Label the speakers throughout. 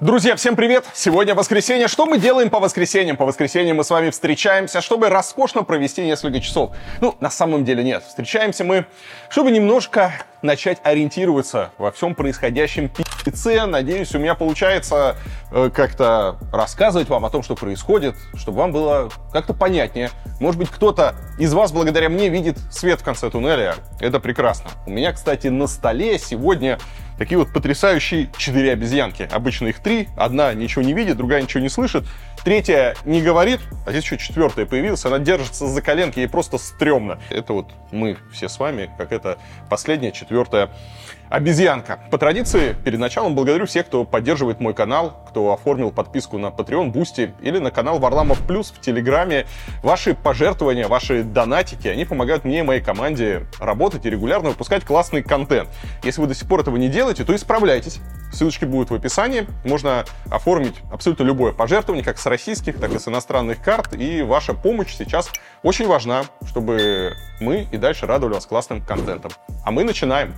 Speaker 1: Друзья, всем привет! Сегодня воскресенье. Что мы делаем по воскресеньям? По воскресеньям мы с вами встречаемся, чтобы роскошно провести несколько часов. На самом деле нет. Встречаемся мы, чтобы немножко начать ориентироваться во всем происходящем пи***це. Надеюсь, у меня получается как-то рассказывать вам о том, что происходит, чтобы вам было как-то понятнее. Может быть, кто-то из вас благодаря мне видит свет в конце туннеля. Это прекрасно. У меня, кстати, на столе сегодня такие вот потрясающие 4 обезьянки. Обычно их 3. Одна ничего не видит, другая ничего не слышит. Третья не говорит, а здесь еще 4-я появилась. Она держится за коленки, ей просто стрёмно. Это вот мы все с вами, как это последняя, 4-я обезьянка. По традиции, перед началом благодарю всех, кто поддерживает мой канал, кто оформил подписку на Patreon, Boosty или на канал Варламов Плюс в Телеграме. Ваши пожертвования, ваши донатики, они помогают мне и моей команде работать и регулярно выпускать классный контент. Если вы до сих пор этого не делаете, то исправляйтесь. Ссылочки будут в описании. Можно оформить абсолютно любое пожертвование, как с российских, так и с иностранных карт. И ваша помощь сейчас очень важна, чтобы мы и дальше радовали вас классным контентом. А мы начинаем.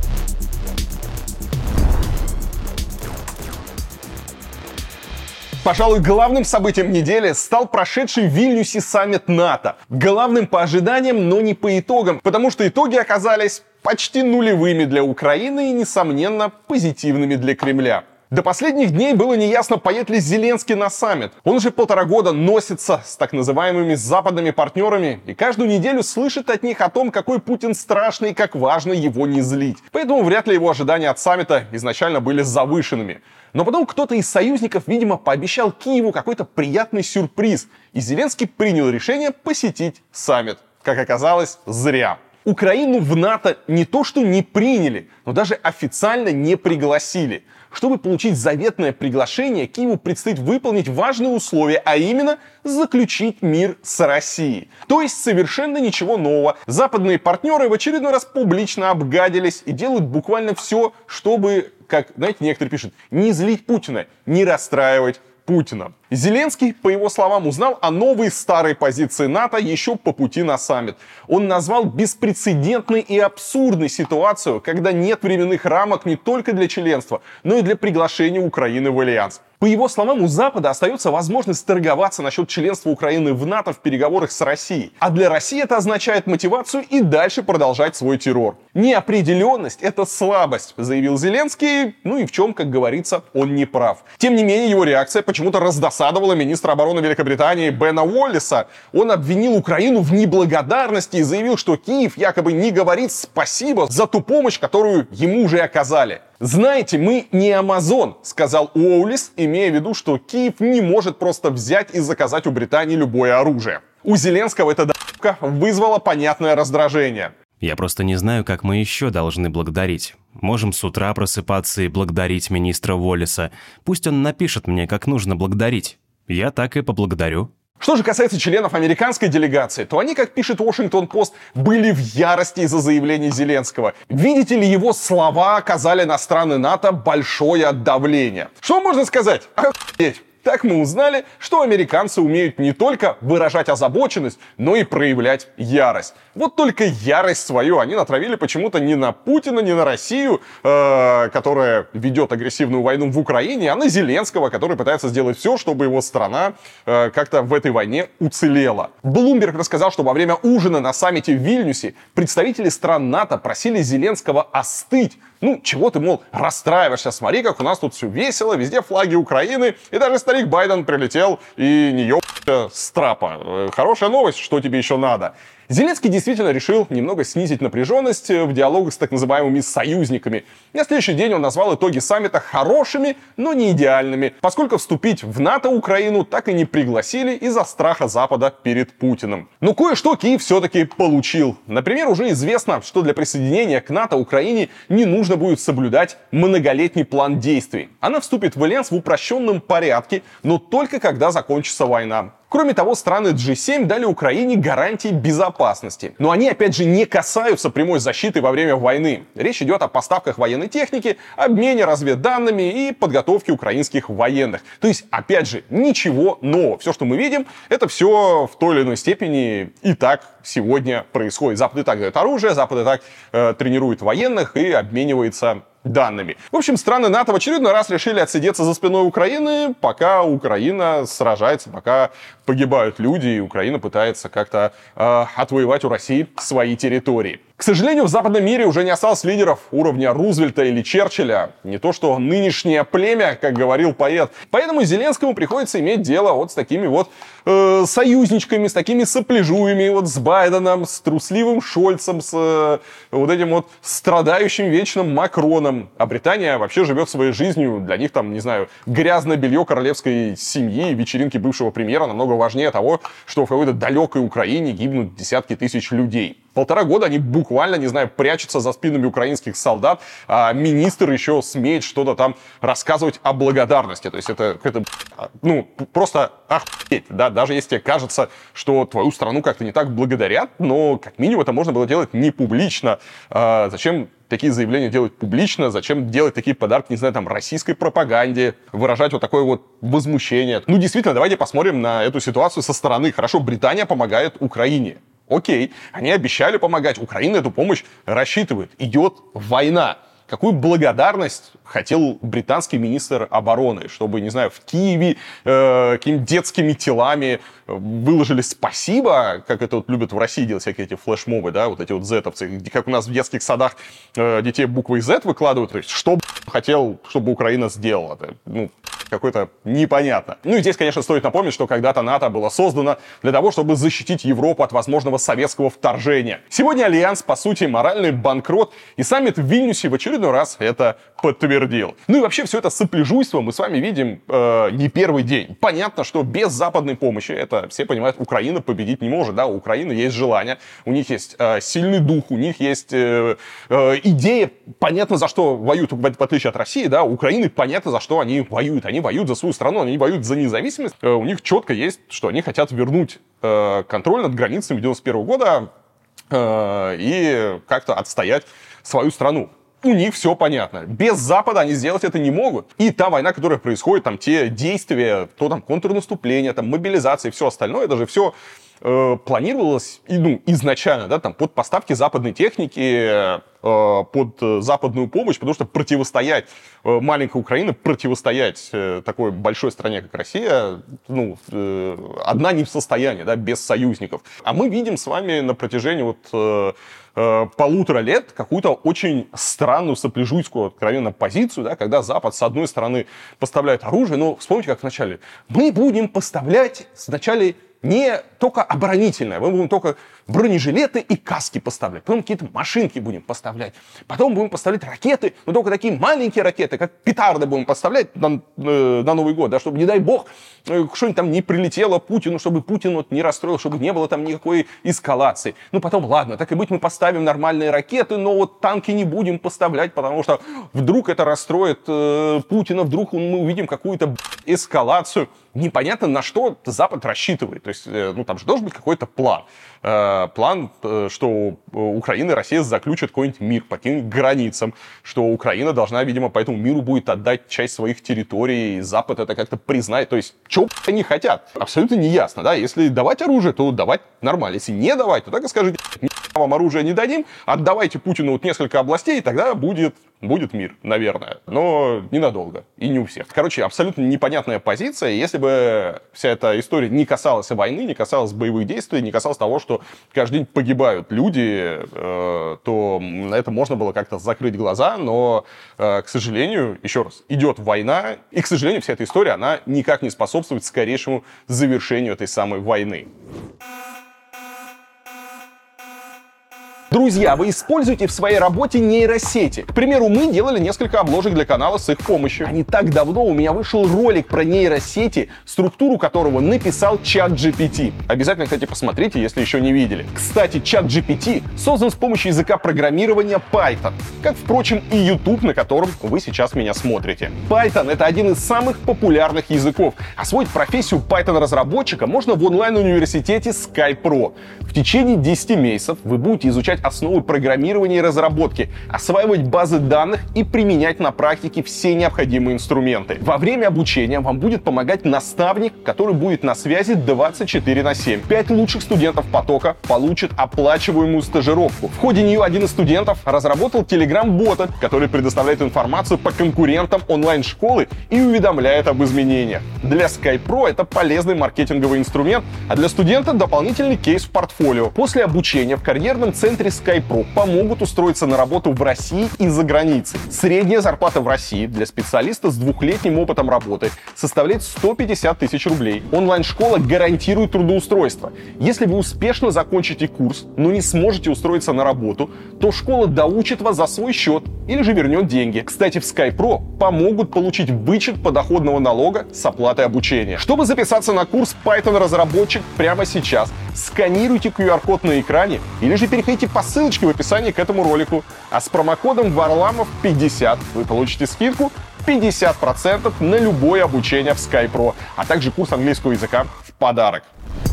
Speaker 1: Пожалуй, главным событием недели стал прошедший в Вильнюсе саммит НАТО. Главным по ожиданиям, но не по итогам, потому что итоги оказались почти нулевыми для Украины и, несомненно, позитивными для Кремля. До последних дней было неясно, поедет ли Зеленский на саммит. Он уже 1,5 года носится с так называемыми западными партнерами и каждую неделю слышит от них о том, какой Путин страшный и как важно его не злить. Поэтому вряд ли его ожидания от саммита изначально были завышенными. Но потом кто-то из союзников, видимо, пообещал Киеву какой-то приятный сюрприз, и Зеленский принял решение посетить саммит. Как оказалось, зря. Украину в НАТО не то что не приняли, но даже официально не пригласили. Чтобы получить заветное приглашение, Киеву предстоит выполнить важные условия, а именно заключить мир с Россией. То есть совершенно ничего нового. Западные партнеры в очередной раз публично обгадились и делают буквально все, чтобы, как, знаете, некоторые пишут, не злить Путина, не расстраивать Путина. Зеленский, по его словам, узнал о новой старой позиции НАТО еще по пути на саммит. Он назвал беспрецедентной и абсурдной ситуацию, когда нет временных рамок не только для членства, но и для приглашения Украины в альянс. По его словам, у Запада остается возможность торговаться насчет членства Украины в НАТО в переговорах с Россией. А для России это означает мотивацию и дальше продолжать свой террор. Неопределенность — это слабость, заявил Зеленский, и в чем, как говорится, он не прав. Тем не менее, его реакция почему-то раздосадовала министра обороны Великобритании Бена Уоллеса. Он обвинил Украину в неблагодарности и заявил, что Киев якобы не говорит спасибо за ту помощь, которую ему уже оказали. «Знаете, мы не Амазон», — сказал Уоллес, имея в виду, что Киев не может просто взять и заказать у Британии любое оружие. У Зеленского эта д***ка вызвала понятное раздражение.
Speaker 2: Я просто не знаю, как мы еще должны благодарить. Можем с утра просыпаться и благодарить министра Уоллеса. Пусть он напишет мне, как нужно благодарить. Я так и поблагодарю.
Speaker 1: Что же касается членов американской делегации, то они, как пишет Washington-Post, были в ярости из-за заявлений Зеленского. Видите ли, его слова оказали на страны НАТО большое давление. Что можно сказать? Охуеть! Так мы узнали, что американцы умеют не только выражать озабоченность, но и проявлять ярость. Вот только ярость свою они натравили почему-то не на Путина, не на Россию, которая ведет агрессивную войну в Украине, а на Зеленского, который пытается сделать все, чтобы его страна как-то в этой войне уцелела. Блумберг рассказал, что во время ужина на саммите в Вильнюсе представители стран НАТО просили Зеленского остыть. Чего ты, мол, расстраиваешься? Смотри, как у нас тут все весело, везде флаги Украины, и даже старик Байден прилетел и не ебался с трапа. Хорошая новость, что тебе еще надо? Зеленский действительно решил немного снизить напряженность в диалогах с так называемыми союзниками. На следующий день он назвал итоги саммита хорошими, но не идеальными, поскольку вступить в НАТО Украину так и не пригласили из-за страха Запада перед Путиным. Но кое-что Киев все-таки получил. Например, уже известно, что для присоединения к НАТО Украине не нужно будет соблюдать многолетний план действий. Она вступит в альянс в упрощенном порядке, но только когда закончится война. Кроме того, страны G7 дали Украине гарантии безопасности. Но они, опять же, не касаются прямой защиты во время войны. Речь идет о поставках военной техники, обмене разведданными и подготовке украинских военных. То есть, опять же, ничего нового. Все, что мы видим, это все в той или иной степени и так сегодня происходит. Запад и так дает оружие, Запад и так тренирует военных и обменивается данными. В общем, страны НАТО в очередной раз решили отсидеться за спиной Украины, пока Украина сражается, пока погибают люди, и Украина пытается как-то отвоевать у России свои территории. К сожалению, в западном мире уже не осталось лидеров уровня Рузвельта или Черчилля. Не то что нынешнее племя, как говорил поэт. Поэтому Зеленскому приходится иметь дело вот с такими вот союзничками, с такими сопляжуями, вот с Байденом, с трусливым Шольцем, с вот этим вот страдающим вечным Макроном. А Британия вообще живет своей жизнью. Для них там, не знаю, грязное белье королевской семьи и вечеринки бывшего премьера намного важнее того, что в какой-то далекой Украине гибнут десятки тысяч людей. 1,5 года они буквально, не знаю, прячутся за спинами украинских солдат, а министр еще смеет что-то там рассказывать о благодарности. То есть это ну, просто охуеть, да, даже если тебе кажется, что твою страну как-то не так благодарят, но как минимум это можно было делать не публично. Зачем такие заявления делать публично, зачем делать такие подарки, не знаю, там, российской пропаганде, выражать вот такое вот возмущение. Ну, действительно, давайте посмотрим на эту ситуацию со стороны. Хорошо, Британия помогает Украине. Окей, они обещали помогать, Украина эту помощь рассчитывает, идет война. Какую благодарность хотел британский министр обороны, чтобы, не знаю, в Киеве какими-то детскими телами выложили спасибо, как это вот любят в России делать всякие эти флешмобы, да, вот эти вот зетовцы, как у нас в детских садах детей буквой Z выкладывают, то есть что хотел, чтобы Украина сделала, это, ну, какое-то непонятно. Ну и здесь, конечно, стоит напомнить, что когда-то НАТО было создано для того, чтобы защитить Европу от возможного советского вторжения. Сегодня Альянс, по сути, моральный банкрот, и саммит в Вильнюсе в очередной раз это подтвердил. Ну и вообще все это сопляжуйство мы с вами видим не первый день. Понятно, что без западной помощи, это все понимают, Украина победить не может, да, у Украины есть желание, у них есть сильный дух, у них есть идея, понятно, за что воюют, в отличие от России, да, у Украины понятно, за что они воюют за свою страну, они воюют за независимость, у них четко есть, что они хотят вернуть контроль над границами 91 года и как-то отстоять свою страну. У них все понятно. Без Запада они сделать это не могут. И та война, которая происходит, там те действия, то там контрнаступление, там мобилизация и все остальное, это же все планировалось изначально, да, там, под поставки западной техники, под западную помощь, потому что противостоять маленькой Украине, противостоять такой большой стране, как Россия, ну, одна не в состоянии, да, без союзников. А мы видим с вами на протяжении вот 1,5 лет какую-то очень странную сопляжуйскую, откровенно, позицию, да, когда Запад, с одной стороны, поставляет оружие, но вспомните, как вначале. Мы будем поставлять сначала не только оборонительное, мы будем только бронежилеты и каски поставлять, потом какие-то машинки будем поставлять, потом будем поставлять ракеты, но только такие маленькие ракеты, как петарды будем поставлять на Новый год, да, чтобы, не дай бог, что-нибудь там не прилетело Путину, чтобы Путин вот не расстроил, чтобы не было там никакой эскалации. Ну, потом, ладно, так и быть, мы поставим нормальные ракеты, но вот танки не будем поставлять, потому что вдруг это расстроит Путина, вдруг мы увидим какую-то эскалацию. Непонятно, на что Запад рассчитывает. То есть, ну, там же должен быть какой-то план. План, что Украина и Россия заключат какой-нибудь мир по каким-нибудь границам, что Украина должна, видимо, по этому миру будет отдать часть своих территорий, и Запад это как-то признает. То есть, чего они хотят? Абсолютно неясно, да? Если давать оружие, то давать нормально. Если не давать, то так и скажите, вам оружие не дадим, отдавайте Путину вот несколько областей, и тогда будет мир, наверное. Но ненадолго. И не у всех. Короче, абсолютно непонятная позиция. Если бы вся эта история не касалась войны, не касалась боевых действий, не касалась того, что каждый день погибают люди, то на это можно было как-то закрыть глаза. Но, к сожалению, еще раз, идет война. И, к сожалению, вся эта история, она никак не способствует скорейшему завершению этой самой войны. Друзья, вы используете в своей работе нейросети. К примеру, мы делали несколько обложек для канала с их помощью. А не так давно у меня вышел ролик про нейросети, структуру которого написал ChatGPT. Обязательно, кстати, посмотрите, если еще не видели. Кстати, ChatGPT создан с помощью языка программирования Python, как, впрочем, и YouTube, на котором вы сейчас меня смотрите. Python — это один из самых популярных языков. Освоить профессию Python-разработчика можно в онлайн-университете SkyPro. В течение 10 месяцев вы будете изучать основы программирования и разработки, осваивать базы данных и применять на практике все необходимые инструменты. Во время обучения вам будет помогать наставник, который будет на связи 24/7. 5 лучших студентов потока получат оплачиваемую стажировку. В ходе нее один из студентов разработал Telegram-бота, который предоставляет информацию по конкурентам онлайн-школы и уведомляет об изменениях. Для SkyPro это полезный маркетинговый инструмент, а для студента дополнительный кейс в портфолио. После обучения в карьерном центре SkyPro помогут устроиться на работу в России и за границей. Средняя зарплата в России для специалиста с 2-летним опытом работы составляет 150 тысяч рублей. Онлайн-школа гарантирует трудоустройство. Если вы успешно закончите курс, но не сможете устроиться на работу, то школа доучит вас за свой счет или же вернет деньги. Кстати, в SkyPro помогут получить вычет подоходного налога с оплатой обучения. Чтобы записаться на курс Python-разработчик прямо сейчас, сканируйте QR-код на экране или же переходите по ссылочке в описании к этому ролику. А с промокодом Varlamov50 вы получите скидку 50% на любое обучение в SkyPro, а также курс английского языка в подарок.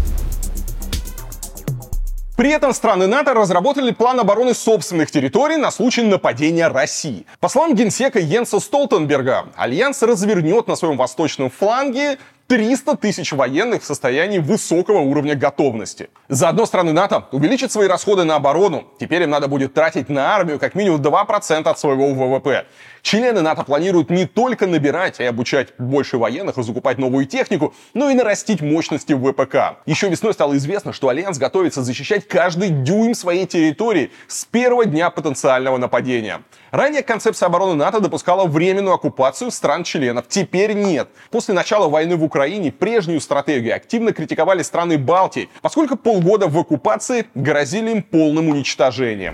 Speaker 1: При этом страны НАТО разработали план обороны собственных территорий на случай нападения России. По словам генсека Йенса Столтенберга, Альянс развернет на своем восточном фланге 300 тысяч военных в состоянии высокого уровня готовности. Заодно страны НАТО увеличат свои расходы на оборону. Теперь им надо будет тратить на армию как минимум 2% от своего ВВП. Члены НАТО планируют не только набирать и обучать больше военных и закупать новую технику, но и нарастить мощности в ВПК. Еще весной стало известно, что Альянс готовится защищать каждый дюйм своей территории с первого дня потенциального нападения. Ранее концепция обороны НАТО допускала временную оккупацию стран-членов. Теперь нет. После начала войны в Украине прежнюю стратегию активно критиковали страны Балтии, поскольку полгода в оккупации грозили им полным уничтожением.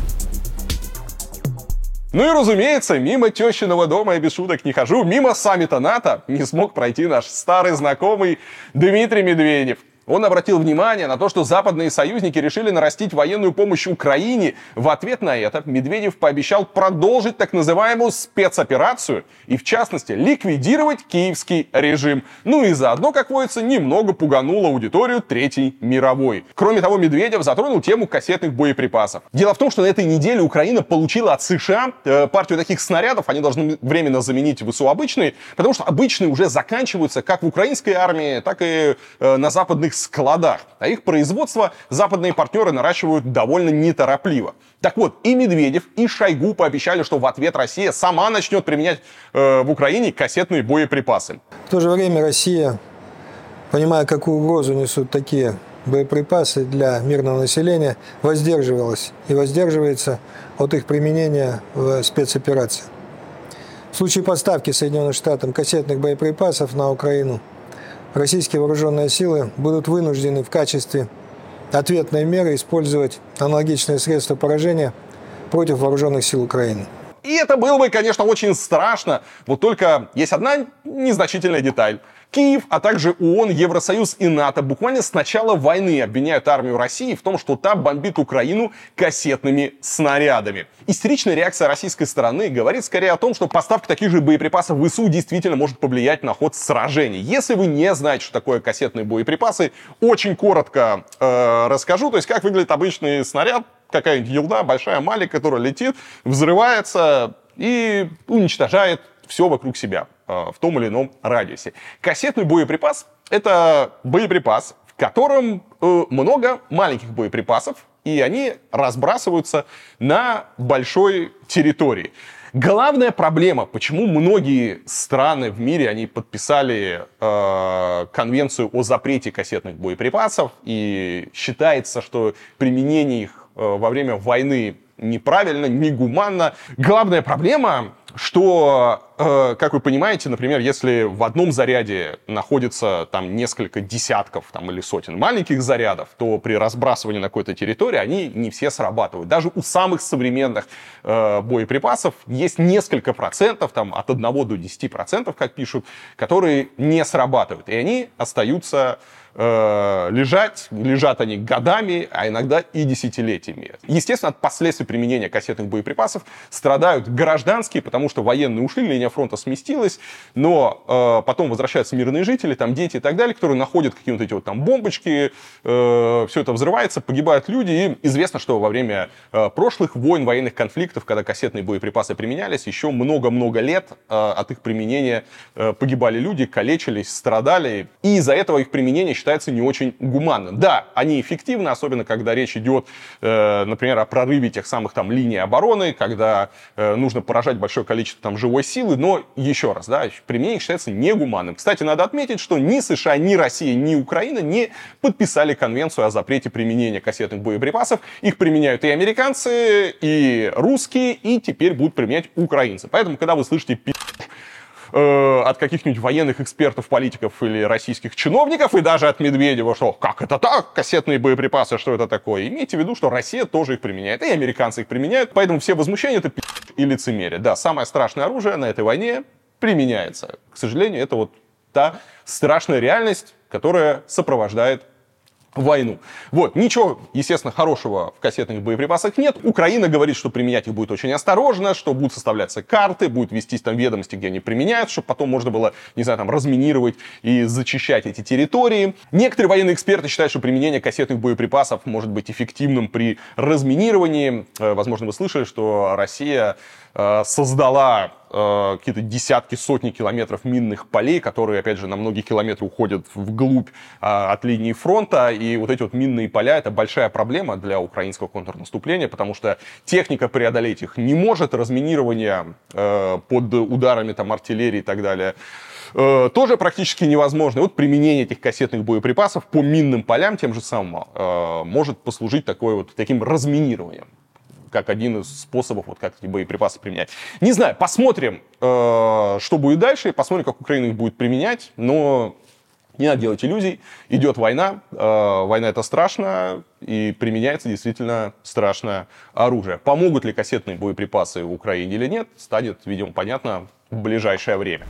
Speaker 1: Ну и разумеется, мимо тещиного дома я без шуток не хожу, мимо саммита НАТО не смог пройти наш старый знакомый Дмитрий Медведев. Он обратил внимание на то, что западные союзники решили нарастить военную помощь Украине. В ответ на это Медведев пообещал продолжить так называемую спецоперацию и, в частности, ликвидировать киевский режим. Ну и заодно, как водится, немного пуганул аудиторию Третьей мировой. Кроме того, Медведев затронул тему кассетных боеприпасов. Дело в том, что на этой неделе Украина получила от США партию таких снарядов, они должны временно заменить ВСУ обычные, потому что обычные уже заканчиваются как в украинской армии, так и на западных складах. А их производство западные партнеры наращивают довольно неторопливо. Так вот, и Медведев, и Шойгу пообещали, что в ответ Россия сама начнет применять в Украине кассетные боеприпасы.
Speaker 3: В то же время Россия, понимая, какую угрозу несут такие боеприпасы для мирного населения, воздерживалась и воздерживается от их применения в спецоперации. В случае поставки Соединенным Штатам кассетных боеприпасов на Украину, российские вооруженные силы будут вынуждены в качестве ответной меры использовать аналогичные средства поражения против вооруженных сил Украины.
Speaker 1: И это было бы, конечно, очень страшно, вот только есть одна незначительная деталь. Киев, а также ООН, Евросоюз и НАТО буквально с начала войны обвиняют армию России в том, что та бомбит Украину кассетными снарядами. Истеричная реакция российской стороны говорит скорее о том, что поставка таких же боеприпасов в ВСУ действительно может повлиять на ход сражений. Если вы не знаете, что такое кассетные боеприпасы, очень коротко расскажу. То есть, как выглядит обычный снаряд, какая-нибудь елда, большая малик, которая летит, взрывается и уничтожает все вокруг себя в том или ином радиусе. Кассетный боеприпас — это боеприпас, в котором много маленьких боеприпасов, и они разбрасываются на большой территории. Главная проблема, почему многие страны в мире, они подписали конвенцию о запрете кассетных боеприпасов, и считается, что применение их во время войны неправильно, негуманно. Главная проблема, что, как вы понимаете, например, если в одном заряде находится там несколько десятков там, или сотен маленьких зарядов, то при разбрасывании на какой-то территории они не все срабатывают. Даже у самых современных боеприпасов есть несколько процентов, там, от 1 до 10%, как пишут, которые не срабатывают. И они остаются лежат они годами, а иногда и десятилетиями. Естественно, от последствий применения кассетных боеприпасов страдают гражданские, потому что военные ушли, линия линия фронта сместилась, но потом возвращаются мирные жители, там дети и так далее, которые находят какие-то эти вот там бомбочки, все это взрывается, погибают люди, и известно, что во время прошлых войн, военных конфликтов, когда кассетные боеприпасы применялись, еще много-много лет от их применения погибали люди, калечились, страдали, и из-за этого их применение считается не очень гуманным. Да, они эффективны, особенно когда речь идет, например, о прорыве тех самых там линий обороны, когда нужно поражать большое количество там живой силы, но еще раз, да, применение считается негуманным. Кстати, надо отметить, что ни США, ни Россия, ни Украина не подписали конвенцию о запрете применения кассетных боеприпасов. Их применяют и американцы, и русские, и теперь будут применять украинцы. Поэтому, когда вы слышите от каких-нибудь военных экспертов, политиков или российских чиновников, и даже от Медведева, что как это так, кассетные боеприпасы, что это такое, имейте в виду, что Россия тоже их применяет, и американцы их применяют, поэтому все возмущения — это и лицемерие. Да, самое страшное оружие на этой войне применяется. К сожалению, это вот та страшная реальность, которая сопровождает войну. Вот, ничего, естественно, хорошего в кассетных боеприпасах нет. Украина говорит, что применять их будет очень осторожно, что будут составляться карты, будут вестись там ведомости, где они применяют, чтобы потом можно было, не знаю, там, разминировать и зачищать эти территории. Некоторые военные эксперты считают, что применение кассетных боеприпасов может быть эффективным при разминировании. Возможно, вы слышали, что Россия создала какие-то десятки, сотни километров минных полей, которые, опять же, на многие километры уходят вглубь от линии фронта. И вот эти вот минные поля — это большая проблема для украинского контрнаступления, потому что техника преодолеть их не может, разминирование под ударами там, артиллерии и так далее тоже практически невозможно. И вот применение этих кассетных боеприпасов по минным полям тем же самым может послужить таким разминированием, как один из способов, вот как эти боеприпасы применять. Не знаю, посмотрим, что будет дальше, посмотрим, как Украина их будет применять, но не надо делать иллюзий. Идет война, война — это страшно, и применяется действительно страшное оружие. Помогут ли кассетные боеприпасы Украине или нет, станет, видимо, понятно в ближайшее время.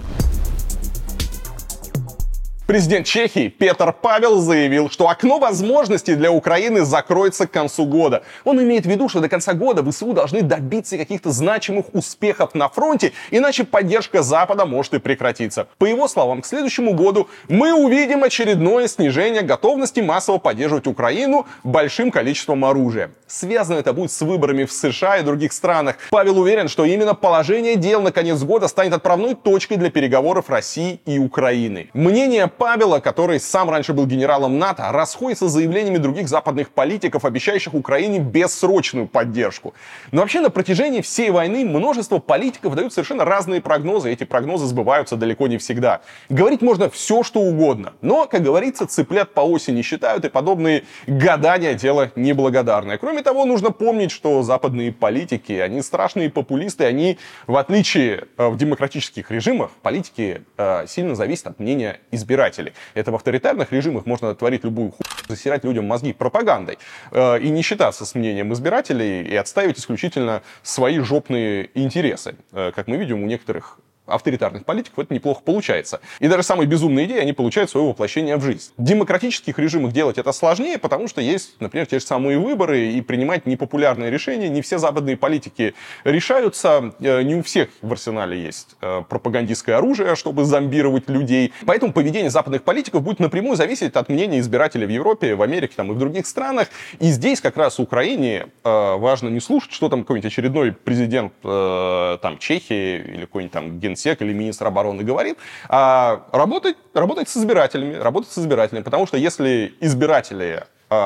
Speaker 1: Президент Чехии Петр Павел заявил, что окно возможностей для Украины закроется к концу года. Он имеет в виду, что до конца года ВСУ должны добиться каких-то значимых успехов на фронте, иначе поддержка Запада может и прекратиться. По его словам, к следующему году мы увидим очередное снижение готовности массово поддерживать Украину большим количеством оружия. Связано это будет с выборами в США и других странах. Павел уверен, что именно положение дел на конец года станет отправной точкой для переговоров России и Украины. Мнение Павела, который сам раньше был генералом НАТО, расходится с заявлениями других западных политиков, обещающих Украине бессрочную поддержку. Но вообще на протяжении всей войны множество политиков дают совершенно разные прогнозы. Эти прогнозы сбываются далеко не всегда. Говорить можно все, что угодно. Но, как говорится, цыплят по осени считают, и подобные гадания — дело неблагодарное. Кроме того, нужно помнить, что западные политики, они страшные популисты, они, в отличие в демократических режимах, политики сильно зависят от мнения избирателей. Это в авторитарных режимах можно творить любую хуйню, засирать людям мозги пропагандой и не считаться с мнением избирателей и отстаивать исключительно свои жопные интересы. Как мы видим, у некоторых авторитарных политиков это неплохо получается. И даже самые безумные идеи, они получают свое воплощение в жизнь. В демократических режимах делать это сложнее, потому что есть, например, те же самые выборы, и принимать непопулярные решения не все западные политики решаются. Не у всех в арсенале есть пропагандистское оружие, чтобы зомбировать людей. Поэтому поведение западных политиков будет напрямую зависеть от мнения избирателей в Европе, в Америке там, и в других странах. И здесь как раз Украине важно не слушать, что там какой-нибудь очередной президент там, Чехии или какой-нибудь там генсек или министр обороны говорит, а работать с избирателями, потому что если избиратели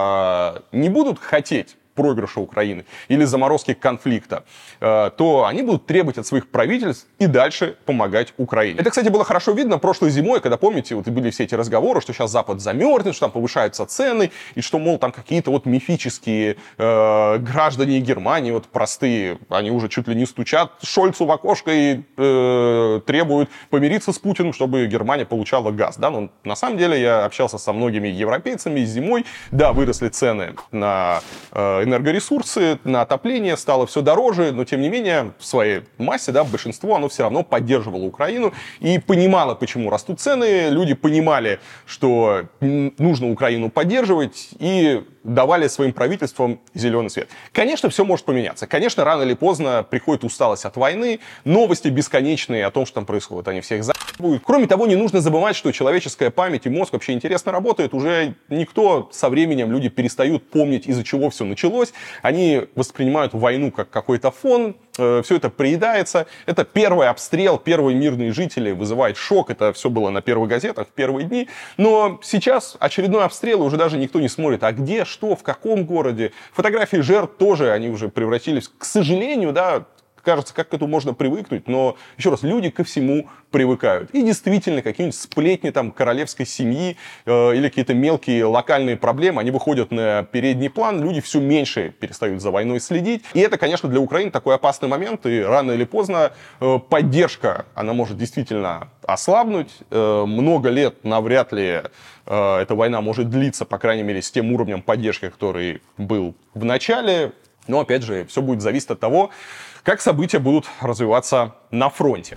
Speaker 1: не будут хотеть проигрыша Украины или заморозки конфликта, то они будут требовать от своих правительств и дальше помогать Украине. Это, кстати, было хорошо видно прошлой зимой, когда, помните, вот были все эти разговоры, что сейчас Запад замерзнет, что там повышаются цены, и что, мол, там какие-то вот мифические граждане Германии, вот простые, они уже чуть ли не стучат Шольцу в окошко и требуют помириться с Путиным, чтобы Германия получала газ. Да? Но на самом деле я общался со многими европейцами зимой, да, выросли цены на энергоресурсы, на отопление, стало все дороже, но тем не менее в своей массе, да, большинство, оно все равно поддерживало Украину и понимало, почему растут цены, люди понимали, что нужно Украину поддерживать, и давали своим правительствам зеленый свет. Конечно, все может поменяться. Конечно, рано или поздно приходит усталость от войны, новости бесконечные о том, что там происходит, они всех за***ют. Кроме того, не нужно забывать, что человеческая память и мозг вообще интересно работают. Уже никто со временем, люди перестают помнить, из-за чего все началось. Они воспринимают войну как какой-то фон, все это приедается. Это первый обстрел, первые мирные жители вызывает шок. Это все было на первых газетах в первые дни. Но сейчас очередной обстрел, уже даже никто не смотрит, а где, что, в каком городе. Фотографии жертв тоже, они уже превратились, к сожалению, да, кажется, как к этому можно привыкнуть, но, еще раз, люди ко всему привыкают. И действительно, какие-нибудь сплетни там королевской семьи или какие-то мелкие локальные проблемы, они выходят на передний план, люди все меньше перестают за войной следить. И это, конечно, для Украины такой опасный момент, и рано или поздно поддержка, она может действительно ослабнуть. Много лет навряд ли эта война может длиться, по крайней мере, с тем уровнем поддержки, который был в начале. Но, опять же, все будет зависеть от того, как события будут развиваться на фронте.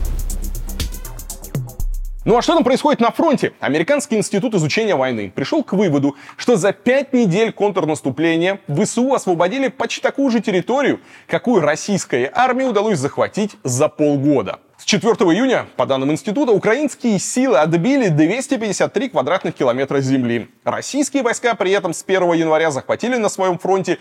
Speaker 1: Ну а что там происходит на фронте? Американский институт изучения войны пришел к выводу, что за 5 недель контрнаступления ВСУ освободили почти такую же территорию, какую российской армии удалось захватить за полгода. С 4 июня, по данным института, украинские силы отбили 253 квадратных километра земли. Российские войска при этом с 1 января захватили на своем фронте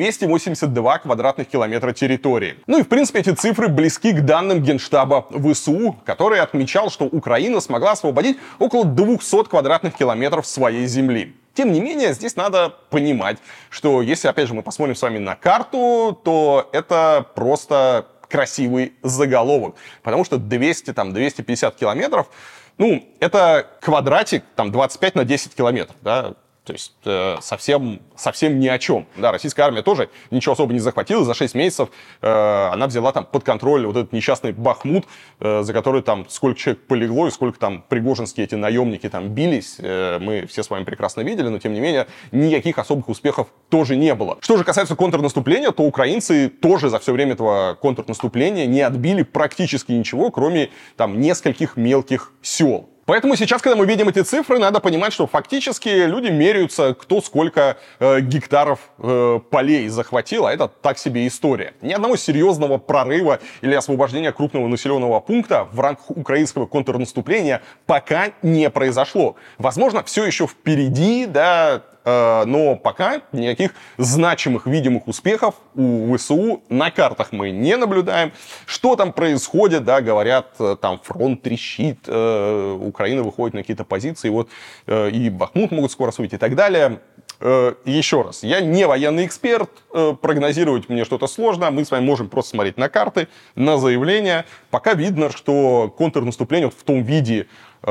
Speaker 1: 282 квадратных километра территории. Ну и, в принципе, эти цифры близки к данным Генштаба ВСУ, который отмечал, что Украина смогла освободить около 200 квадратных километров своей земли. Тем не менее, здесь надо понимать, что если, опять же, мы посмотрим с вами на карту, то это просто красивый заголовок. Потому что 200-250 километров, ну, это квадратик, 25 на 10 километров, да, то есть совсем ни о чем. Да, российская армия тоже ничего особо не захватила. За 6 месяцев она взяла там под контроль вот этот несчастный Бахмут, за который там сколько человек полегло и сколько там пригожинские эти наемники там бились. Мы все с вами прекрасно видели, но тем не менее никаких особых успехов тоже не было. Что же касается контрнаступления, то украинцы тоже за все время этого контрнаступления не отбили практически ничего, кроме там нескольких мелких сел. Поэтому сейчас, когда мы видим эти цифры, надо понимать, что фактически люди меряются, кто сколько гектаров полей захватил, а это так себе история. Ни одного серьезного прорыва или освобождения крупного населенного пункта в рамках украинского контрнаступления пока не произошло. Возможно, все еще впереди, да, но пока никаких значимых видимых успехов у ВСУ на картах мы не наблюдаем. Что там происходит, да, говорят, там фронт трещит, Украина выходит на какие-то позиции, вот и Бахмут могут скоро освоить и так далее. Еще раз, я не военный эксперт, прогнозировать мне что-то сложно, мы с вами можем просто смотреть на карты, на заявления. Пока видно, что контрнаступление вот в том виде,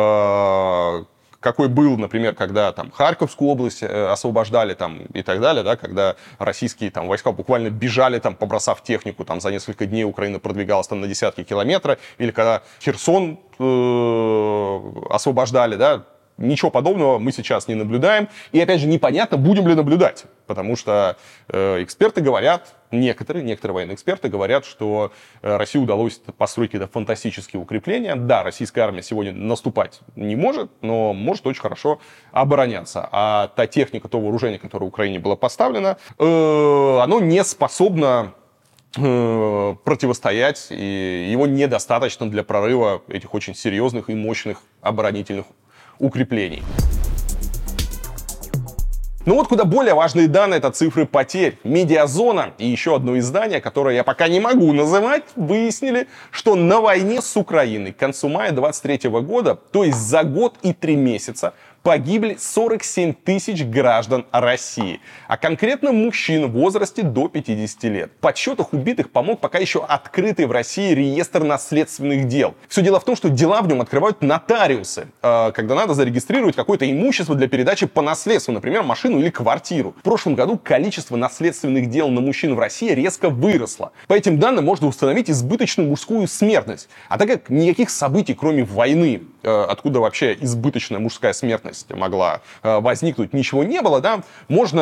Speaker 1: какой был, например, когда там Харьковскую область освобождали там, и так далее, да, когда российские там войска буквально бежали, там, побросав технику, там, за несколько дней Украина продвигалась там на десятки километров, или когда Херсон освобождали, да, ничего подобного мы сейчас не наблюдаем. И, опять же, непонятно, будем ли наблюдать. Потому что эксперты говорят, некоторые военные эксперты говорят, что России удалось построить какие-то фантастические укрепления. Да, российская армия сегодня наступать не может, но может очень хорошо обороняться. А та техника, то вооружение, которое Украине было поставлено, оно не способно противостоять, и его недостаточно для прорыва этих очень серьезных и мощных оборонительных укреплений. Но вот куда более важные данные — это цифры потерь. Медиазона и еще одно издание, которое я пока не могу называть, выяснили, что на войне с Украиной к концу мая 2023 года, то есть за год и 3 месяца, погибли 47 тысяч граждан России, а конкретно мужчин в возрасте до 50 лет. В подсчетах убитых помог пока еще открытый в России реестр наследственных дел. Все дело в том, что дела в нем открывают нотариусы, когда надо зарегистрировать какое-то имущество для передачи по наследству, например, машину или квартиру. В прошлом году количество наследственных дел на мужчин в России резко выросло. По этим данным можно установить избыточную мужскую смертность. А так как никаких событий, кроме войны, откуда вообще избыточная мужская смертность могла возникнуть, ничего не было, да, можно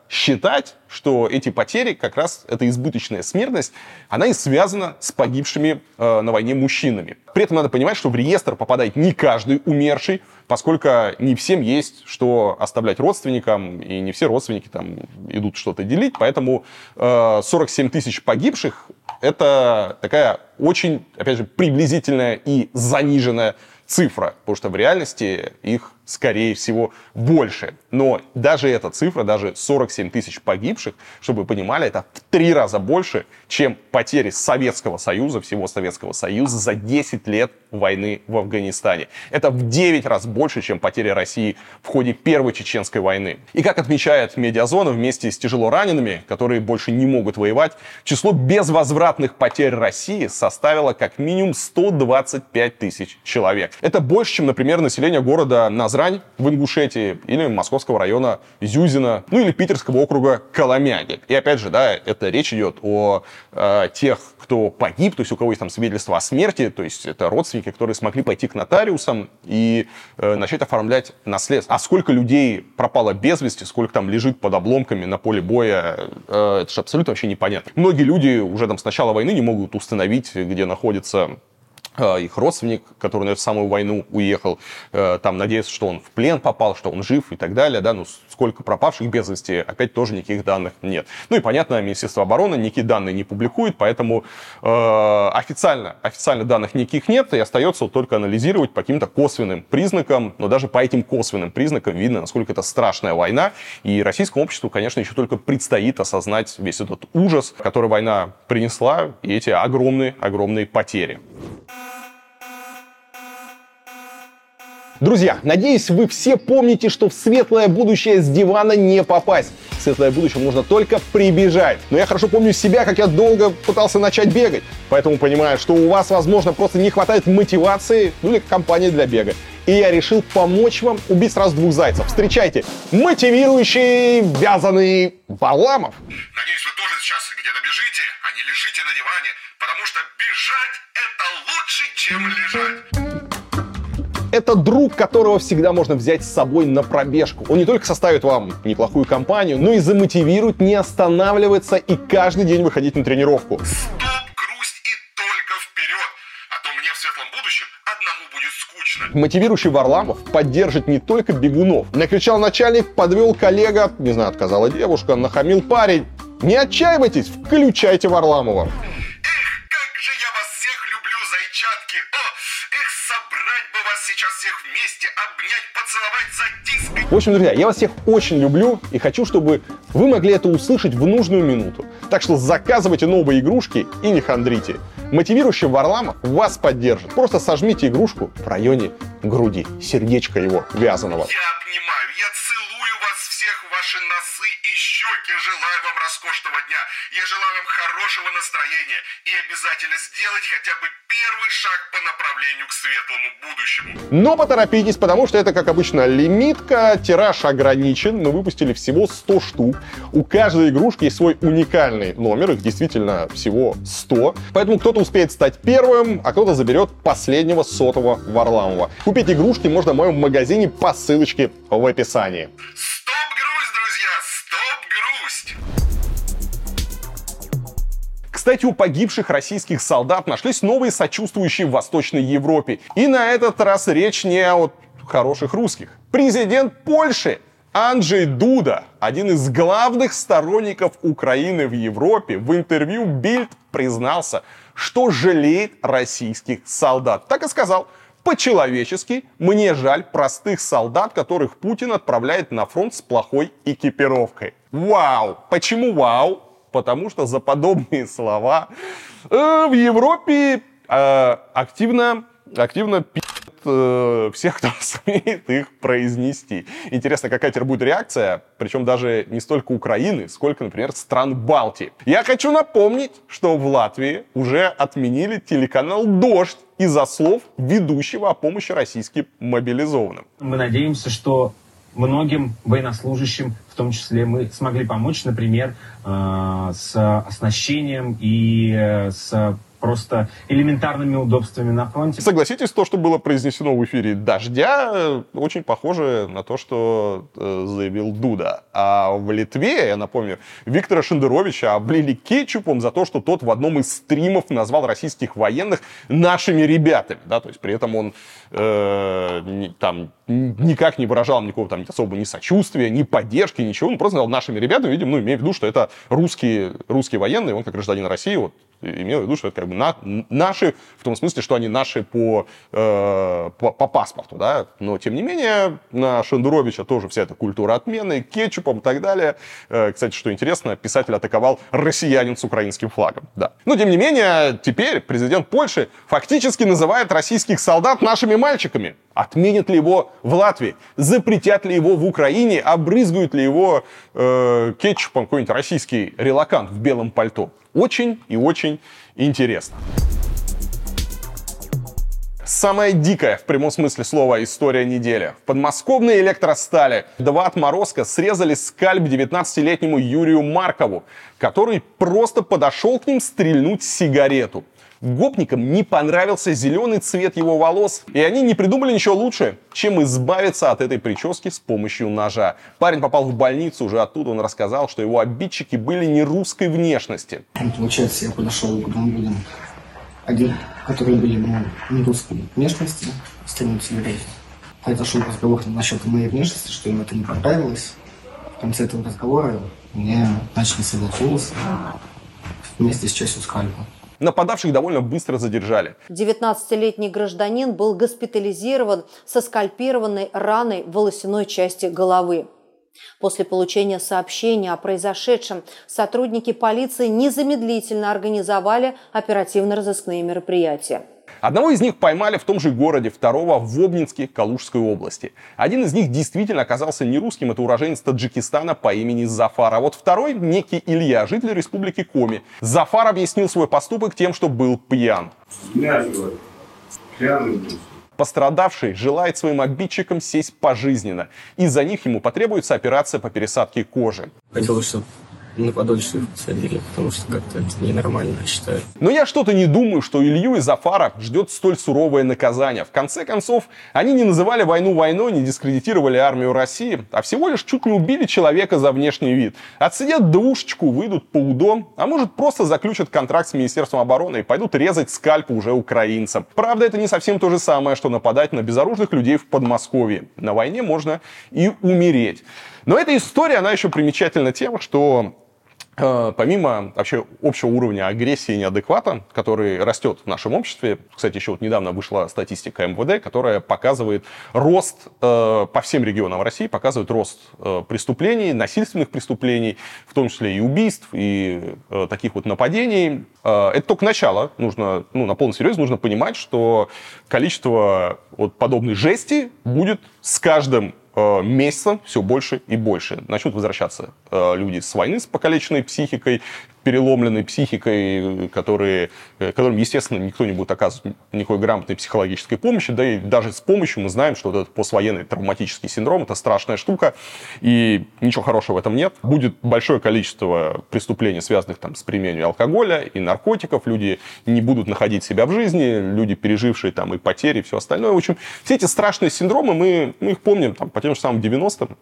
Speaker 1: считать, что эти потери, как раз эта избыточная смертность, она и связана с погибшими на войне мужчинами. При этом надо понимать, что в реестр попадает не каждый умерший, поскольку не всем есть что оставлять родственникам, и не все родственники там идут что-то делить. Поэтому 47 тысяч погибших — это такая очень, опять же, приблизительная и заниженная цифра, потому что в реальности их, скорее всего, больше. Но даже эта цифра, даже 47 тысяч погибших, чтобы вы понимали, это в 3 раза больше, чем потери Советского Союза, всего Советского Союза за 10 лет войны в Афганистане. Это в 9 раз больше, чем потери России в ходе Первой Чеченской войны. И как отмечает Медиазона, вместе с тяжело ранеными, которые больше не могут воевать, число безвозвратных потерь России составило как минимум 125 тысяч человек. Это больше, чем, например, население города Назрань в Ингушетии или московского района Зюзино, ну или питерского округа Коломяги. И опять же, да, это речь идет о тех, кто погиб, то есть у кого есть там свидетельство о смерти, то есть это родственники, которые смогли пойти к нотариусам и начать оформлять наследство. А сколько людей пропало без вести, сколько там лежит под обломками на поле боя, это же абсолютно вообще непонятно. Многие люди уже там с начала войны не могут установить, где находится их родственник, который на эту самую войну уехал, там надеется, что он в плен попал, что он жив и так далее, да, ну сколько пропавших без вести, опять тоже никаких данных нет. Ну и понятно, Министерство обороны никакие данные не публикует, поэтому официально данных никаких нет, и остается вот только анализировать по каким-то косвенным признакам, но даже по этим косвенным признакам видно, насколько это страшная война, и российскому обществу, конечно, еще только предстоит осознать весь этот ужас, который война принесла, и эти огромные потери. Друзья, надеюсь, вы все помните, что в светлое будущее с дивана не попасть. В светлое будущее можно только прибежать. Но я хорошо помню себя, как я долго пытался начать бегать. Поэтому понимаю, что у вас, возможно, просто не хватает мотивации, ну или компании для бега. И я решил помочь вам убить сразу 2 зайцев. Встречайте, мотивирующий вязаный Варламов.
Speaker 4: Надеюсь, вы тоже сейчас где-то бежите, а не лежите на диване, потому что бежать — это лучше, чем лежать.
Speaker 1: Это друг, которого всегда можно взять с собой на пробежку. Он не только составит вам неплохую компанию, но и замотивирует не останавливаться и каждый день выходить на тренировку.
Speaker 4: Стоп, грусть и только вперед, а то мне в светлом будущем одному будет скучно.
Speaker 1: Мотивирующий Варламов поддержит не только бегунов. Накричал начальник, подвел коллега, не знаю, отказала девушка, нахамил парень. Не отчаивайтесь, включайте Варламова.
Speaker 4: Сейчас всех вместе обнять, поцеловать, задискать.
Speaker 1: В общем, друзья, я вас всех очень люблю и хочу, чтобы вы могли это услышать в нужную минуту. Так что заказывайте новые игрушки и не хандрите. Мотивирующий Варламов вас поддержит. Просто сожмите игрушку в районе груди, сердечко его вязаного.
Speaker 4: Я обнимаю, я целую вас всех, ваши носы и щеки. Желаю вам роскошного дня. Я желаю вам хорошего настроения. И обязательно сделать хотя бы первый шаг по направлению к светлому будущему.
Speaker 1: Но поторопитесь, потому что это, как обычно, лимитка. Тираж ограничен. Мы выпустили всего 100 штук. У каждой игрушки есть свой уникальный номер. Их действительно всего 100. Поэтому кто-то успеет стать первым, а кто-то заберет последнего 100-го Варламова. Купить игрушки можно в моем магазине по ссылочке в описании.
Speaker 4: Стоп грусть, друзья! Стоп грусть!
Speaker 1: Кстати, у погибших российских солдат нашлись новые сочувствующие в Восточной Европе. И на этот раз речь не о хороших русских. Президент Польши Анджей Дуда, один из главных сторонников Украины в Европе, в интервью Bild признался, что жалеет российских солдат. Так и сказал: по-человечески, мне жаль простых солдат, которых Путин отправляет на фронт с плохой экипировкой. Вау! Почему вау? Потому что за подобные слова в Европе активно пи***т всех, кто смеет их произнести. Интересно, какая теперь будет реакция, причем даже не столько Украины, сколько, например, стран Балтии. Я хочу напомнить, что в Латвии уже отменили телеканал «Дождь» из-за слов ведущего о помощи российским мобилизованным.
Speaker 5: Мы надеемся, что многим военнослужащим, в том числе, мы смогли помочь, например, с оснащением и с просто элементарными удобствами на фронте.
Speaker 1: Согласитесь, то, что было произнесено в эфире «Дождя», очень похоже на то, что заявил Дуда. А в Литве, я напомню, Виктора Шендеровича облили кетчупом за то, что тот в одном из стримов назвал российских военных нашими ребятами. Да? То есть при этом он там никак не выражал никакого там особого ни сочувствия, ни поддержки, ничего. Он просто сказал нашими ребятами, видимо, имея в виду, что это русские военные, он как гражданин России, вот, имел в виду, что это как бы наши, в том смысле, что они наши по паспорту, да. Но, тем не менее, на Шендеровича тоже вся эта культура отмены, кетчупом и так далее. Кстати, что интересно, писатель атаковал россиянин с украинским флагом, да. Но, тем не менее, теперь президент Польши фактически называет российских солдат нашими мальчиками. Отменят ли его в Латвии? Запретят ли его в Украине? Обрызгают ли его кетчупом какой-нибудь российский релокант в белом пальто? Очень и очень интересно. Самая дикая, в прямом смысле слова, история недели. В подмосковной электростали 2 отморозка срезали скальп 19-летнему Юрию Маркову, который просто подошел к ним стрельнуть сигарету. Гопникам не понравился зеленый цвет его волос, и они не придумали ничего лучше, чем избавиться от этой прически с помощью ножа. Парень попал в больницу, уже оттуда он рассказал, что его обидчики были не русской внешности.
Speaker 6: Получается, я подошел к 2 людям, которые были не русской внешности, стянуть сигарету. Произошел разговор насчет моей внешности, что им это не понравилось. В конце этого разговора мне начали срезать волосы вместе с частью скальпа.
Speaker 1: Нападавших довольно быстро задержали.
Speaker 7: 19-летний гражданин был госпитализирован со скальпированной раной в волосяной части головы. После получения сообщения о произошедшем сотрудники полиции незамедлительно организовали оперативно-розыскные мероприятия.
Speaker 1: Одного из них поймали в том же городе, второго в Обнинске Калужской области. Один из них действительно оказался не русским, это уроженец Таджикистана по имени Зафар. А вот второй, некий Илья, житель республики Коми. Зафар объяснил свой поступок тем, что был пьян. Пострадавший желает своим обидчикам сесть пожизненно. Из-за них ему потребуется операция по пересадке кожи.
Speaker 6: Хотелось, чтобы на подольше посадили, потому что как-то это ненормально, я считаю.
Speaker 1: Но я что-то не думаю, что Илью и Зафара ждет столь суровое наказание. В конце концов, они не называли войну войной, не дискредитировали армию России, а всего лишь чуть не убили человека за внешний вид. Отсидят двушечку, выйдут по УДО, а может просто заключат контракт с Министерством обороны и пойдут резать скальпы уже украинцам. Правда, это не совсем то же самое, что нападать на безоружных людей в Подмосковье. На войне можно и умереть. Но эта история, она еще примечательна тем, что помимо вообще общего уровня агрессии и неадеквата, который растет в нашем обществе, кстати, еще вот недавно вышла статистика МВД, которая показывает рост по всем регионам России, показывает рост преступлений, насильственных преступлений, в том числе и убийств, и таких вот нападений. Это только начало. Нужно, на полном серьезе нужно понимать, что количество вот подобной жести будет с каждым месяцем все больше и больше. Начнут возвращаться люди с войны с покалеченной психикой, переломленной психикой, которым, естественно, никто не будет оказывать никакой грамотной психологической помощи. Да и даже с помощью мы знаем, что вот этот поствоенный травматический синдром – это страшная штука, и ничего хорошего в этом нет. Будет большое количество преступлений, связанных там, с применением алкоголя и наркотиков. Люди не будут находить себя в жизни, люди, пережившие там, и потери, и все остальное. В общем, все эти страшные синдромы, мы их помним там, по тем же самым 90-м.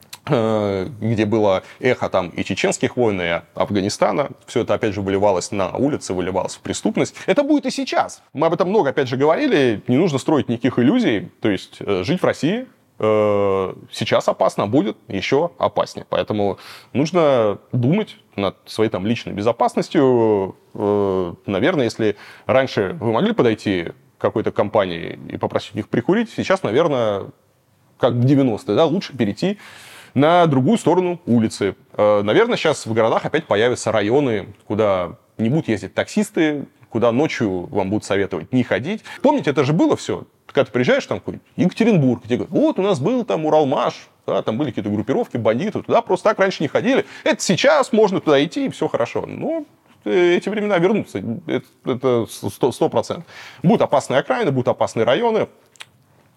Speaker 1: Где было эхо там и чеченских войн, и Афганистана. Все это, опять же, выливалось на улицы, выливалось в преступность. Это будет и сейчас. Мы об этом много, опять же, говорили. Не нужно строить никаких иллюзий. То есть, жить в России сейчас опасно, будет еще опаснее. Поэтому нужно думать над своей там личной безопасностью. Наверное, если раньше вы могли подойти к какой-то компании и попросить у них прикурить, сейчас, наверное, как в 90-е, да, лучше перейти на другую сторону улицы. Наверное, сейчас в городах опять появятся районы, куда не будут ездить таксисты, куда ночью вам будут советовать не ходить. Помните, это же было все. Когда ты приезжаешь там в какой-нибудь Екатеринбург, тебе говорят, вот у нас был там Уралмаш, да, там были какие-то группировки, бандиты, туда просто так раньше не ходили. Это сейчас можно туда идти, и все хорошо. Но эти времена вернутся, это 100%. Будут опасные окраины, будут опасные районы.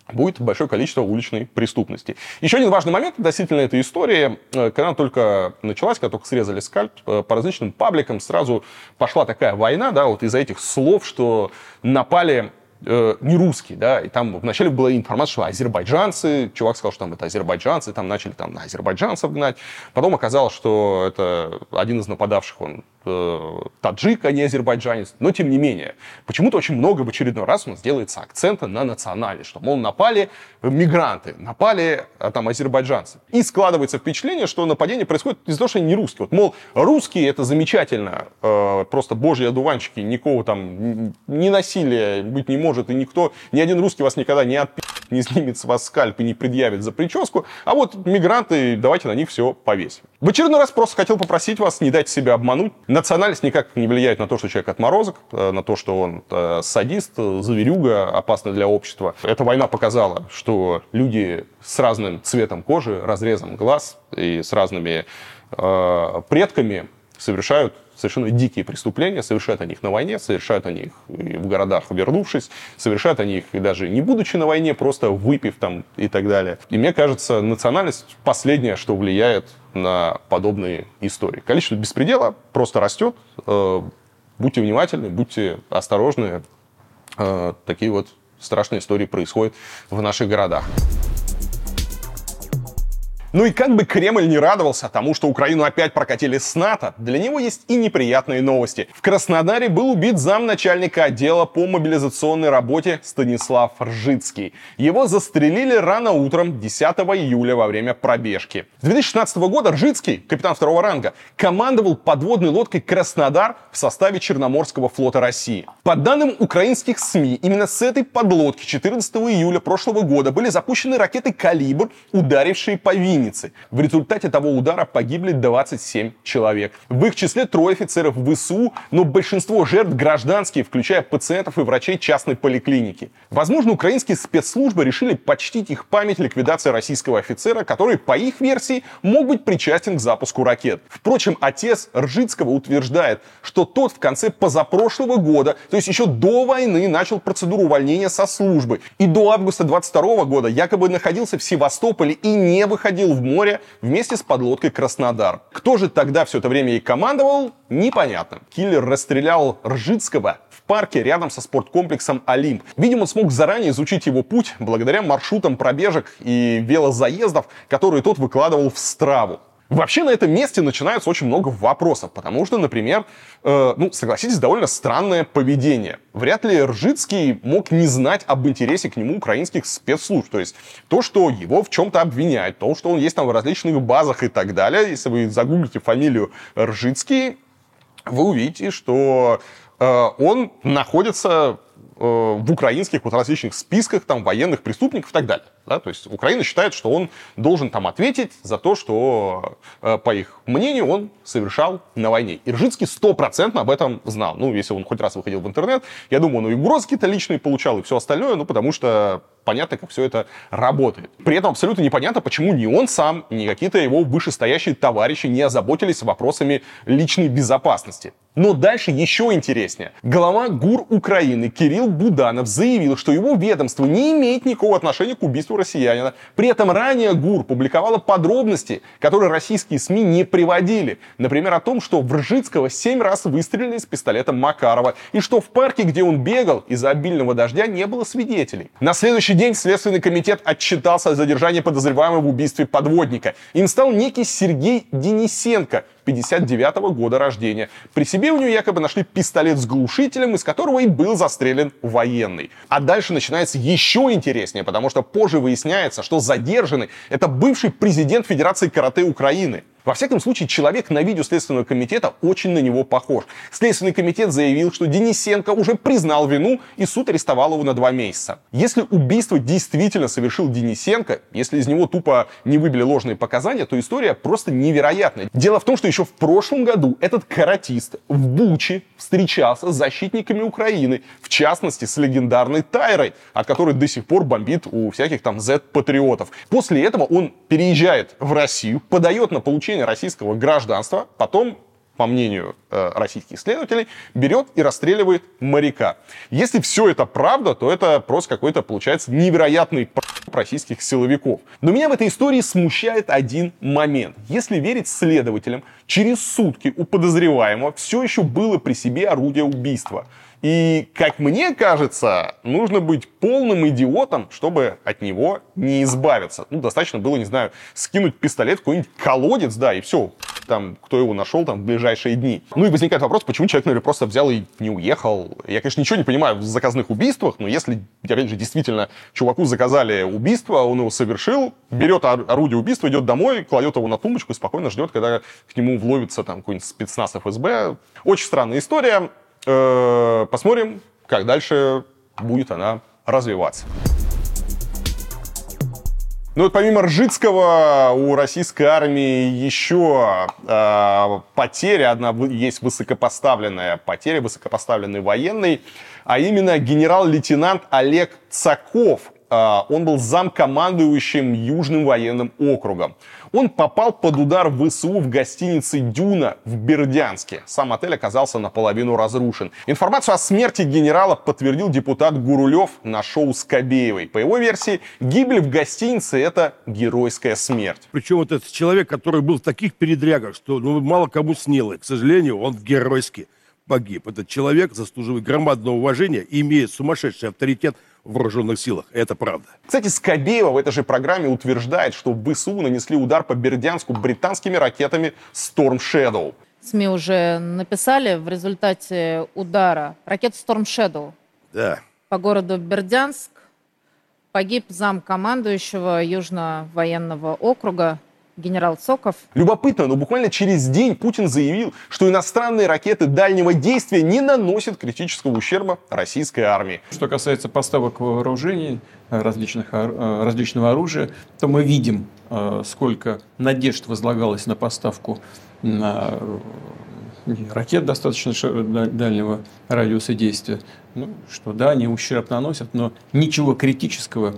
Speaker 1: будет большое количество уличной преступности. Еще один важный момент относительно этой истории. Когда она только началась, когда только срезали скальп, по различным пабликам сразу пошла такая война, да, вот из-за этих слов, что напали не русские, да, и там вначале была информация, что азербайджанцы, чувак сказал, что там это азербайджанцы, там начали там на азербайджанцев гнать, потом оказалось, что это один из нападавших, он таджик, а не азербайджанец, но тем не менее, почему-то очень много в очередной раз у нас делается акцента на национальность, что, мол, напали мигранты, напали там азербайджанцы, и складывается впечатление, что нападение происходит из-за того, что они не русские, вот, мол, русские это замечательно, просто божьи одуванчики, никакого там ни насилия быть не может, и никто, ни один русский вас никогда не не снимет с вас скальп и не предъявит за прическу, а вот мигранты, давайте на них все повесим. В очередной раз просто хотел попросить вас, не дайте себя обмануть. Национальность никак не влияет на то, что человек отморозок, на то, что он садист, зверюга, опасный для общества. Эта война показала, что люди с разным цветом кожи, разрезом глаз и с разными предками совершают совершенно дикие преступления, совершают они их на войне, совершают они их в городах, вернувшись, совершают они их и даже не будучи на войне, просто выпив там и так далее. И мне кажется, национальность последнее, что влияет на подобные истории. Количество беспредела просто растет. Будьте внимательны, будьте осторожны. Такие вот страшные истории происходят в наших городах. Ну и как бы Кремль не радовался тому, что Украину опять прокатили с НАТО, для него есть и неприятные новости. В Краснодаре был убит замначальника отдела по мобилизационной работе Станислав Ржицкий. Его застрелили рано утром 10 июля во время пробежки. С 2016 года Ржицкий, капитан 2-го ранга, командовал подводной лодкой «Краснодар» в составе Черноморского флота России. По данным украинских СМИ, именно с этой подлодки 14 июля прошлого года были запущены ракеты «Калибр», ударившие по Виннице. В результате того удара погибли 27 человек. В их числе 3 офицеров ВСУ, но большинство жертв гражданские, включая пациентов и врачей частной поликлиники. Возможно, украинские спецслужбы решили почтить их память ликвидации российского офицера, который, по их версии, мог быть причастен к запуску ракет. Впрочем, отец Ржицкого утверждает, что тот в конце позапрошлого года, то есть еще до войны, начал процедуру увольнения со службы. И до августа 22 года якобы находился в Севастополе и не выходил в море вместе с подлодкой «Краснодар». Кто же тогда все это время и командовал, непонятно. Киллер расстрелял Ржицкого в парке рядом со спорткомплексом «Олимп». Видимо, он смог заранее изучить его путь благодаря маршрутам пробежек и велозаездов, которые тот выкладывал в Страву. Вообще на этом месте начинается очень много вопросов, потому что, например, согласитесь, довольно странное поведение. Вряд ли Ржицкий мог не знать об интересе к нему украинских спецслужб. То есть то, что его в чем-то обвиняют, то, что он есть там в различных базах и так далее. Если вы загуглите фамилию Ржицкий, вы увидите, что он находится в украинских вот различных списках там военных преступников и так далее. Да? То есть Украина считает, что он должен там ответить за то, что, по их мнению, он совершал на войне. И Ржицкий 100% об этом знал. Ну, если он хоть раз выходил в интернет, я думаю, он и угрозы какие-то личные получал, и все остальное, потому что понятно, как все это работает. При этом абсолютно непонятно, почему ни он сам, ни какие-то его вышестоящие товарищи не озаботились вопросами личной безопасности. Но дальше еще интереснее. Глава ГУР Украины Кирилл Буданов заявил, что его ведомство не имеет никакого отношения к убийству россиянина. При этом ранее ГУР публиковала подробности, которые российские СМИ не приводили. Например, о том, что в Ржицкого 7 раз выстрелили из пистолета Макарова, и что в парке, где он бегал, из-за обильного дождя не было свидетелей. На следующий день Следственный комитет отчитался о задержании подозреваемого в убийстве подводника. Им стал некий Сергей Денисенко, 59-го года рождения. При себе у него якобы нашли пистолет с глушителем, из которого и был застрелен военный. А дальше начинается еще интереснее, потому что позже выясняется, что задержанный — это бывший президент Федерации карате Украины. Во всяком случае, человек на видео Следственного комитета очень на него похож. Следственный комитет заявил, что Денисенко уже признал вину, и суд арестовал его на 2 месяца. Если убийство действительно совершил Денисенко, если из него тупо не выбили ложные показания, то история просто невероятная. Дело в том, что еще в прошлом году этот каратист в Буче встречался с защитниками Украины, в частности, с легендарной Тайрой, от которой до сих пор бомбит у всяких там Z-патриотов. После этого он переезжает в Россию, подает на получение российского гражданства, потом по мнению российских исследователей, берет и расстреливает моряка. Если все это правда, то это просто какой-то, получается, невероятный российских силовиков. Но меня в этой истории смущает один момент. Если верить следователям, через сутки у подозреваемого все еще было при себе орудие убийства. И, как мне кажется, нужно быть полным идиотом, чтобы от него не избавиться. Ну, достаточно было, не знаю, скинуть пистолет в какой-нибудь колодец, да, и все. Там, кто его нашел там в ближайшие дни. Ну и возникает вопрос, почему человек, наверное, просто взял и не уехал. Я, конечно, ничего не понимаю в заказных убийствах, но если, опять же, действительно чуваку заказали убийство, он его совершил, берет орудие убийства, идет домой, кладет его на тумбочку и спокойно ждет, когда к нему вловится там какой-нибудь спецназ ФСБ. Очень странная история. Посмотрим, как дальше будет она развиваться. Ну вот помимо Ржицкого у российской армии еще потеря одна есть, высокопоставленная потеря, высокопоставленный военный, а именно генерал-лейтенант Олег Цаков. Он был замкомандующим Южным военным округом. Он попал под удар ВСУ в гостинице «Дюна» в Бердянске. Сам отель оказался наполовину разрушен. Информацию о смерти генерала подтвердил депутат Гурулев на шоу Скобеевой. По его версии, гибель в гостинице — это геройская смерть.
Speaker 8: Причем вот этот человек, который был в таких передрягах, что мало кому снило. К сожалению, он геройски погиб. Этот человек заслуживает громадного уважения и имеет сумасшедший авторитет в вооруженных силах. Это правда.
Speaker 1: Кстати, Скобеева в этой же программе утверждает, что ВСУ нанесли удар по Бердянску британскими ракетами Storm Shadow.
Speaker 9: СМИ уже написали, в результате удара ракет Storm Shadow по городу Бердянск погиб замкомандующего Южно-военного округа генерал Цаков.
Speaker 1: Любопытно, но буквально через день Путин заявил, что иностранные ракеты дальнего действия не наносят критического ущерба российской армии.
Speaker 10: Что касается поставок вооружений, различного оружия, то мы видим, сколько надежд возлагалось на поставку ракет достаточно дальнего радиуса действия. Ну, что да, они ущерб наносят, но ничего критического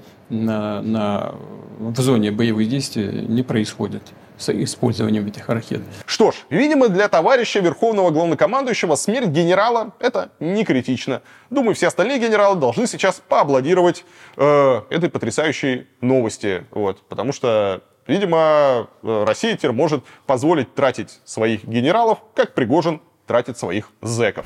Speaker 10: в зоне боевых действий не происходит с использованием этих ракет.
Speaker 1: Что ж, видимо, для товарища верховного главнокомандующего смерть генерала — это не критично. Думаю, все остальные генералы должны сейчас поаплодировать этой потрясающей новости. Вот, потому что, видимо, Россия теперь может позволить тратить своих генералов, как Пригожин тратит своих зэков.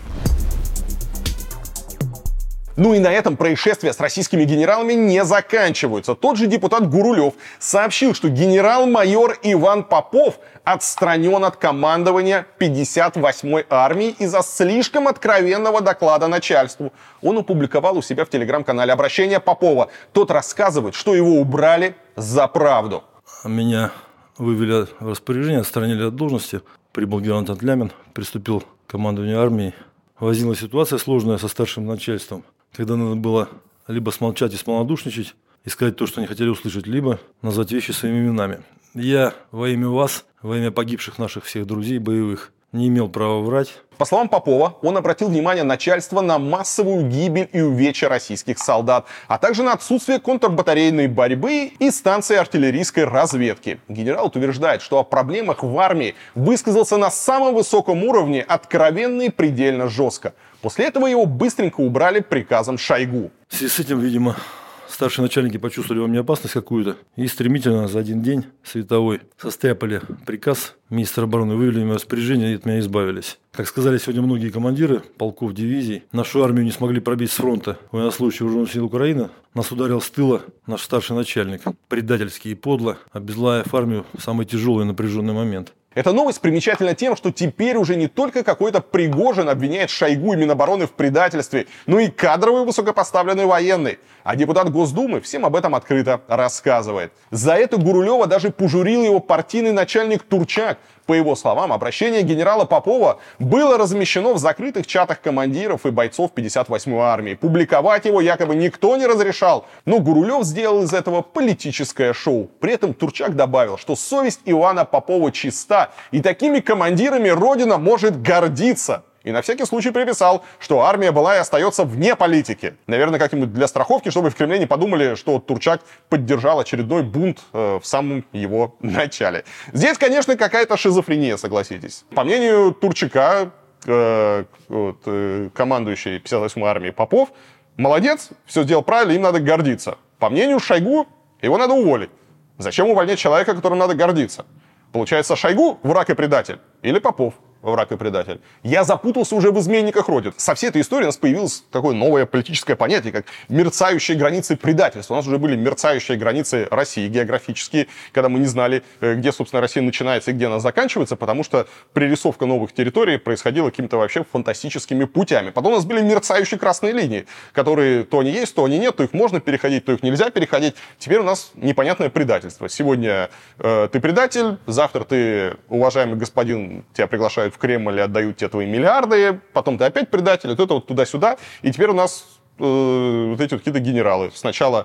Speaker 1: Ну и на этом происшествия с российскими генералами не заканчиваются. Тот же депутат Гурулев сообщил, что генерал-майор Иван Попов отстранен от командования 58-й армии из-за слишком откровенного доклада начальству. Он опубликовал у себя в телеграм-канале обращение Попова. Тот рассказывает, что его убрали за правду.
Speaker 11: Меня вывели в распоряжение, отстранили от должности. Прибыл генерал Лямин, приступил к командованию армией. Возникла ситуация сложная со старшим начальством, когда надо было либо смолчать и смолодушничать, и сказать то, что не хотели услышать, либо назвать вещи своими именами. Я во имя вас, во имя погибших наших всех друзей боевых, не имел права врать.
Speaker 1: По словам Попова, он обратил внимание начальства на массовую гибель и увечья российских солдат, а также на отсутствие контрбатарейной борьбы и станции артиллерийской разведки. Генерал утверждает, что о проблемах в армии высказался на самом высоком уровне, откровенно и предельно жестко. После этого его быстренько убрали приказом Шойгу.
Speaker 11: В связи с этим, видимо, старшие начальники почувствовали во мне опасность какую-то и стремительно за один день световой состряпали приказ министра обороны, вывели меня в распоряжение и от меня избавились. Как сказали сегодня многие командиры полков, дивизий, нашу армию не смогли пробить с фронта военнослужащих вооруженных сил Украины. Нас ударил с тыла наш старший начальник, предательски и подло, обезглавив армию в самый тяжелый и напряженный момент.
Speaker 1: Эта новость примечательна тем, что теперь уже не только какой-то Пригожин обвиняет Шойгу и Минобороны в предательстве, но и кадровый высокопоставленный военный. А депутат Госдумы всем об этом открыто рассказывает. За это Гурулева даже пожурил его партийный начальник Турчак. По его словам, обращение генерала Попова было размещено в закрытых чатах командиров и бойцов 58-й армии. Публиковать его якобы никто не разрешал, но Гурулев сделал из этого политическое шоу. При этом Турчак добавил, что совесть Ивана Попова чиста, и такими командирами Родина может гордиться. И на всякий случай приписал, что армия была и остается вне политики. Наверное, как-нибудь для страховки, чтобы в Кремле не подумали, что Турчак поддержал очередной бунт в самом его начале. Здесь, конечно, какая-то шизофрения, согласитесь. По мнению Турчака, командующий 58-й армией Попов, молодец, все сделал правильно, им надо гордиться. По мнению Шойгу, его надо уволить. Зачем увольнять человека, которым надо гордиться? Получается, Шойгу враг и предатель? Или Попов враг и предатель? Я запутался уже в изменниках Родины. Со всей этой историей у нас появилось такое новое политическое понятие, как мерцающие границы предательства. У нас уже были мерцающие границы России географические, когда мы не знали, где, собственно, Россия начинается и где она заканчивается, потому что пририсовка новых территорий происходила какими-то вообще фантастическими путями. Потом у нас были мерцающие красные линии, которые то они есть, то они нет, то их можно переходить, то их нельзя переходить. Теперь у нас непонятное предательство. Сегодня ты предатель, завтра ты, уважаемый господин, тебя приглашают в Кремль и отдают тебе твои миллиарды, потом ты опять предатель, вот это вот туда-сюда. И теперь у нас вот эти вот какие-то генералы. Сначала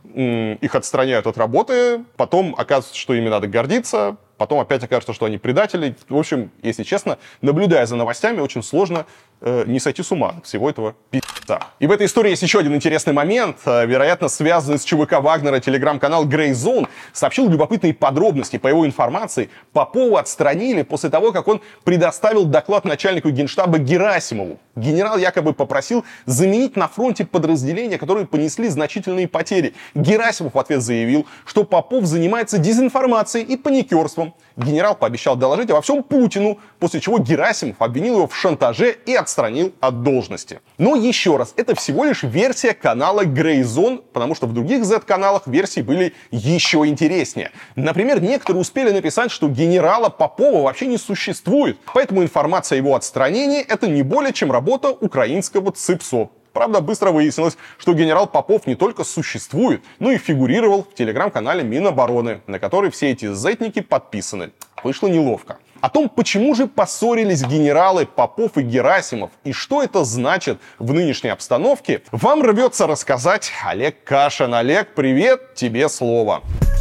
Speaker 1: их отстраняют от работы, потом оказывается, что ими надо гордиться, потом опять окажется, что они предатели. В общем, если честно, наблюдая за новостями, очень сложно не сойти с ума всего этого пи***ца. И в этой истории есть еще один интересный момент, вероятно, связанный с ЧВК Вагнера. Телеграм-канал Grey Zone сообщил любопытные подробности. По его информации, Попова отстранили после того, как он предоставил доклад начальнику Генштаба Герасимову. Генерал якобы попросил заменить на фронте подразделения, которые понесли значительные потери. Герасимов в ответ заявил, что Попов занимается дезинформацией и паникерством. Генерал пообещал доложить обо всем Путину, после чего Герасимов обвинил его в шантаже и отстранил от должности. Но еще раз, это всего лишь версия канала Grey Zone, потому что в других Z-каналах версии были еще интереснее. Например, некоторые успели написать, что генерала Попова вообще не существует, поэтому информация о его отстранении — это не более чем работа украинского ЦИПСО. Правда, быстро выяснилось, что генерал Попов не только существует, но и фигурировал в телеграм-канале Минобороны, на который все эти зетники подписаны. Вышло неловко. О том, почему же поссорились генералы Попов и Герасимов и что это значит в нынешней обстановке, вам рвется рассказать Олег Кашин. Олег, привет, тебе слово.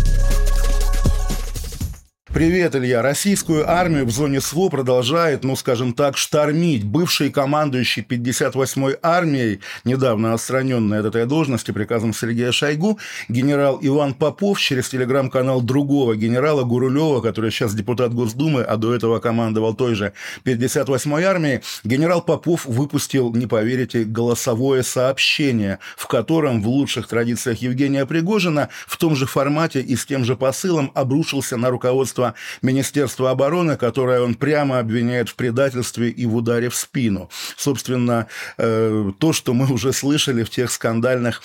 Speaker 12: Привет, Илья. Российскую армию в зоне СВО продолжает, скажем так, штормить. Бывший командующий 58-й армией, недавно отстраненный от этой должности приказом Сергея Шойгу, генерал Иван Попов через телеграм-канал другого генерала Гурулева, который сейчас депутат Госдумы, а до этого командовал той же 58-й армией, генерал Попов выпустил, не поверите, голосовое сообщение, в котором в лучших традициях Евгения Пригожина в том же формате и с тем же посылом обрушился на руководство Министерства обороны, которое он прямо обвиняет в предательстве и в ударе в спину. Собственно, то, что мы уже слышали в тех скандальных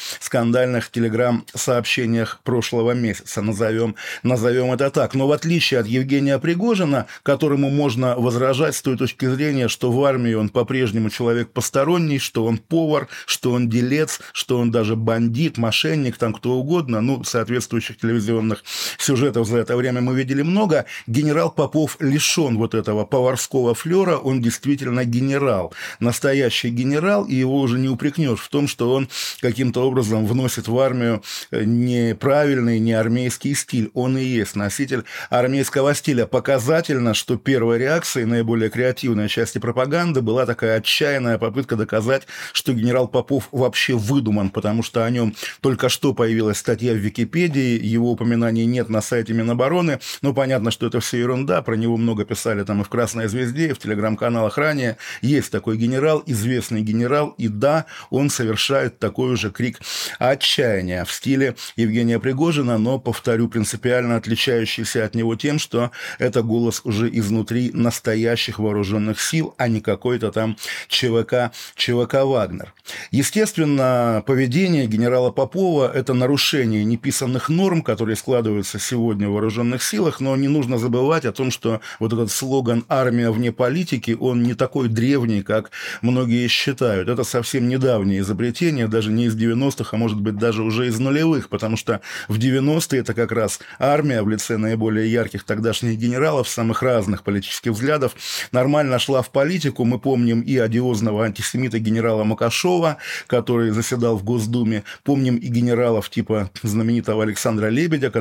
Speaker 12: телеграм-сообщениях прошлого месяца, назовем это так. Но в отличие от Евгения Пригожина, которому можно возражать с той точки зрения, что в армии он по-прежнему человек посторонний, что он повар, что он делец, что он даже бандит, мошенник, там кто угодно, соответствующих телевизионных сюжетов за это время мы видели много. Генерал Попов лишен вот этого поварского флера, он действительно генерал, настоящий генерал, и его уже не упрекнешь в том, что он каким-то образом вносит в армию неправильный, не армейский стиль. Он и есть носитель армейского стиля. Показательно, что первой реакцией, наиболее креативной части пропаганды была такая отчаянная попытка доказать, что генерал Попов вообще выдуман, потому что о нем только что появилась статья в Википедии, его упоминаний нет на сайте Минобороны, понятно, что это все ерунда, про него много писали там и в «Красной звезде», и в телеграм-каналах ранее. Есть такой генерал, известный генерал, и да, он совершает такой же крик отчаяния в стиле Евгения Пригожина, но, повторю, принципиально отличающийся от него тем, что это голос уже изнутри настоящих вооруженных сил, а не какой-то там ЧВК «Вагнер». Естественно, поведение генерала Попова – это нарушение неписанных норм, которые складываются сегодня в вооруженных силах, но не нужно забывать о том, что вот этот слоган «армия вне политики», он не такой древний, как многие считают. Это совсем недавнее изобретение, даже не из 90-х, а может быть даже уже из нулевых, потому что в 90-е это как раз армия в лице наиболее ярких тогдашних генералов самых разных политических взглядов нормально шла в политику. Мы помним и одиозного антисемита генерала Макашова, который заседал в Госдуме, помним и генералов типа знаменитого Александра Лебедя, который выдвигал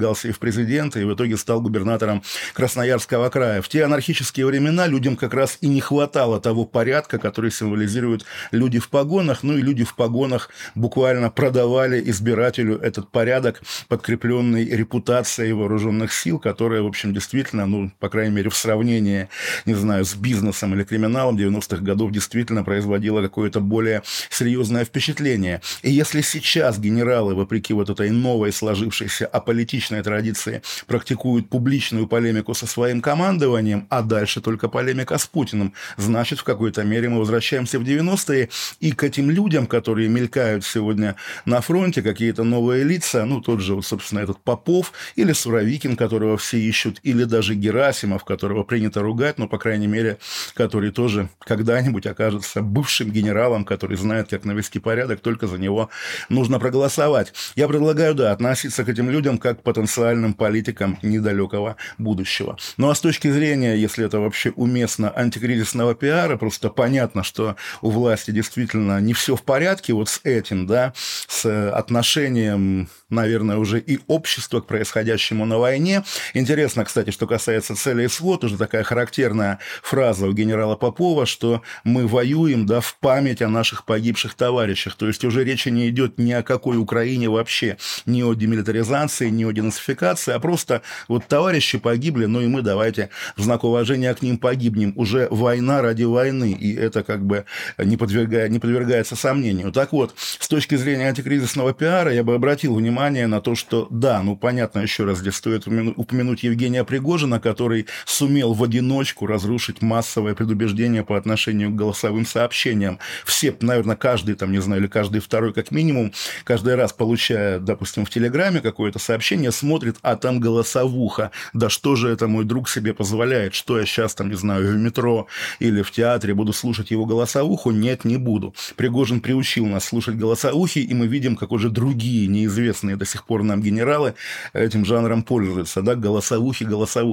Speaker 12: подался и в президенты, и в итоге стал губернатором Красноярского края. В те анархические времена людям как раз и не хватало того порядка, который символизируют люди в погонах. Ну и люди в погонах буквально продавали избирателю этот порядок, подкрепленный репутацией вооруженных сил, которая, в общем, действительно, ну, по крайней мере, в сравнении, не знаю, с бизнесом или криминалом 90-х годов действительно производила какое-то более серьезное впечатление. И если сейчас генералы, вопреки вот этой новой сложившейся аполитичной традиции, практикуют публичную полемику со своим командованием, а дальше только полемика с Путиным, значит, в какой-то мере мы возвращаемся в 90-е, и к этим людям, которые мелькают сегодня на фронте, какие-то новые лица, ну, тот же, вот, собственно, этот Попов, или Суровикин, которого все ищут, или даже Герасимов, которого принято ругать, но, по крайней мере, который тоже когда-нибудь окажется бывшим генералом, который знает, как навести порядок, только за него нужно проголосовать. Я предлагаю, да, относиться к этим людям как к потенциальным политикам недалекого будущего. Ну, а с точки зрения, если это вообще уместно, антикризисного пиара, просто понятно, что у власти действительно не все в порядке вот с этим, да, с отношением, наверное, уже и общества к происходящему на войне. Интересно, кстати, что касается целей СВО, тоже такая характерная фраза у генерала Попова, что мы воюем, да, в память о наших погибших товарищах. То есть уже речи не идет ни о какой Украине вообще, ни о демилитаризации, ни о денацификации, а просто вот товарищи погибли, ну и мы давайте в знак уважения к ним погибнем. Уже война ради войны, и это как бы не подвергается сомнению. Так вот, с точки зрения антикризисного пиара я бы обратил внимание на то, что да, ну понятно, еще раз здесь стоит упомянуть Евгения Пригожина, который сумел в одиночку разрушить массовое предубеждение по отношению к голосовым сообщениям. Все, наверное, каждый, там, не знаю, или каждый второй, как минимум, каждый раз, получая, допустим, в Телеграме какое-то сообщение, смотрит, а там голосовуха. Да что же это мой друг себе позволяет? Что я сейчас, там, не знаю, в метро или в театре буду слушать его голосовуху? Нет, не буду. Пригожин приучил нас слушать голосовухи, и мы видим, как уже другие неизвестные до сих пор нам генералы этим жанром пользуются, да, голосовухи.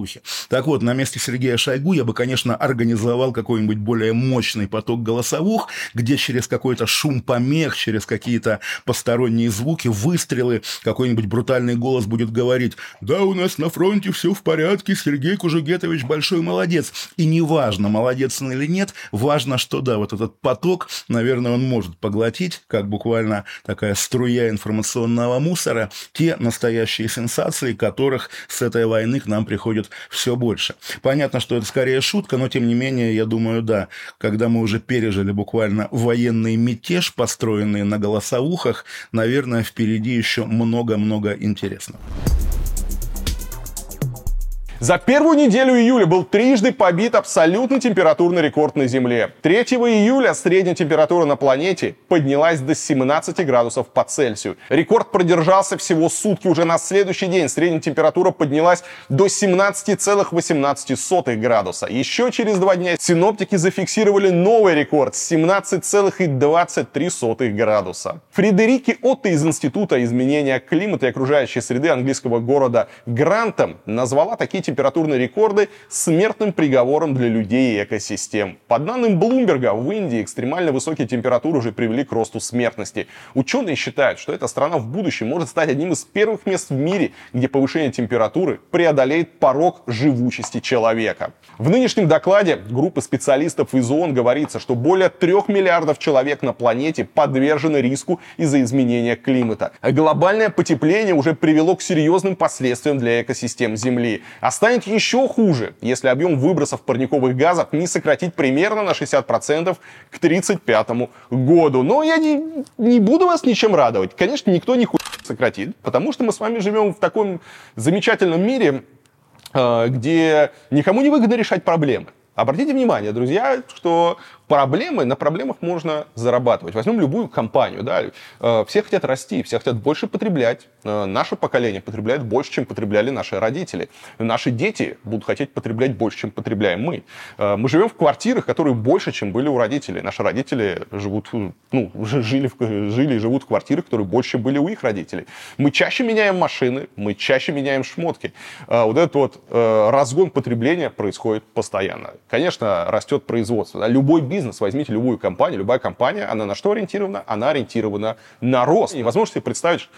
Speaker 12: Так вот, на месте Сергея Шойгу я бы, конечно, организовал какой-нибудь более мощный поток голосовух, где через какой-то шум помех, через какие-то посторонние звуки, выстрелы, какой-нибудь брутальный голос будет говорить: да, у нас на фронте все в порядке, Сергей Кужугетович большой молодец. И неважно, молодец он или нет, важно, что да, вот этот поток, наверное, он может поглотить, как буквально такая струя информационного мусора, те настоящие сенсации, которых с этой войны к нам приходит все больше. Понятно, что это скорее шутка, но тем не менее, я думаю, да, когда мы уже пережили буквально военный мятеж, построенный на голосовухах, наверное, впереди еще много-много интересного.
Speaker 1: За первую неделю июля был трижды побит абсолютный температурный рекорд на Земле. 3 июля средняя температура на планете поднялась до 17 градусов по Цельсию. Рекорд продержался всего сутки. Уже на следующий день средняя температура поднялась до 17,18 градуса. Еще через 2 дня синоптики зафиксировали новый рекорд — 17,23 градуса. Фредерике Отто из Института изменения климата и окружающей среды английского города Грантом назвала такие температурные рекорды смертным приговором для людей и экосистем. По данным Блумберга, в Индии экстремально высокие температуры уже привели к росту смертности. Ученые считают, что эта страна в будущем может стать одним из первых мест в мире, где повышение температуры преодолеет порог живучести человека. В нынешнем докладе группы специалистов из ООН говорится, что более 3 миллиардов человек на планете подвержены риску из-за изменения климата. А глобальное потепление уже привело к серьезным последствиям для экосистем Земли. А станет еще хуже, если объем выбросов парниковых газов не сократить примерно на 60% к 1935 году. Но я не буду вас ничем радовать. Конечно, никто не сократит, потому что мы с вами живем в таком замечательном мире, где никому не выгодно решать проблемы. Обратите внимание, друзья, что на проблемах можно зарабатывать. Возьмем любую компанию, да, все хотят расти, все хотят больше потреблять. Наше поколение потребляет больше, чем потребляли наши родители. Наши дети будут хотеть потреблять больше, чем потребляем мы. Мы живем в квартирах, которые больше, чем были у родителей. Наши родители жили и живут в квартирах, которые больше, чем были у их родителей. Мы чаще меняем машины, мы чаще меняем шмотки. Вот этот вот разгон потребления происходит постоянно. Конечно, растет производство. Да? Любой бизнес, возьмите любую компанию, любая компания, она на что ориентирована? Она ориентирована на рост. Невозможно себе представить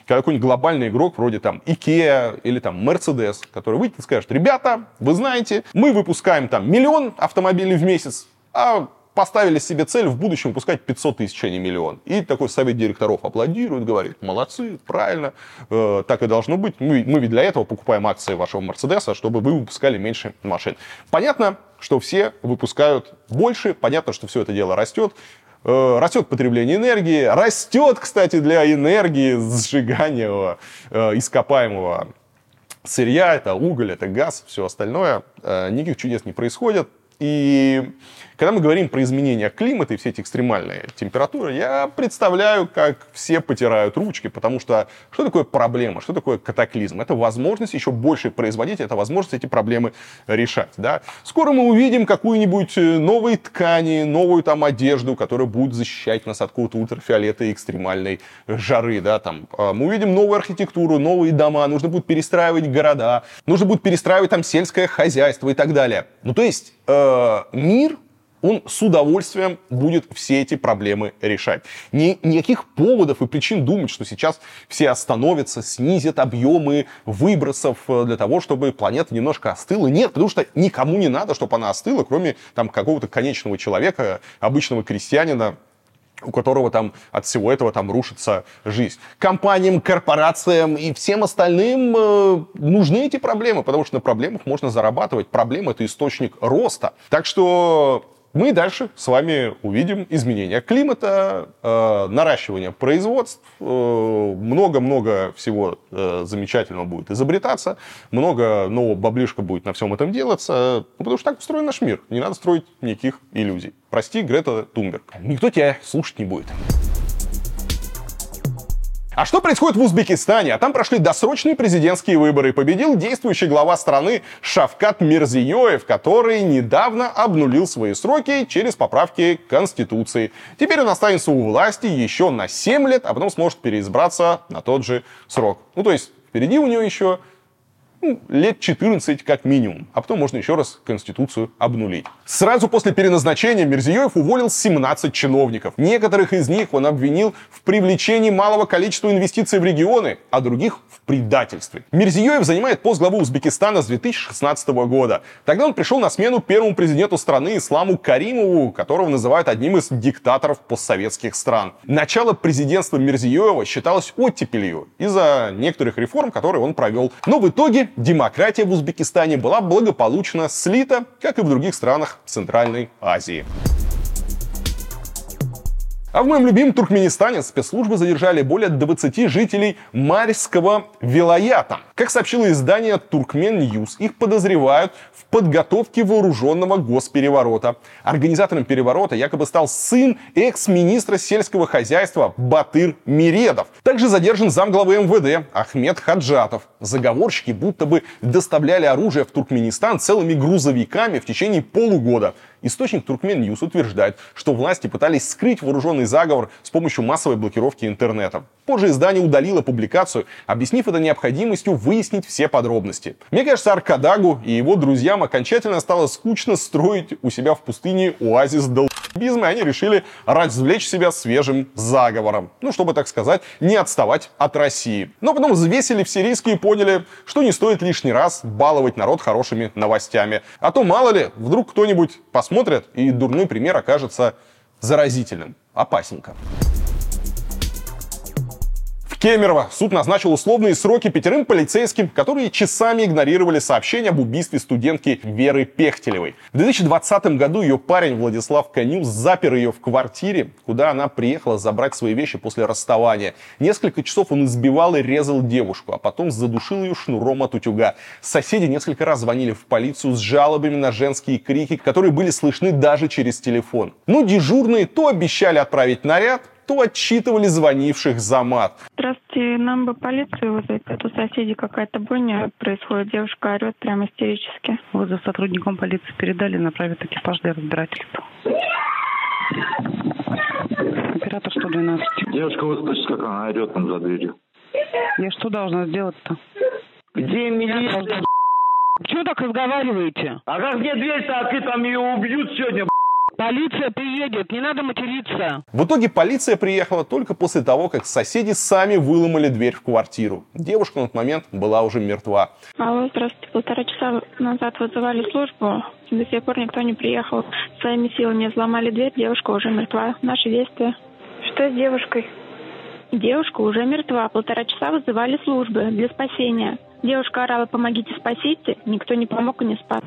Speaker 1: когда какой-нибудь глобальный игрок, вроде там IKEA или там Mercedes, который выйдет и скажет: ребята, вы знаете, мы выпускаем там 1 миллион автомобилей в месяц, а поставили себе цель в будущем выпускать 500 тысяч, а не 1 миллион. И такой совет директоров аплодирует, говорит: молодцы, правильно, так и должно быть. Мы ведь для этого покупаем акции вашего Мерседеса, чтобы вы выпускали меньше машин. Понятно, что все выпускают больше, понятно, что все это дело растет. Растет потребление энергии, растет, кстати, для энергии сжигания ископаемого сырья, это уголь, это газ, все остальное. Никаких чудес не происходит. И когда мы говорим про изменения климата и все эти экстремальные температуры, я представляю, как все потирают ручки, потому что что такое проблема, что такое катаклизм? Это возможность еще больше производить, это возможность эти проблемы решать. Да? Скоро мы увидим какую-нибудь новые ткани, новую там одежду, которая будет защищать нас от какого-то ультрафиолета и экстремальной жары. Да? Там, мы увидим новую архитектуру, новые дома, нужно будет перестраивать города, нужно будет перестраивать там сельское хозяйство и так далее. Ну, то есть мир, он с удовольствием будет все эти проблемы решать. Никаких поводов и причин думать, что сейчас все остановятся, снизят объемы выбросов для того, чтобы планета немножко остыла. Нет, потому что никому не надо, чтобы она остыла, кроме там какого-то конечного человека, обычного крестьянина, у которого там от всего этого там рушится жизнь. Компаниям, корпорациям и всем остальным нужны эти проблемы, потому что на проблемах можно зарабатывать. Проблема — это источник роста. Так что мы дальше с вами увидим изменения климата, наращивание производств, много-много всего замечательного будет изобретаться, много нового баблишка будет на всем этом делаться, потому что так устроен наш мир. Не надо строить никаких иллюзий. Прости, Грета Тунберг. Никто тебя слушать не будет. А что происходит в Узбекистане? А там прошли досрочные президентские выборы. Победил действующий глава страны Шавкат Мирзиёев, который недавно обнулил свои сроки через поправки к Конституции. Теперь он останется у власти еще на 7 лет, а потом сможет переизбраться на тот же срок. Ну, то есть впереди у него еще лет 14 как минимум, а потом можно еще раз Конституцию обнулить. Сразу после переназначения Мирзиёев уволил 17 чиновников. Некоторых из них он обвинил в привлечении малого количества инвестиций в регионы, а других в предательстве. Мирзиёев занимает пост главы Узбекистана с 2016 года. Тогда он пришел на смену первому президенту страны Исламу Каримову, которого называют одним из диктаторов постсоветских стран. Начало президентства Мирзиёева считалось оттепелью из-за некоторых реформ, которые он провел. Но в итоге демократия в Узбекистане была благополучно слита, как и в других странах Центральной Азии. А в моем любимом Туркменистане спецслужбы задержали более 20 жителей Марьского вилаята. Как сообщило издание Turkmen News, их подозревают в подготовке вооруженного госпереворота. Организатором переворота якобы стал сын экс-министра сельского хозяйства Батыр Миредов. Также задержан замглавы МВД Ахмед Хаджатов. Заговорщики будто бы доставляли оружие в Туркменистан целыми грузовиками в течение полугода. Источник Turkmen News утверждает, что власти пытались скрыть вооруженный заговор с помощью массовой блокировки интернета. Позже издание удалило публикацию, объяснив это необходимостью выяснить все подробности. Мне кажется, Аркадагу и его друзьям окончательно стало скучно строить у себя в пустыне оазис долбизма, и они решили развлечь себя свежим заговором. Ну, чтобы, так сказать, не отставать от России. Но потом взвесили все риски и поняли, что не стоит лишний раз баловать народ хорошими новостями. А то, мало ли, вдруг кто-нибудь посмотрит, и дурной пример окажется заразительным. Опасненько. Кемерово суд назначил условные сроки 5 полицейским, которые часами игнорировали сообщения об убийстве студентки Веры Пехтелевой. В 2020 году ее парень Владислав Конюс запер ее в квартире, куда она приехала забрать свои вещи после расставания. Несколько часов он избивал и резал девушку, а потом задушил ее шнуром от утюга. Соседи несколько раз звонили в полицию с жалобами на женские крики, которые были слышны даже через телефон. Но дежурные то обещали отправить наряд, то отчитывали звонивших за мат.
Speaker 13: Здравствуйте, нам бы полицию вызвать. А то у соседей какая-то бойня происходит. Девушка орет прямо истерически.
Speaker 14: Вызов сотрудникам полиции передали, направят экипаж для разбирательства. Оператор 112.
Speaker 15: Девушка вот слышит, как она орет там за дверью.
Speaker 14: Я что должна сделать-то?
Speaker 15: Где милиция?
Speaker 14: Чего так разговариваете?
Speaker 15: А как где дверь-то открыта, там ее убьют сегодня,
Speaker 16: Полиция приедет, не надо материться.
Speaker 1: В итоге полиция приехала только после того, как соседи сами выломали дверь в квартиру. Девушка на тот момент была уже мертва.
Speaker 13: Алло, здравствуйте. 1,5 часа назад вызывали службу. До сих пор никто не приехал. Своими силами взломали дверь, девушка уже мертва. Наши действия. Что с девушкой? Девушка уже мертва. 1,5 часа вызывали службы для спасения. Девушка орала: помогите, спасите. Никто не помог и не спас.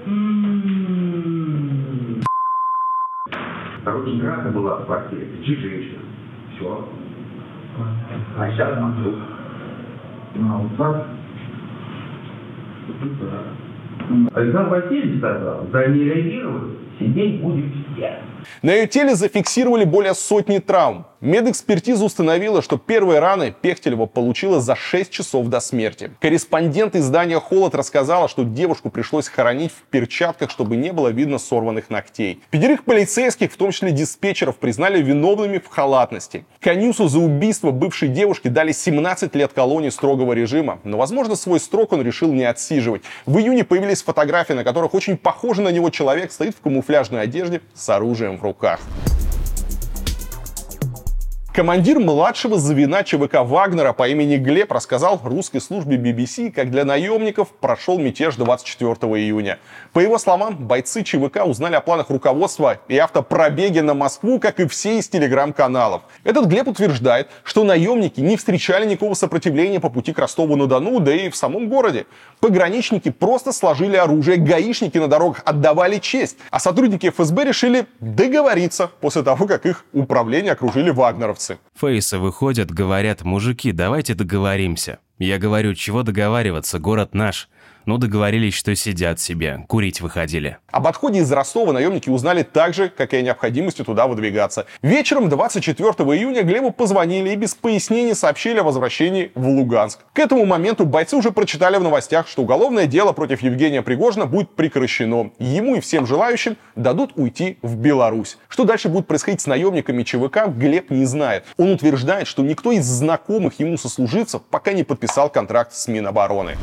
Speaker 15: Короче, драка была в квартире, кричит женщина. Все. А сейчас вдруг. Вот так. Александр Васильевич сказал, за не реагировать, сидеть будет все.
Speaker 1: На ее теле зафиксировали более сотни травм. Медэкспертиза установила, что первые раны Пехтелева получила за 6 часов до смерти. Корреспондент издания «Холод» рассказала, что девушку пришлось хоронить в перчатках, чтобы не было видно сорванных ногтей. 5 полицейских, в том числе диспетчеров, признали виновными в халатности. Канюсу за убийство бывшей девушки дали 17 лет колонии строгого режима, но, возможно, свой срок он решил не отсиживать. В июне появились фотографии, на которых очень похожий на него человек стоит в камуфляжной одежде с оружием в руках. Командир младшего звена ЧВК Вагнера по имени Глеб рассказал русской службе BBC, как для наемников прошел мятеж 24 июня. По его словам, бойцы ЧВК узнали о планах руководства и автопробеге на Москву, как и все из телеграм-каналов. Этот Глеб утверждает, что наемники не встречали никакого сопротивления по пути к Ростову-на-Дону, да и в самом городе. Пограничники просто сложили оружие, гаишники на дорогах отдавали честь, а сотрудники ФСБ решили договориться после того, как их управление окружили вагнеровцы.
Speaker 2: Фейсы выходят, говорят: мужики, давайте договоримся. Я говорю: чего договариваться, город наш. Ну, договорились, что сидят себе, курить выходили.
Speaker 1: Об отходе из Ростова наемники узнали так же, как и о необходимости туда выдвигаться. Вечером 24 июня Глебу позвонили и без пояснений сообщили о возвращении в Луганск. К этому моменту бойцы уже прочитали в новостях, что уголовное дело против Евгения Пригожина будет прекращено. Ему и всем желающим дадут уйти в Беларусь. Что дальше будет происходить с наемниками ЧВК, Глеб не знает. Он утверждает, что никто из знакомых ему сослуживцев пока не подписал контракт с Минобороны.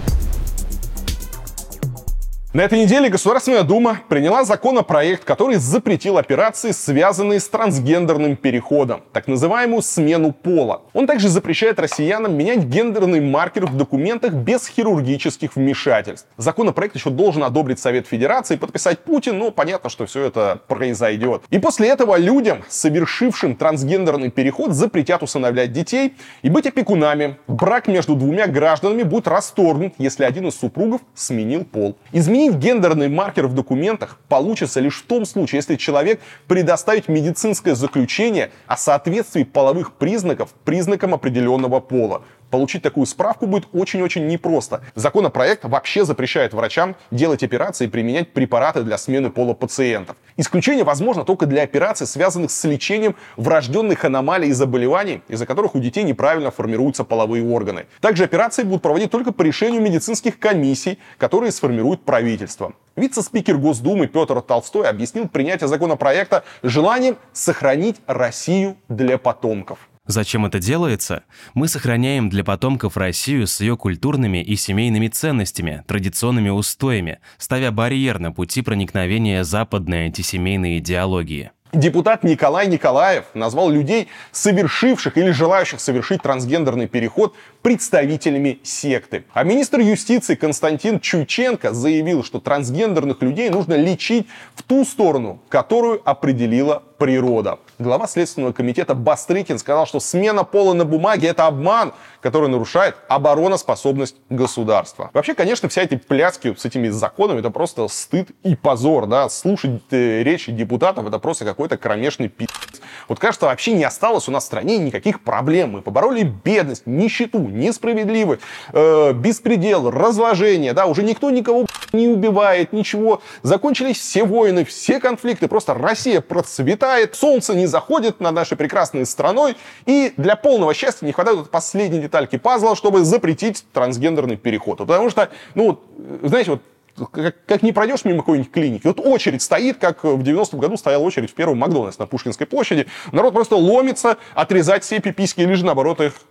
Speaker 1: На этой неделе Государственная Дума приняла законопроект, который запретил операции, связанные с трансгендерным переходом, так называемую смену пола. Он также запрещает россиянам менять гендерный маркер в документах без хирургических вмешательств. Законопроект еще должен одобрить Совет Федерации и подписать Путин, но понятно, что все это произойдет. И после этого людям, совершившим трансгендерный переход, запретят усыновлять детей и быть опекунами. Брак между двумя гражданами будет расторгнут, если один из супругов сменил пол. Изменить гендерный маркер в документах получится лишь в том случае, если человек предоставит медицинское заключение о соответствии половых признаков признакам определенного пола. Получить такую справку будет очень-очень непросто. Законопроект вообще запрещает врачам делать операции и применять препараты для смены пола пациентов. Исключение возможно только для операций, связанных с лечением врожденных аномалий и заболеваний, из-за которых у детей неправильно формируются половые органы. Также операции будут проводить только по решению медицинских комиссий, которые сформирует правительство. Вице-спикер Госдумы Петр Толстой объяснил принятие законопроекта желанием сохранить Россию для потомков.
Speaker 2: Зачем это делается? Мы сохраняем для потомков Россию с ее культурными и семейными ценностями, традиционными устоями, ставя барьер на пути проникновения западной антисемейной идеологии.
Speaker 1: Депутат Николай Николаев назвал людей, совершивших или желающих совершить трансгендерный переход, представителями секты. А министр юстиции Константин Чуйченко заявил, что трансгендерных людей нужно лечить в ту сторону, которую определила природа. Глава Следственного комитета Бастрыкин сказал, что смена пола на бумаге — это обман, который нарушает обороноспособность государства. Вообще, конечно, вся эти пляски с этими законами — это просто стыд и позор. Да? Слушать речи депутатов — это просто какой-то кромешный пи***ц. Вот кажется, вообще не осталось у нас в стране никаких проблем. Мы побороли бедность, нищету, несправедливость, беспредел, разложение. Да? Уже никто никого не убивает, ничего. Закончились все войны, все конфликты. Просто Россия процветает, солнце не заходит над нашей прекрасной страной. И для полного счастья не хватает последней детальки пазла, чтобы запретить трансгендерный переход. Потому что, знаете, вот как не пройдешь мимо какой-нибудь клиники, вот очередь стоит, как в 90-м году стояла очередь в первом Макдональдс на Пушкинской площади. Народ просто ломится отрезать себе пиписьки или же, наоборот, их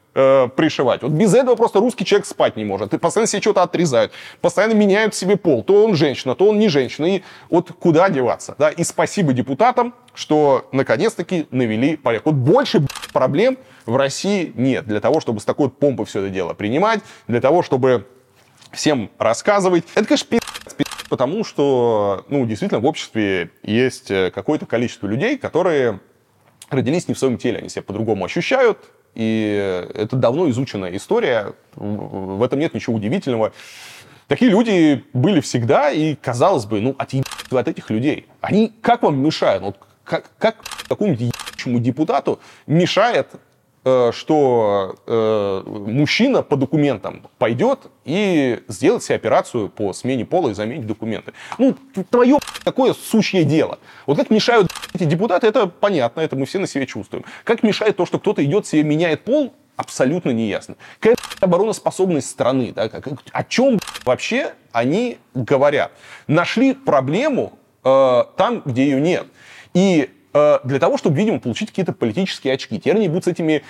Speaker 1: пришивать. Вот без этого просто русский человек спать не может. И постоянно себе что-то отрезают, постоянно меняют себе пол. То он женщина, то он не женщина. И вот куда деваться? Да? И спасибо депутатам, что наконец-таки навели порядок. Вот больше проблем в России нет для того, чтобы с такой вот помпой все это дело принимать, для того, чтобы всем рассказывать. Это, конечно, потому что, ну, действительно, в обществе есть какое-то количество людей, которые родились не в своем теле, они себя по-другому ощущают, и это давно изученная история, в этом нет ничего удивительного. Такие люди были всегда, и, казалось бы, ну, отъебитесь вы от этих людей. Они как вам мешают? Вот как какому-нибудь ебучему депутату мешает, что мужчина по документам пойдет и сделает себе операцию по смене пола и заменить документы? Ну, твое такое сущее дело. Вот как мешают эти депутаты, это понятно, это мы все на себе чувствуем. Как мешает то, что кто-то идет себе меняет пол, абсолютно неясно. Какая обороноспособность страны? Да? О чем вообще они говорят? Нашли проблему там, где ее нет. И для того, чтобы, видимо, получить какие-то политические очки. Теперь они будут с этими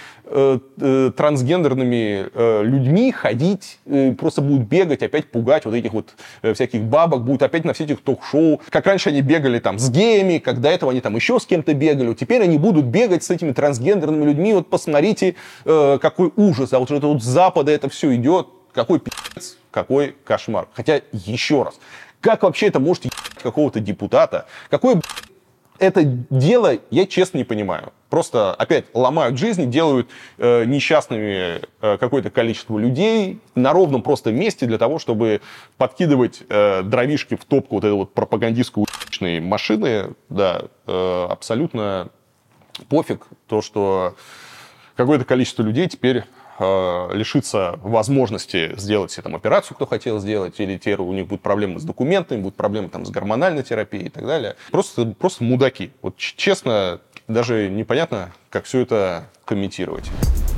Speaker 1: трансгендерными людьми ходить, просто будут бегать, опять пугать вот этих вот всяких бабок, будут опять на все этих ток-шоу. Как раньше они бегали там с геями, как до этого они там еще с кем-то бегали. Вот теперь они будут бегать с этими трансгендерными людьми. Вот посмотрите, какой ужас. А вот это вот с Запада это все идет. Какой пи***ц, какой кошмар. Хотя, еще раз, как вообще это может ебать какого-то депутата? Какое это дело, я честно не понимаю. Просто опять ломают жизни, делают несчастными какое-то количество людей на ровном просто месте для того, чтобы подкидывать дровишки в топку вот этой вот пропагандистской машины. Да, абсолютно пофиг то, что какое-то количество людей теперь лишится возможности сделать себе там операцию, кто хотел сделать, или теперь у них будут проблемы с документами, будут проблемы там с гормональной терапией и так далее. Просто мудаки. Вот честно, даже непонятно, как все это комментировать.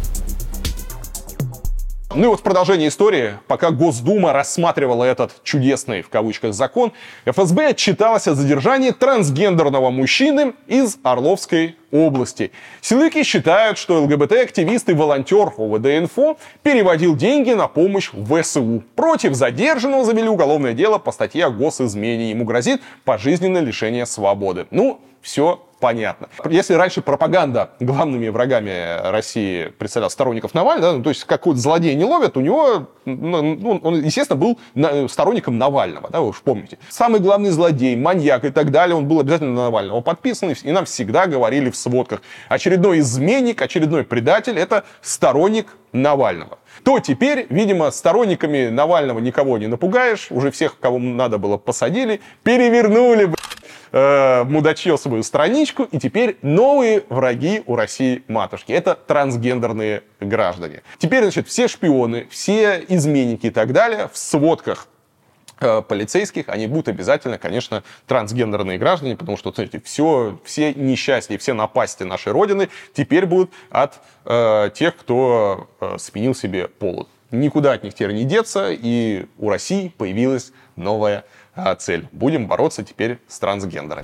Speaker 1: Ну и вот в продолжение истории, пока Госдума рассматривала этот чудесный, в кавычках, закон, ФСБ отчиталась о задержании трансгендерного мужчины из Орловской области. Силовики считают, что ЛГБТ-активист и волонтер ОВД-Инфо переводил деньги на помощь в ВСУ. Против задержанного завели уголовное дело по статье о госизмене. Ему грозит пожизненное лишение свободы. Ну, все понятно. Если раньше пропаганда главными врагами России представляла сторонников Навального, да, то есть какой-то злодей не ловят, у него, он, естественно, был сторонником Навального, да, вы уж помните. Самый главный злодей, маньяк и так далее, он был обязательно на Навального подписан, и нам всегда говорили в сводках: очередной изменник, очередной предатель — это сторонник Навального. То теперь, видимо, сторонниками Навального никого не напугаешь, уже всех, кого надо было, посадили, перевернули, мудачье свою страничку, и теперь новые враги у России матушки. Это трансгендерные граждане. Теперь, значит, все шпионы, все изменники и так далее в сводках полицейских, они будут обязательно, конечно, трансгендерные граждане, потому что, смотрите, все несчастья, все напасти нашей Родины теперь будут от тех, кто сменил себе пол. Никуда от них теперь не деться, и у России появилась новая цель. Будем бороться теперь с трансгендерами.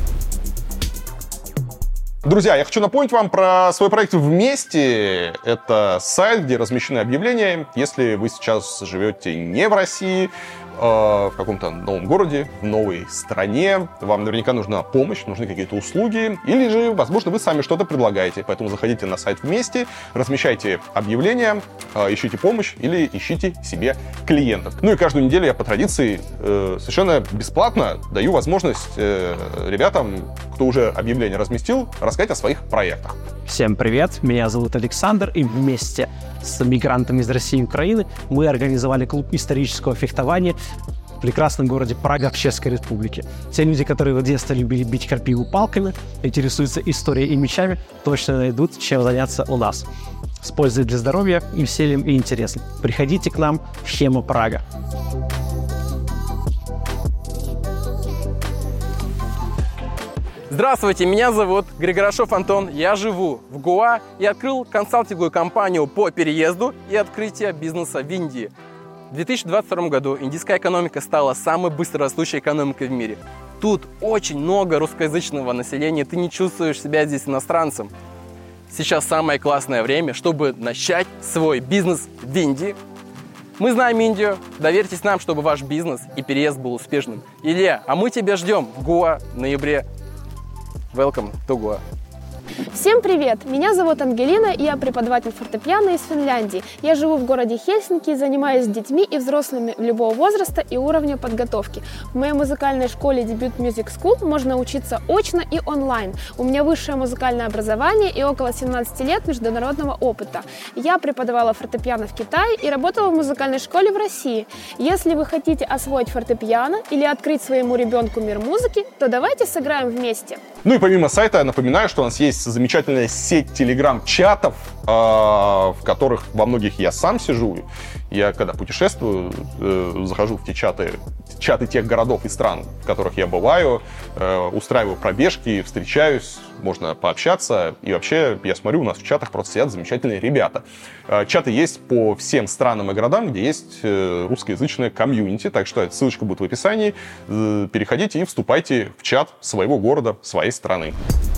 Speaker 1: Друзья, я хочу напомнить вам про свой проект «Вместе». Это сайт, где размещены объявления. Если вы сейчас живете не в России, в каком-то новом городе, в новой стране, вам наверняка нужна помощь, нужны какие-то услуги, или же, возможно, вы сами что-то предлагаете. Поэтому заходите на сайт «Вместе», размещайте объявления, ищите помощь или ищите себе клиентов. Ну и каждую неделю я по традиции совершенно бесплатно даю возможность ребятам, кто уже объявление разместил, рассказать о своих проектах.
Speaker 17: Всем привет, меня зовут Александр, и вместе с мигрантами из России и Украины мы организовали клуб исторического фехтования в прекрасном городе Прага в Чешской Республике. Те люди, которые в детстве любили бить крапиву палками, интересуются историей и мечами, точно найдут, чем заняться у нас. С пользой для здоровья, и весельем, и интересом. Приходите к нам в Хему Прага.
Speaker 18: Здравствуйте, меня зовут Григорашов Антон, я живу в Гоа и открыл консалтинговую компанию по переезду и открытию бизнеса в Индии. В 2022 году индийская экономика стала самой быстрорастущей экономикой в мире. Тут очень много русскоязычного населения, ты не чувствуешь себя здесь иностранцем. сейчас самое классное время, чтобы начать свой бизнес в Индии. Мы знаем Индию, доверьтесь нам, чтобы ваш бизнес и переезд был успешным. Илья, а мы тебя ждем в Гоа в ноябре. Welcome to Goa.
Speaker 19: Всем привет! Меня зовут Ангелина, и я преподаватель фортепиано из Финляндии. Я живу в городе Хельсинки и занимаюсь с детьми и взрослыми любого возраста и уровня подготовки. В моей музыкальной школе Debut Music School можно учиться очно и онлайн. У меня высшее музыкальное образование и около 17 лет международного опыта. Я преподавала фортепиано в Китае и работала в музыкальной школе в России. Если вы хотите освоить фортепиано или открыть своему ребенку мир музыки, то давайте сыграем вместе.
Speaker 1: Ну и помимо сайта, я напоминаю, что у нас есть замечательная сеть телеграм-чатов, в которых во многих я сам сижу. Я, когда путешествую, захожу в те чаты тех городов и стран, в которых я бываю, устраиваю пробежки, встречаюсь, можно пообщаться. И вообще, я смотрю, у нас в чатах просто сидят замечательные ребята. Чаты есть по всем странам и городам, где есть русскоязычная комьюнити, так что ссылочка будет в описании. Переходите и вступайте в чат своего города, своей страны.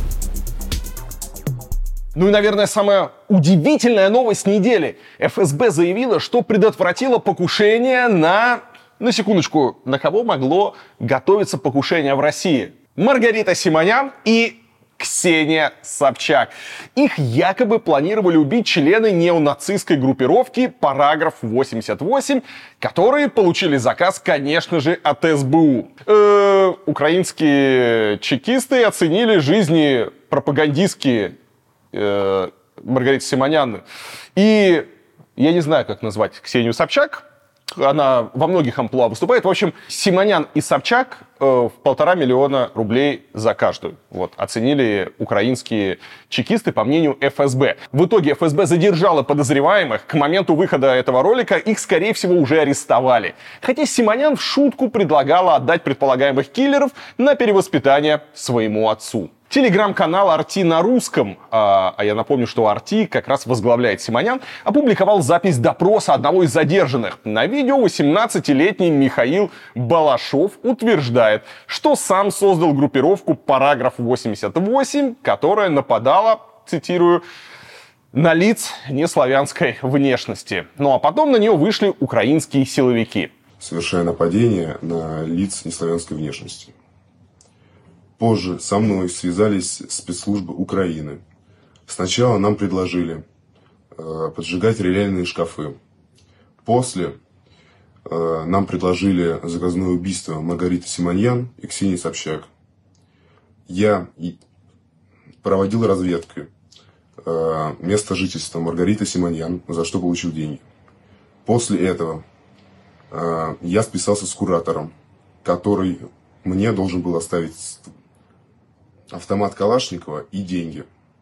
Speaker 1: Ну и, наверное, самая удивительная новость недели. ФСБ заявила, что предотвратила покушение на секундочку, на кого могло готовиться покушение в России? Маргарита Симонян и Ксения Собчак. Их якобы планировали убить члены неонацистской группировки «Параграф 88», которые получили заказ, конечно же, от СБУ. Украинские чекисты оценили жизни пропагандистские Маргариты Симонян и, я не знаю, как назвать Ксению Собчак, она во многих амплуа выступает. В общем, Симонян и Собчак в 1,5 миллиона рублей за каждую. Вот, оценили украинские чекисты, по мнению ФСБ. В итоге ФСБ задержала подозреваемых. К моменту выхода этого ролика их, скорее всего, уже арестовали. Хотя Симонян в шутку предлагала отдать предполагаемых киллеров на перевоспитание своему отцу. Телеграм-канал «Арти» на русском, а я напомню, что «Арти» как раз возглавляет Симонян, опубликовал запись допроса одного из задержанных. На видео 18-летний Михаил Балашов утверждает, что сам создал группировку «Параграф 88», которая нападала, цитирую, на лиц неславянской внешности. Ну а потом на нее вышли украинские силовики.
Speaker 20: Совершая нападение на лиц неславянской внешности. Позже со мной связались спецслужбы Украины. Сначала нам предложили поджигать релейные шкафы. После нам предложили заказное убийство Маргариты Симонян и Ксении Собчак. Я проводил разведку места жительства Маргариты Симонян, за что получил деньги. После этого я списался с куратором, который мне должен был оставить автомат Калашникова и деньги.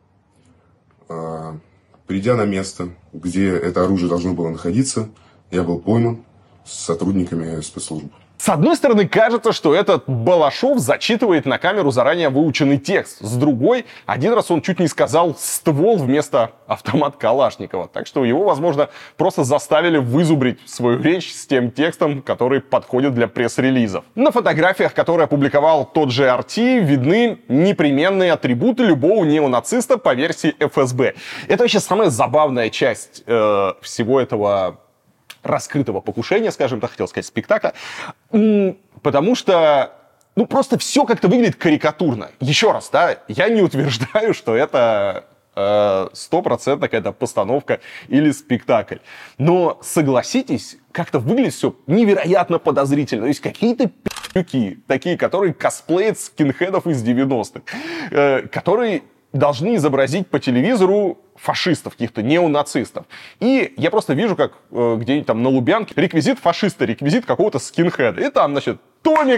Speaker 20: Придя на место, где это оружие должно было находиться, я был пойман с сотрудниками спецслужб.
Speaker 1: С одной стороны, кажется, что этот Балашов зачитывает на камеру заранее выученный текст. С другой, один раз он чуть не сказал «ствол» вместо автомата Калашникова. Так что его, возможно, просто заставили вызубрить свою речь с тем текстом, который подходит для пресс-релизов. На фотографиях, которые опубликовал тот же Арти, видны непременные атрибуты любого неонациста по версии ФСБ. Это вообще самая забавная часть всего этого раскрытого покушения, скажем так, хотел сказать, спектакля, потому что, просто все как-то выглядит карикатурно. Еще раз, да, я не утверждаю, что это 100% какая-то постановка или спектакль. Но, согласитесь, как-то выглядит все невероятно подозрительно. То есть какие-то пи***ки, такие, которые косплеят скинхедов из 90-х, которые должны изобразить по телевизору фашистов, каких-то неонацистов. И я просто вижу, как где-нибудь там на Лубянке реквизит фашиста, реквизит какого-то скинхеда. И там, значит, томик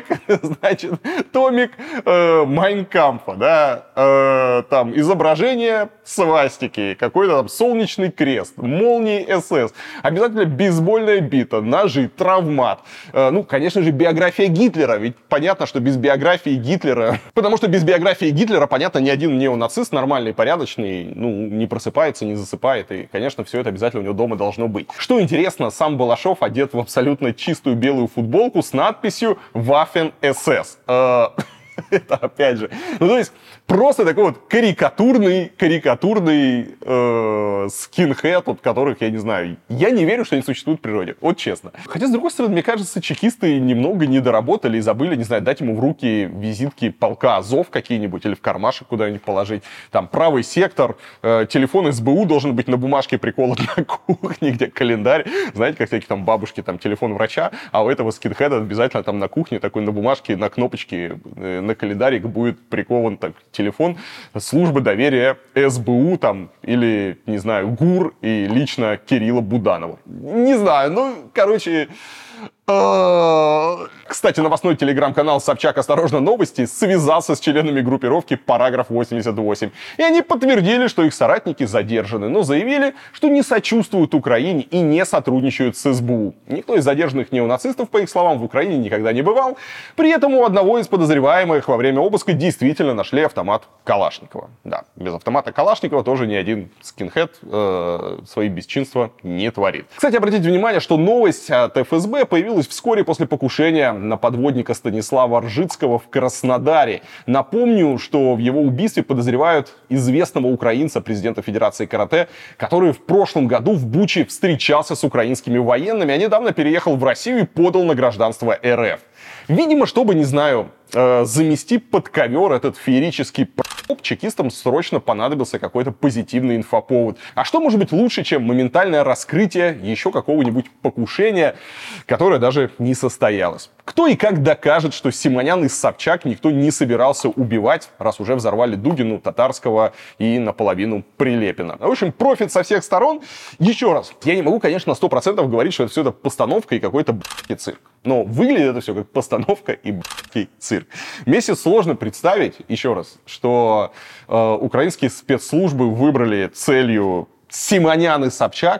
Speaker 1: Майн Кампфа, да, там изображение свастики, какой-то там солнечный крест, молнии СС, обязательно бейсбольная бита, ножи, травмат. Конечно же, биография Гитлера, ведь понятно, что без биографии Гитлера, потому что без биографии Гитлера, понятно, ни один неонацист нормальный, порядочный, не просыпается, не засыпает, и, конечно, все это обязательно у него дома должно быть. Что интересно, сам Балашов одет в абсолютно чистую белую футболку с надписью Waffen SS. Это опять же. Ну, то есть, просто такой вот карикатурный скинхед, от которых, я не знаю, я не верю, что они существуют в природе. Вот честно. Хотя, с другой стороны, мне кажется, чекисты немного не доработали и забыли, не знаю, дать ему в руки визитки полка Азов какие-нибудь или в кармашек куда-нибудь положить. Там правый сектор, телефон СБУ должен быть на бумажке приколот на кухне, где календарь. Знаете, как всякие там бабушки, там телефон врача, а у этого скинхеда обязательно там на кухне такой на бумажке, на кнопочке, на календарик будет прикован так, телефон службы доверия СБУ там, или, не знаю, ГУР и лично Кирилла Буданова. Не знаю, ну, короче... Кстати, новостной телеграм-канал «Собчак. Осторожно, новости» связался с членами группировки «Параграф 88». И они подтвердили, что их соратники задержаны, но заявили, что не сочувствуют Украине и не сотрудничают с СБУ. Никто из задержанных неонацистов, по их словам, в Украине никогда не бывал. При этом у одного из подозреваемых во время обыска действительно нашли автомат Калашникова. Да, без автомата Калашникова тоже ни один скинхед свои бесчинства не творит. Кстати, обратите внимание, что новость от ФСБ появилась вскоре после покушения на подводника Станислава Ржицкого в Краснодаре. Напомню, что в его убийстве подозревают известного украинца, президента Федерации карате, который в прошлом году в Буче встречался с украинскими военными, а недавно переехал в Россию и подал на гражданство РФ. Видимо, чтобы, не знаю, замести под ковер этот феерический проеб, чекистам срочно понадобился какой-то позитивный инфоповод. А что может быть лучше, чем моментальное раскрытие еще какого-нибудь покушения, которое даже не состоялось? Кто и как докажет, что Симонян и Собчак никто не собирался убивать, раз уже взорвали Дугину, Татарского и наполовину Прилепина? В общем, профит со всех сторон. Еще раз, я не могу, конечно, на 100% говорить, что это все это постановка и какой-то б***ий цирк. Но выглядит это все как постановка и б***ий цирк. Вместе сложно представить, еще раз, что украинские спецслужбы выбрали целью Симонян и Собчак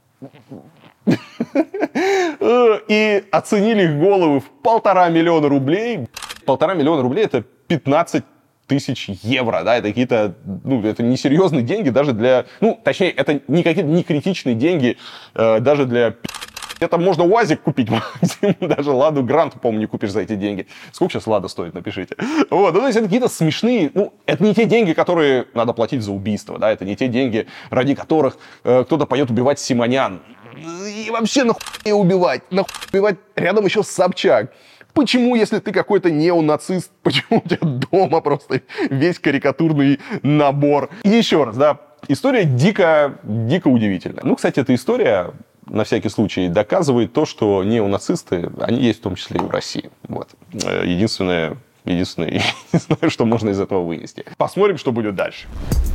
Speaker 1: и оценили их головы в 1,5 миллиона рублей. 1,5 миллиона рублей — это 15 тысяч евро, да, это какие-то, ну, это несерьезные деньги даже для, ну, точнее, это не какие-то не критичные деньги даже для... Это можно УАЗик купить, даже Ладу Гранту, по-моему, не купишь за эти деньги. Сколько сейчас Лада стоит, напишите. Вот, ну, то есть это какие-то смешные, ну, это не те деньги, которые надо платить за убийство, да, это не те деньги, ради которых кто-то пойдет убивать Симонян. И вообще нахуй убивать рядом еще Собчак. Почему, если ты какой-то неонацист, почему у тебя дома просто весь карикатурный набор? И еще раз, да, история дико удивительная. Ну, кстати, эта история... на всякий случай, доказывает то, что неонацисты, они есть в том числе и в России. Вот. Единственное, я не знаю, что можно из этого вынести. Посмотрим, что будет дальше.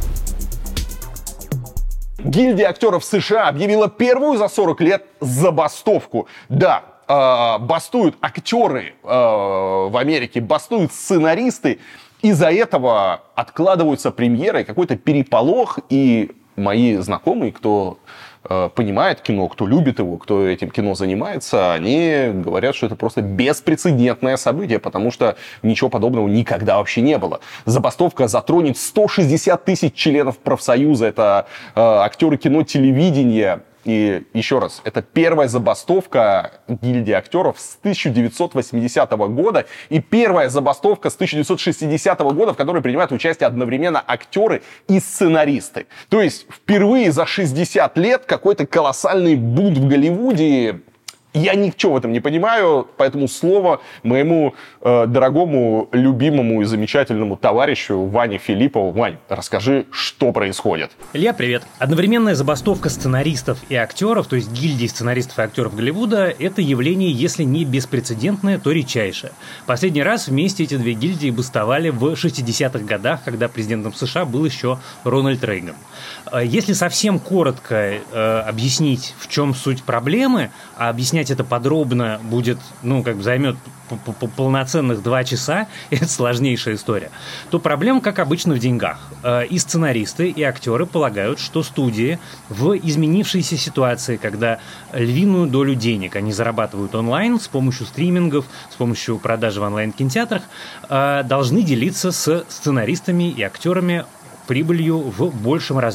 Speaker 1: Гильдия актеров США объявила первую за 40 лет забастовку. Да, бастуют актеры в Америке, бастуют сценаристы. Из-за этого откладываются премьеры, какой-то переполох. И мои знакомые, кто... понимает кино, кто любит его, кто этим кино занимается, они говорят, что это просто беспрецедентное событие, потому что ничего подобного никогда вообще не было. Забастовка затронет 160 тысяч членов профсоюза, это актеры кино, телевидения. И еще раз, это первая забастовка гильдии актеров с 1980 года и первая забастовка с 1960 года, в которой принимают участие одновременно актеры и сценаристы. То есть впервые за 60 лет какой-то колоссальный бунт в Голливуде. Я ничего в этом не понимаю, поэтому слово моему дорогому, любимому и замечательному товарищу Ване Филиппову. Вань, расскажи, что происходит.
Speaker 21: Илья, привет. Одновременная забастовка сценаристов и актеров, то есть гильдии сценаристов и актеров Голливуда, это явление, если не беспрецедентное, то редчайшее. Последний раз вместе эти две гильдии бастовали в 60-х годах, когда президентом США был еще Рональд Рейган. Если совсем коротко объяснить, в чем суть проблемы, а объяснять это подробно будет, займет полноценных 2 часа, это сложнейшая история, то проблема, как обычно, в деньгах. И сценаристы, и актеры полагают, что студии в изменившейся ситуации, когда львиную долю денег они зарабатывают онлайн с помощью стримингов, с помощью продажи в онлайн-кинотеатрах, должны делиться с сценаристами и актерами прибылью в большем размере.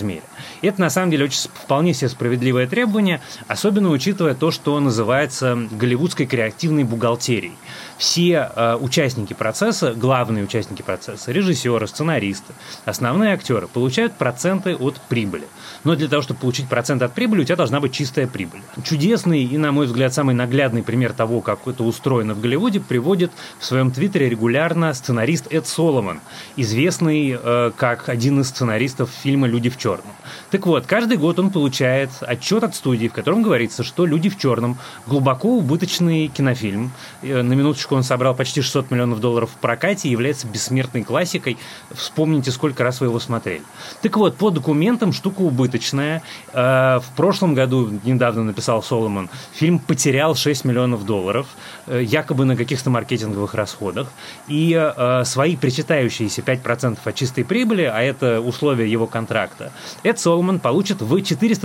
Speaker 21: Это, на самом деле, вполне себе справедливое требование, особенно учитывая то, что называется голливудской креативной бухгалтерией. Все участники процесса, главные участники процесса, режиссеры, сценаристы, основные актеры, получают проценты от прибыли. Но для того, чтобы получить процент от прибыли, у тебя должна быть чистая прибыль. Чудесный и, на мой взгляд, самый наглядный пример того, как это устроено в Голливуде, приводит в своем твиттере регулярно сценарист Эд Соломон, известный как один из сценаристов фильма «Люди в черном». Так вот, каждый год он получает отчет от студии, в котором говорится, что «Люди в черном» глубоко убыточный кинофильм. На минуточку он собрал почти $600 миллионов в прокате и является бессмертной классикой. Вспомните, сколько раз вы его смотрели. Так вот, по документам штука убыточная. В прошлом году, недавно написал Соломон, фильм потерял $6 миллионов, якобы на каких-то маркетинговых расходах. И свои причитающиеся 5% от чистой прибыли, а это условия его контракта, Эд Соломон получит в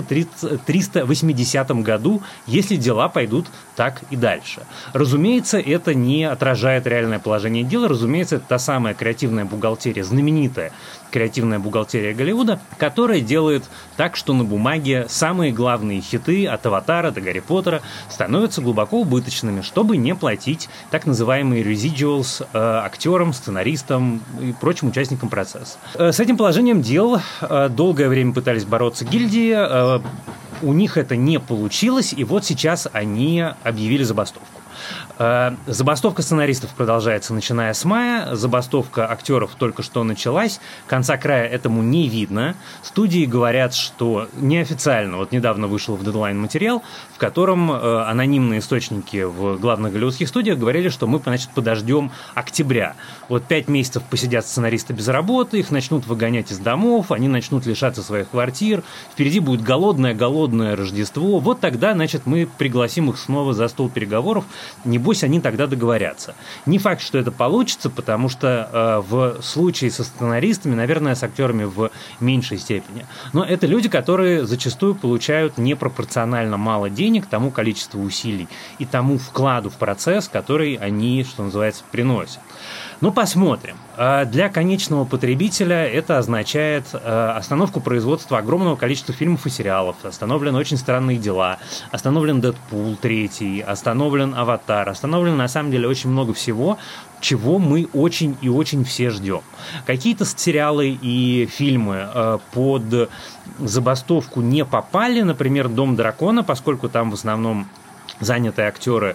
Speaker 21: 380 году, если дела пойдут так и дальше. Разумеется, это не отражает реальное положение дела. Разумеется, это та самая креативная бухгалтерия, знаменитая креативная бухгалтерия Голливуда, которая делает так, что на бумаге самые главные хиты от «Аватара» до «Гарри Поттера» становятся глубоко убыточными, чтобы не платить так называемые residuals актерам, сценаристам и прочим участникам процесса. С этим положением дел долгое время пытались бороться гильдии, у них это не получилось, и вот сейчас они объявили забастовку. Забастовка сценаристов продолжается, начиная с мая. Забастовка актеров только что началась. Конца края этому не видно. Студии говорят, что неофициально, вот недавно вышел в Deadline материал, в котором анонимные источники в главных голливудских студиях говорили, что мы, значит, подождем октября. Вот 5 месяцев посидят сценаристы без работы, их начнут выгонять из домов, они начнут лишаться своих квартир, впереди будет голодное Рождество. Вот тогда, значит, мы пригласим их снова за стол переговоров. Небось, они тогда договорятся. Не факт, что это получится, потому что в случае со сценаристами, наверное, с актерами в меньшей степени. Но это люди, которые зачастую получают непропорционально мало денег тому количеству усилий и тому вкладу в процесс, который они, что называется, приносят. Ну, посмотрим. Для конечного потребителя это означает остановку производства огромного количества фильмов и сериалов. Остановлены «Очень странные дела», остановлен «Дэдпул 3», остановлен «Аватар», остановлено, на самом деле, очень много всего, чего мы очень и очень все ждем. Какие-то сериалы и фильмы под забастовку не попали, например, «Дом дракона», поскольку там в основном занятые актеры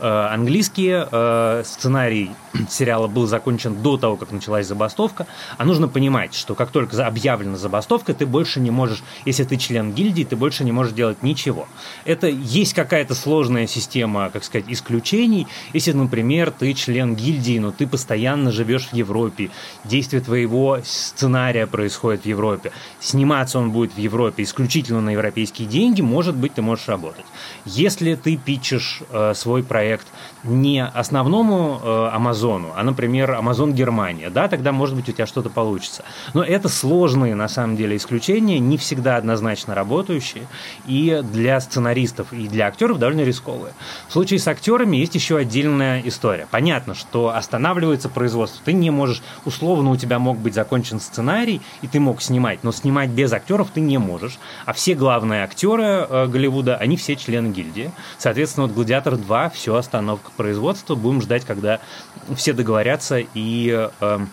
Speaker 21: английские. Сценарий сериала был закончен до того, как началась забастовка. А нужно понимать, что как только объявлена забастовка, ты больше не можешь, если ты член гильдии, ты больше не можешь делать ничего. Это есть какая-то сложная система, как сказать, исключений. Если, например, ты член гильдии, но ты постоянно живешь в Европе, действие твоего сценария происходит в Европе, сниматься он будет в Европе исключительно на европейские деньги, может быть, ты можешь работать. Если ты питчишь свой проект не основному Амазону, а, например, Амазон Германия, да, тогда, может быть, у тебя что-то получится. Но это сложные, на самом деле, исключения, не всегда однозначно работающие, и для сценаристов, и для актеров довольно рисковые. В случае с актерами есть еще отдельная история. Понятно, что останавливается производство. Ты не можешь, условно, у тебя мог быть закончен сценарий, и ты мог снимать, но снимать без актеров ты не можешь. А все главные актеры Голливуда, они все члены гильдии. Соответственно, вот «Гладиатор 2», все, остановка производства. Будем ждать, когда все договорятся и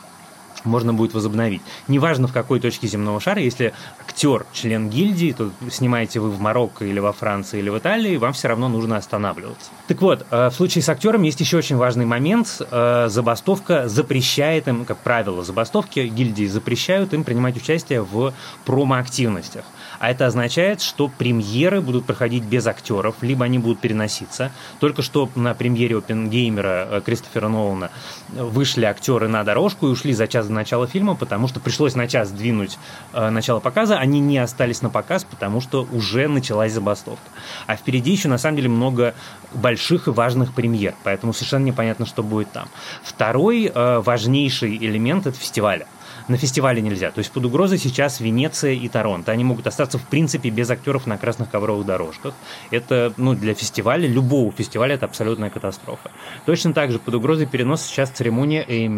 Speaker 21: можно будет возобновить. Неважно, в какой точке земного шара, если актер член гильдии, то снимаете вы в Марокко или во Франции или в Италии, вам все равно нужно останавливаться. Так вот, в случае с актером есть еще очень важный момент. Забастовка запрещает им, как правило, забастовки гильдии запрещают им принимать участие в промо-активностях. А это означает, что премьеры будут проходить без актеров, либо они будут переноситься. Только что на премьере Оппенгеймера Кристофера Нолана вышли актеры на дорожку и ушли за час до начала фильма, потому что пришлось на час сдвинуть начало показа. Они не остались на показ, потому что уже началась забастовка. А впереди еще, на самом деле, много больших и важных премьер, поэтому совершенно непонятно, что будет там. Второй важнейший элемент – это фестивали. На фестивале нельзя. То есть под угрозой сейчас Венеция и Торонто. Они могут остаться, в принципе, без актеров на красных ковровых дорожках. Это, для фестиваля, любого фестиваля, это абсолютная катастрофа. Точно так же под угрозой переноса сейчас церемония Эмми.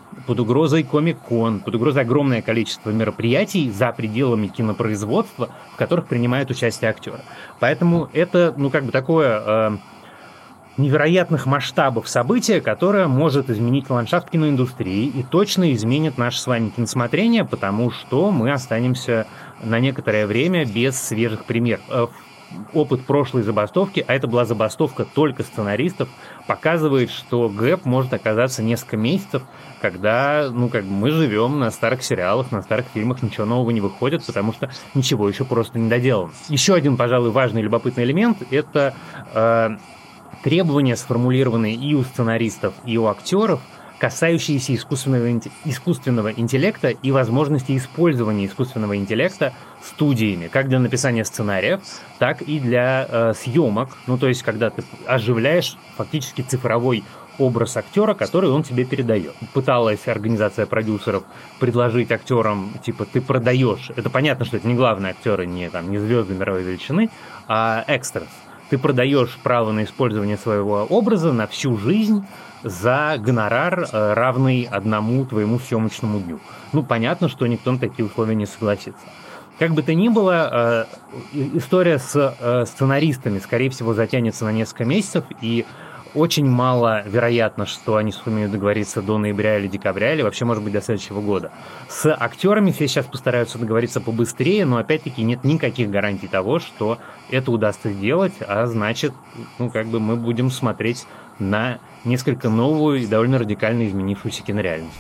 Speaker 21: под угрозой Комик-кон, под угрозой огромное количество мероприятий за пределами кинопроизводства, в которых принимают участие актеры. Поэтому это, такое невероятных масштабов событие, которое может изменить ландшафт киноиндустрии и точно изменит наше с вами киносмотрение, потому что мы останемся на некоторое время без свежих примеров. Опыт прошлой забастовки, а это была забастовка только сценаристов, показывает, что гэп может оказаться несколько месяцев, когда, мы живем на старых сериалах, на старых фильмах, ничего нового не выходит, потому что ничего еще просто не доделано. Еще один, пожалуй, важный и любопытный элемент — это требования, сформулированные и у сценаристов, и у актеров, касающиеся искусственного интеллекта и возможности использования искусственного интеллекта студиями, как для написания сценариев, так и для съемок. То есть, когда ты оживляешь фактически цифровой образ актера, который он тебе передает. Пыталась организация продюсеров предложить актерам, ты продаешь. Это понятно, что это не главные актеры, не звезды мировой величины, а экстрас. Ты продаешь право на использование своего образа на всю жизнь за гонорар, равный одному твоему съемочному дню. Понятно, что никто на такие условия не согласится. Как бы то ни было, история с сценаристами, скорее всего, затянется на несколько месяцев, и очень мало вероятно, что они сумеют договориться до ноября или декабря, или вообще, может быть, до следующего года. С актерами все сейчас постараются договориться побыстрее, но, опять-таки, нет никаких гарантий того, что это удастся сделать, а значит, мы будем смотреть на несколько новую и довольно радикально изменившуюся кинореальность.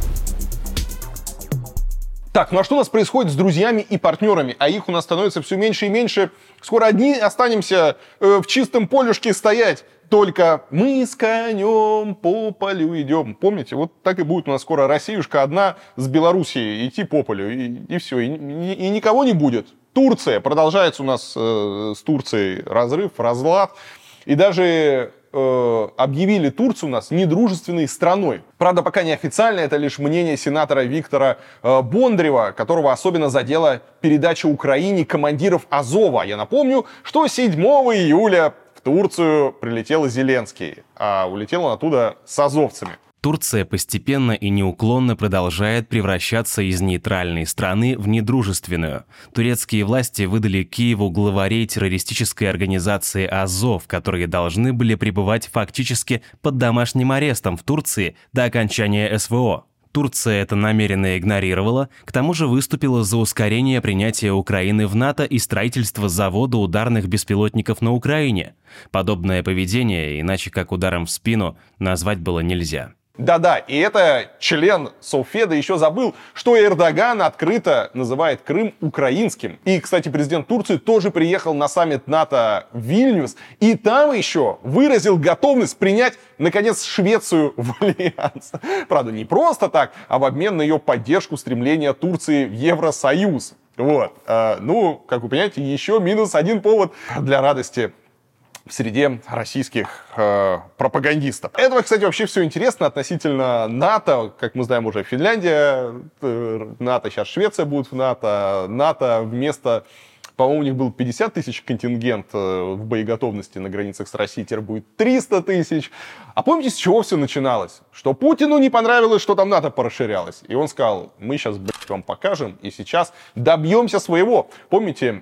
Speaker 1: Так, а что у нас происходит с друзьями и партнерами? А их у нас становится все меньше и меньше. Скоро одни останемся в чистом полюшке стоять. Только мы с конем по полю идем. Помните, вот так и будет у нас скоро Россиюшка одна с Белоруссией идти по полю. И все, и никого не будет. Турция. Продолжается у нас с Турцией разрыв, разлад. И даже объявили Турцию у нас недружественной страной. Правда, пока не официально, это лишь мнение сенатора Виктора Бондарева, которого особенно задела передача Украине командиров Азова. Я напомню, что 7 июля в Турцию прилетел Зеленский, а улетел он оттуда с азовцами.
Speaker 2: Турция постепенно и неуклонно продолжает превращаться из нейтральной страны в недружественную. Турецкие власти выдали Киеву главарей террористической организации «Азов», которые должны были пребывать фактически под домашним арестом в Турции до окончания СВО. Турция это намеренно игнорировала, к тому же выступила за ускорение принятия Украины в НАТО и строительство завода ударных беспилотников на Украине. Подобное поведение, иначе как ударом в спину, назвать было нельзя.
Speaker 1: Да-да, и это член Совфеда еще забыл, что Эрдоган открыто называет Крым украинским. И, кстати, президент Турции тоже приехал на саммит НАТО в Вильнюс, и там еще выразил готовность принять, наконец, Швецию в альянс. Правда, не просто так, а в обмен на ее поддержку стремления Турции в Евросоюз. Вот. Как вы понимаете, еще минус один повод для радости в среде российских пропагандистов. Это, кстати, вообще все интересно относительно НАТО. Как мы знаем, уже Финляндия, НАТО, сейчас Швеция будет в НАТО. НАТО вместо, по-моему, у них был 50 тысяч контингент в боеготовности на границах с Россией, теперь будет 300 тысяч. А помните, с чего все начиналось? Что Путину не понравилось, что там НАТО порасширялось. И он сказал, мы сейчас, вам покажем, и сейчас добьемся своего. Помните,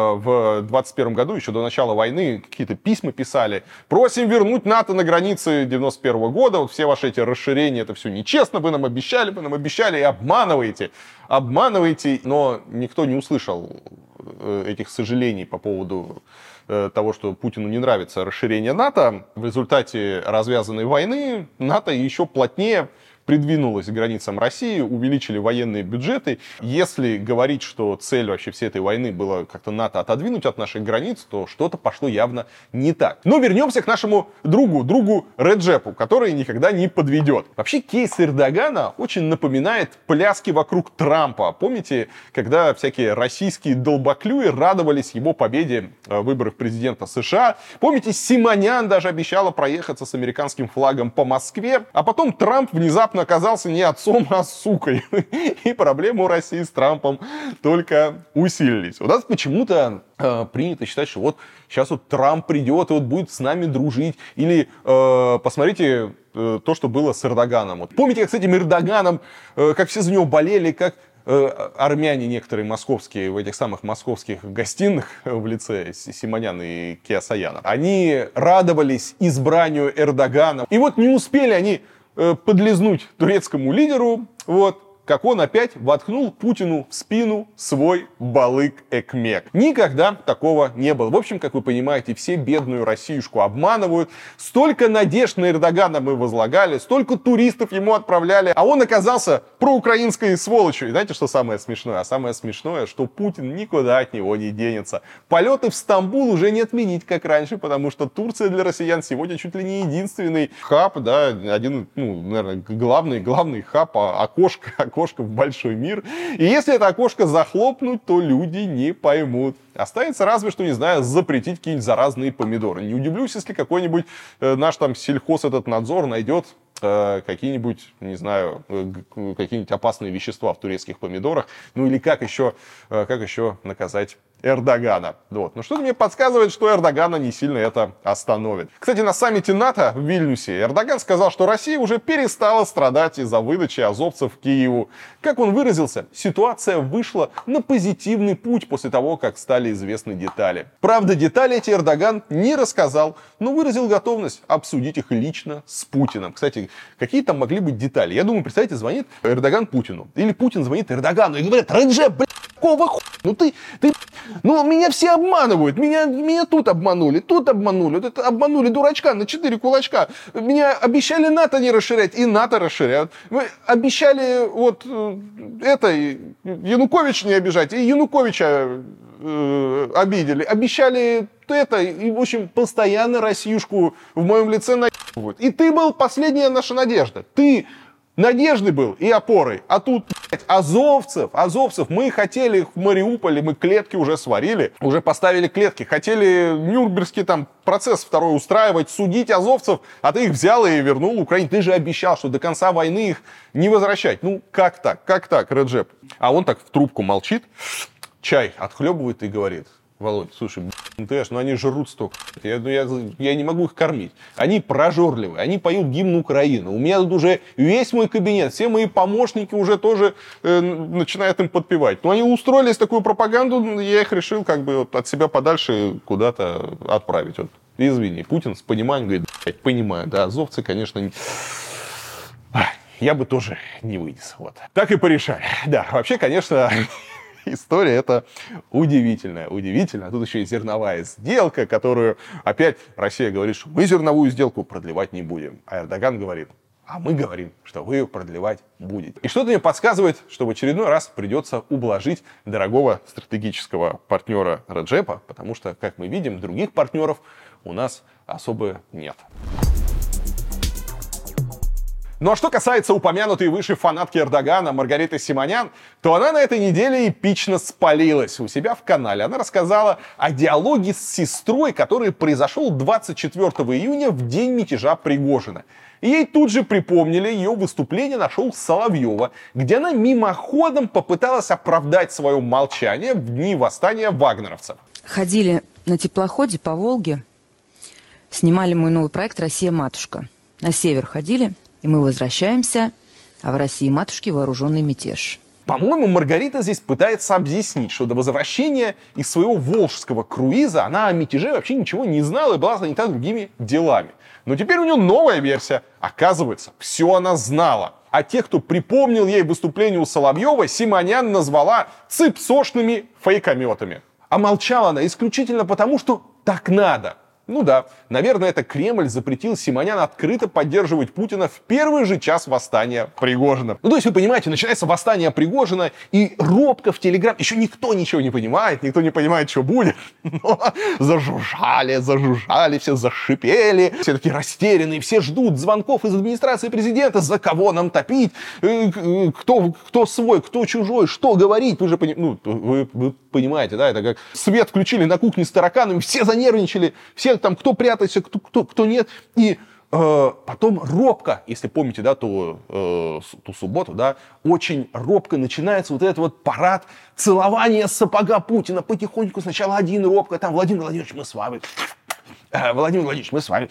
Speaker 1: в 21 году, еще до начала войны, какие-то письма писали. Просим вернуть НАТО на границы 91 года. Вот все ваши эти расширения, это все нечестно. Вы нам обещали и обманываете. Обманываете, но никто не услышал этих сожалений по поводу того, что Путину не нравится расширение НАТО. В результате развязанной войны НАТО еще плотнее придвинулась к границам России, увеличили военные бюджеты. Если говорить, что цель вообще всей этой войны была как-то НАТО отодвинуть от наших границ, то что-то пошло явно не так. Но вернемся к нашему другу Реджепу, который никогда не подведет. Вообще кейс Эрдогана очень напоминает пляски вокруг Трампа. Помните, когда всякие российские долбоклюи радовались его победе в выборах президента США? Помните, Симонян даже обещала проехаться с американским флагом по Москве, а потом Трамп внезапно оказался не отцом, а сукой. И проблемы у России с Трампом только усилились. У нас почему-то принято считать, что вот сейчас вот Трамп придет и вот будет с нами дружить. Или посмотрите, то, что было с Эрдоганом. Вот. Помните, как с этим Эрдоганом, как все за него болели, как армяне некоторые московские, в этих самых московских гостиных в лице Симонян и Кеосаяна, они радовались избранию Эрдогана. И вот не успели они подлизнуть турецкому лидеру, вот, как он опять воткнул Путину в спину свой балык-экмек. Никогда такого не было. В общем, как вы понимаете, все бедную Россиюшку обманывают. Столько надежд на Эрдогана мы возлагали, столько туристов ему отправляли, а он оказался проукраинской сволочью. И знаете, что самое смешное? А самое смешное, что Путин никуда от него не денется. Полеты в Стамбул уже не отменить, как раньше, потому что Турция для россиян сегодня чуть ли не единственный хаб, да, один, наверное, главный хаб, окошко в большой мир. И если это окошко захлопнуть, то люди не поймут. Останется разве что, не знаю, запретить какие-нибудь заразные помидоры. Не удивлюсь, если какой-нибудь наш там сельхоз этот надзор найдет какие-нибудь, не знаю, какие-нибудь опасные вещества в турецких помидорах. Ну или как еще наказать Эрдогана. Вот. Но что-то мне подсказывает, что Эрдогана не сильно это остановит. Кстати, на саммите НАТО в Вильнюсе Эрдоган сказал, что Россия уже перестала страдать из-за выдачи азовцев Киеву. Как он выразился, ситуация вышла на позитивный путь после того, как стали известны детали. Правда, детали эти Эрдоган не рассказал, но выразил готовность обсудить их лично с Путиным. Кстати, какие там могли быть детали? Я думаю, представьте, звонит Эрдоган Путину. Или Путин звонит Эрдогану и говорит: Реджеп, какого хуя? Ну, меня все обманывают. Меня тут обманули, вот это обманули дурачка на 4 кулачка. Меня обещали НАТО не расширять, и НАТО расширяют. Вы обещали вот это, Януковича не обижать, и Януковича обидели. Обещали это, и, в общем, постоянно Россиюшку в моем лице наебывают. И ты был последняя наша надежда. Ты надеждой был и опорой. А тут, блядь, азовцев, мы хотели их в Мариуполе, мы клетки уже сварили, уже поставили клетки. Хотели Нюрнбергский там процесс второй устраивать, судить азовцев, а ты их взял и вернул Украине. Ты же обещал, что до конца войны их не возвращать. Ну, как так, Реджеп? А он так в трубку молчит, чай отхлебывает и говорит: Володь, слушай, МТС, ну они жрут столько. Я не могу их кормить. Они прожорливые, они поют гимн Украины. У меня тут уже весь мой кабинет, все мои помощники уже тоже начинают им подпевать. Но они устроились такую пропаганду, я их решил как бы вот от себя подальше куда-то отправить. Вот. Извини, Путин с пониманием говорит: блядь, понимаю, да, азовцы, конечно, я бы тоже не вынес. Вот. Так и порешали. Да, вообще, конечно... История эта удивительная. А тут еще и зерновая сделка, которую опять Россия говорит, что мы зерновую сделку продлевать не будем. А Эрдоган говорит: а мы говорим, что вы ее продлевать будете. И что-то мне подсказывает, что в очередной раз придется ублажить дорогого стратегического партнера Реджепа, потому что, как мы видим, других партнеров у нас особо нет. Ну а что касается упомянутой выше фанатки Эрдогана Маргариты Симонян, то она на этой неделе эпично спалилась у себя в канале. Она рассказала о диалоге с сестрой, который произошел 24 июня в день мятежа Пригожина. И ей тут же припомнили ее выступление на шоу Соловьева, где она мимоходом попыталась оправдать свое молчание в дни восстания вагнеровцев.
Speaker 3: Ходили на теплоходе по Волге, снимали мой новый проект «Россия-матушка». На север ходили. И мы возвращаемся, а в России матушки вооруженный мятеж.
Speaker 1: По-моему, Маргарита здесь пытается объяснить, что до возвращения из своего волжского круиза она о мятеже вообще ничего не знала и была занята другими делами. Но теперь у нее новая версия. Оказывается, все она знала. А тех, кто припомнил ей выступление у Соловьева, Симонян назвала цыпсошными фейкометами. А молчала она исключительно потому, что так надо. Ну да, наверное, это Кремль запретил Симонян открыто поддерживать Путина в первый же час восстания Пригожина. Ну то есть, вы понимаете, начинается восстание Пригожина, и робко в Телеграм, еще никто ничего не понимает, что будет, но зажужжали, все зашипели, все такие растерянные, все ждут звонков из администрации президента, за кого нам топить, кто свой, кто чужой, что говорить, вы же вы понимаете, да, это как свет включили на кухне с тараканами, все занервничали, все там, кто прятался, кто нет. И потом робко, если помните, да, ту субботу, да, очень робко начинается вот этот вот парад целования сапога Путина. Потихоньку сначала один робко, там: Владимир Владимирович, мы с вами. Владимир Владимирович, мы с вами.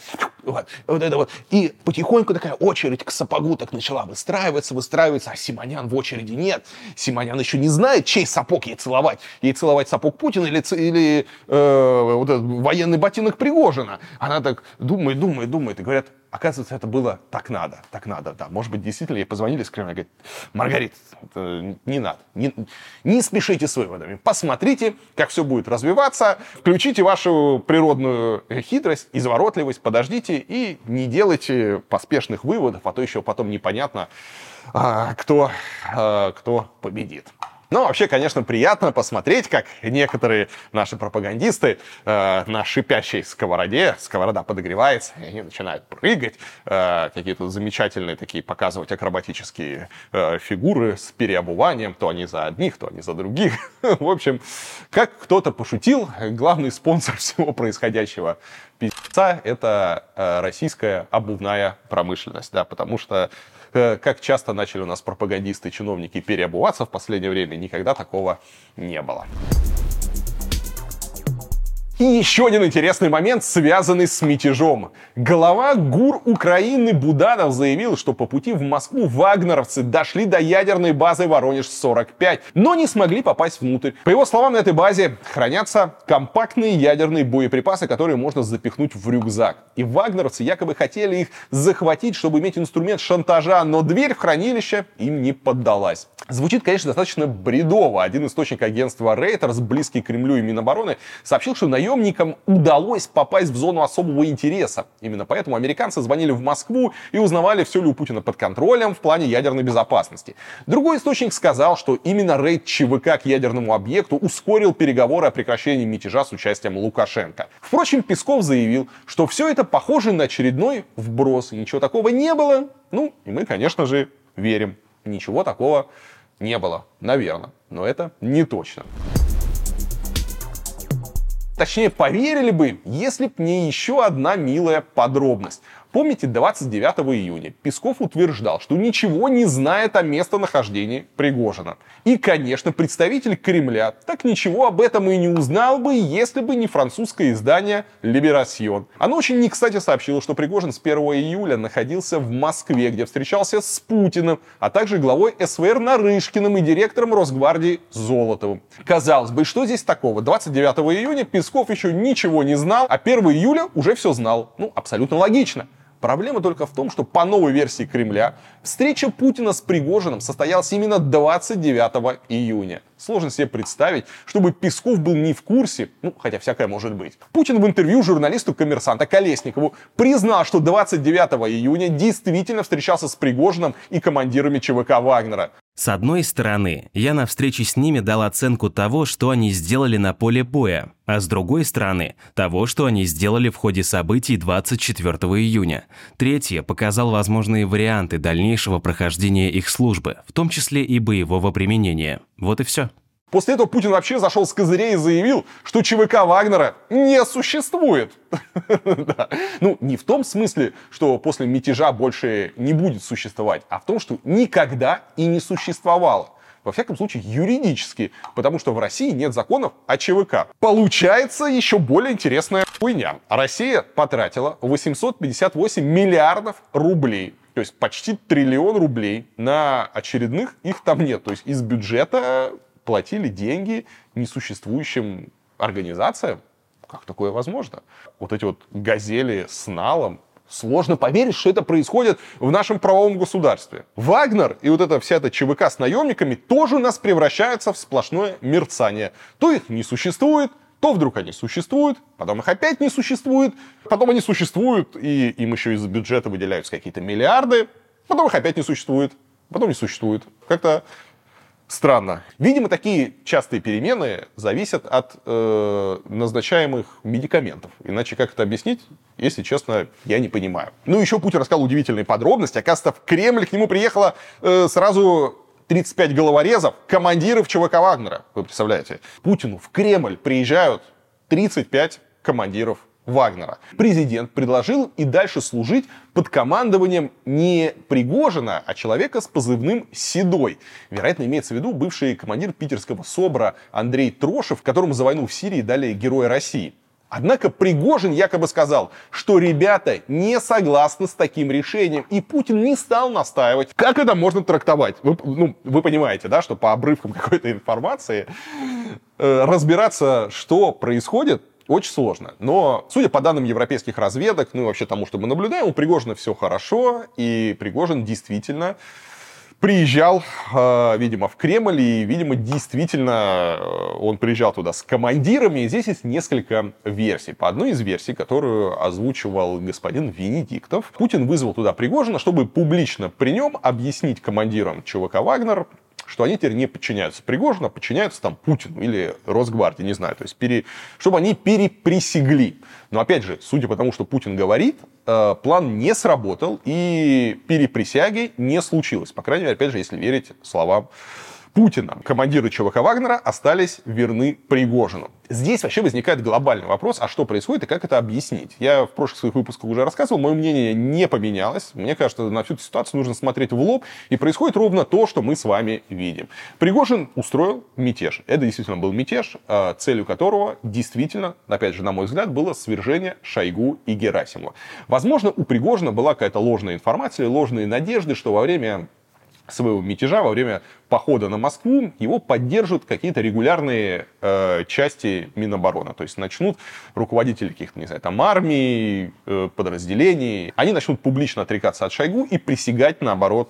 Speaker 1: Вот это вот. И потихоньку такая очередь к сапогу так начала выстраиваться, а Симонян в очереди нет. Симонян еще не знает, чей сапог ей целовать. Ей целовать сапог Путина или вот этот военный ботинок Пригожина. Она так думает, и говорят, оказывается, это было так надо, да. Может быть, действительно, ей позвонили с Кремля, говорит, Маргарита, не надо, не спешите с выводами. Посмотрите, как все будет развиваться, включите вашу природную хитрость, изворотливость, подождите и не делайте поспешных выводов, а то еще потом непонятно, кто победит. Но вообще, конечно, приятно посмотреть, как некоторые наши пропагандисты на шипящей сковороде, сковорода подогревается, и они начинают прыгать, какие-то замечательные такие показывать акробатические фигуры с переобуванием, то они за одних, то они за других. В общем, как кто-то пошутил, главный спонсор всего происходящего пиздеца — это российская обувная промышленность, да, потому что как часто начали у нас пропагандисты и чиновники переобуваться в последнее время, никогда такого не было. И еще один интересный момент, связанный с мятежом. Глава ГУР Украины Буданов заявил, что по пути в Москву вагнеровцы дошли до ядерной базы Воронеж-45, но не смогли попасть внутрь. По его словам, на этой базе хранятся компактные ядерные боеприпасы, которые можно запихнуть в рюкзак. И вагнеровцы якобы хотели их захватить, чтобы иметь инструмент шантажа, но дверь в хранилище им не поддалась. Звучит, конечно, достаточно бредово. Один источник агентства Reuters, близкий к Кремлю и Минобороны, сообщил, что наемникам удалось попасть в зону особого интереса. Именно поэтому американцы звонили в Москву и узнавали, все ли у Путина под контролем в плане ядерной безопасности. Другой источник сказал, что именно рейд ЧВК к ядерному объекту ускорил переговоры о прекращении мятежа с участием Лукашенко. Впрочем, Песков заявил, что все это похоже на очередной вброс, и ничего такого не было. Ну, и мы, конечно же, верим. Ничего такого не было, наверное, но это не точно. Точнее, поверили бы, если б не еще одна милая подробность. Помните, 29 июня Песков утверждал, что ничего не знает о местонахождении Пригожина. И, конечно, представитель Кремля так ничего об этом и не узнал бы, если бы не французское издание «Либерасьон». Оно очень не кстати сообщило, что Пригожин с 1 июля находился в Москве, где встречался с Путиным, а также главой СВР Нарышкиным и директором Росгвардии Золотовым. Казалось бы, что здесь такого? 29 июня Песков еще ничего не знал, а 1 июля уже все знал. Ну, абсолютно логично. Проблема только в том, что по новой версии Кремля встреча Путина с Пригожиным состоялась именно 29 июня. Сложно себе представить, чтобы Песков был не в курсе, ну, хотя всякое может быть. Путин в интервью журналисту «Коммерсанта» Колесникову признал, что 29 июня действительно встречался с Пригожиным и командирами ЧВК Вагнера.
Speaker 2: С одной стороны, я на встрече с ними дал оценку того, что они сделали на поле боя, а с другой стороны, того, что они сделали в ходе событий 24 июня. Третье показал возможные варианты дальнейшего прохождения их службы, в том числе и боевого применения. Вот и все.
Speaker 1: После этого Путин вообще зашел с козырей и заявил, что ЧВК Вагнера не существует. Ну, не в том смысле, что после мятежа больше не будет существовать, а в том, что никогда и не существовало. Во всяком случае, юридически, потому что в России нет законов о ЧВК. Получается еще более интересная хуйня. Россия потратила 858 миллиардов рублей. То есть почти 1 триллион рублей на очередных, их там нет. То есть из бюджета платили деньги несуществующим организациям. Как такое возможно? Вот эти вот газели с налом. Сложно поверить, что это происходит в нашем правовом государстве. Вагнер и вот эта вся эта ЧВК с наемниками тоже у нас превращаются в сплошное мерцание. То их не существует, то вдруг они существуют, потом их опять не существует, потом они существуют, и им еще из бюджета выделяются какие-то миллиарды, потом их опять не существует, потом не существует. Как-то странно. Видимо, такие частые перемены зависят от назначаемых медикаментов. Иначе как это объяснить, если честно, я не понимаю. Ну, еще Путин рассказал удивительные подробности. Оказывается, в Кремль к нему приехало сразу 35 головорезов, командиров ЧВК Вагнера. Вы представляете? Путину в Кремль приезжают 35 командиров Вагнера. Президент предложил и дальше служить под командованием не Пригожина, а человека с позывным «Седой». Вероятно, имеется в виду бывший командир питерского СОБРа Андрей Трошев, которому за войну в Сирии дали Героя России. Однако Пригожин якобы сказал, что ребята не согласны с таким решением, и Путин не стал настаивать. Как это можно трактовать? Вы понимаете, да, что по обрывкам какой-то информации разбираться, что происходит, очень сложно. Но, судя по данным европейских разведок, ну и вообще тому, что мы наблюдаем, у Пригожина все хорошо, и Пригожин действительно приезжал, видимо, в Кремль, и, видимо, действительно он приезжал туда с командирами. И здесь есть несколько версий. По одной из версий, которую озвучивал господин Венедиктов, Путин вызвал туда Пригожина, чтобы публично при нем объяснить командирам ЧВК «Вагнер», что они теперь не подчиняются Пригожину, а подчиняются там Путину или Росгвардии, не знаю. То есть, чтобы они переприсягли. Но опять же, судя по тому, что Путин говорит, план не сработал и переприсяги не случилось. По крайней мере, опять же, если верить словам Путина. Командиры ЧВК Вагнера остались верны Пригожину. Здесь вообще возникает глобальный вопрос, а что происходит и как это объяснить? Я в прошлых своих выпусках уже рассказывал, мое мнение не поменялось. Мне кажется, на всю эту ситуацию нужно смотреть в лоб, и происходит ровно то, что мы с вами видим. Пригожин устроил мятеж. Это действительно был мятеж, целью которого действительно, опять же, на мой взгляд, было свержение Шойгу и Герасимова. Возможно, у Пригожина была какая-то ложная информация, ложные надежды, что во время своего мятежа, во время похода на Москву, его поддержат какие-то регулярные части Минобороны. То есть начнут руководители каких-то, не знаю, там армий, подразделений, они начнут публично отрекаться от Шойгу и присягать, наоборот,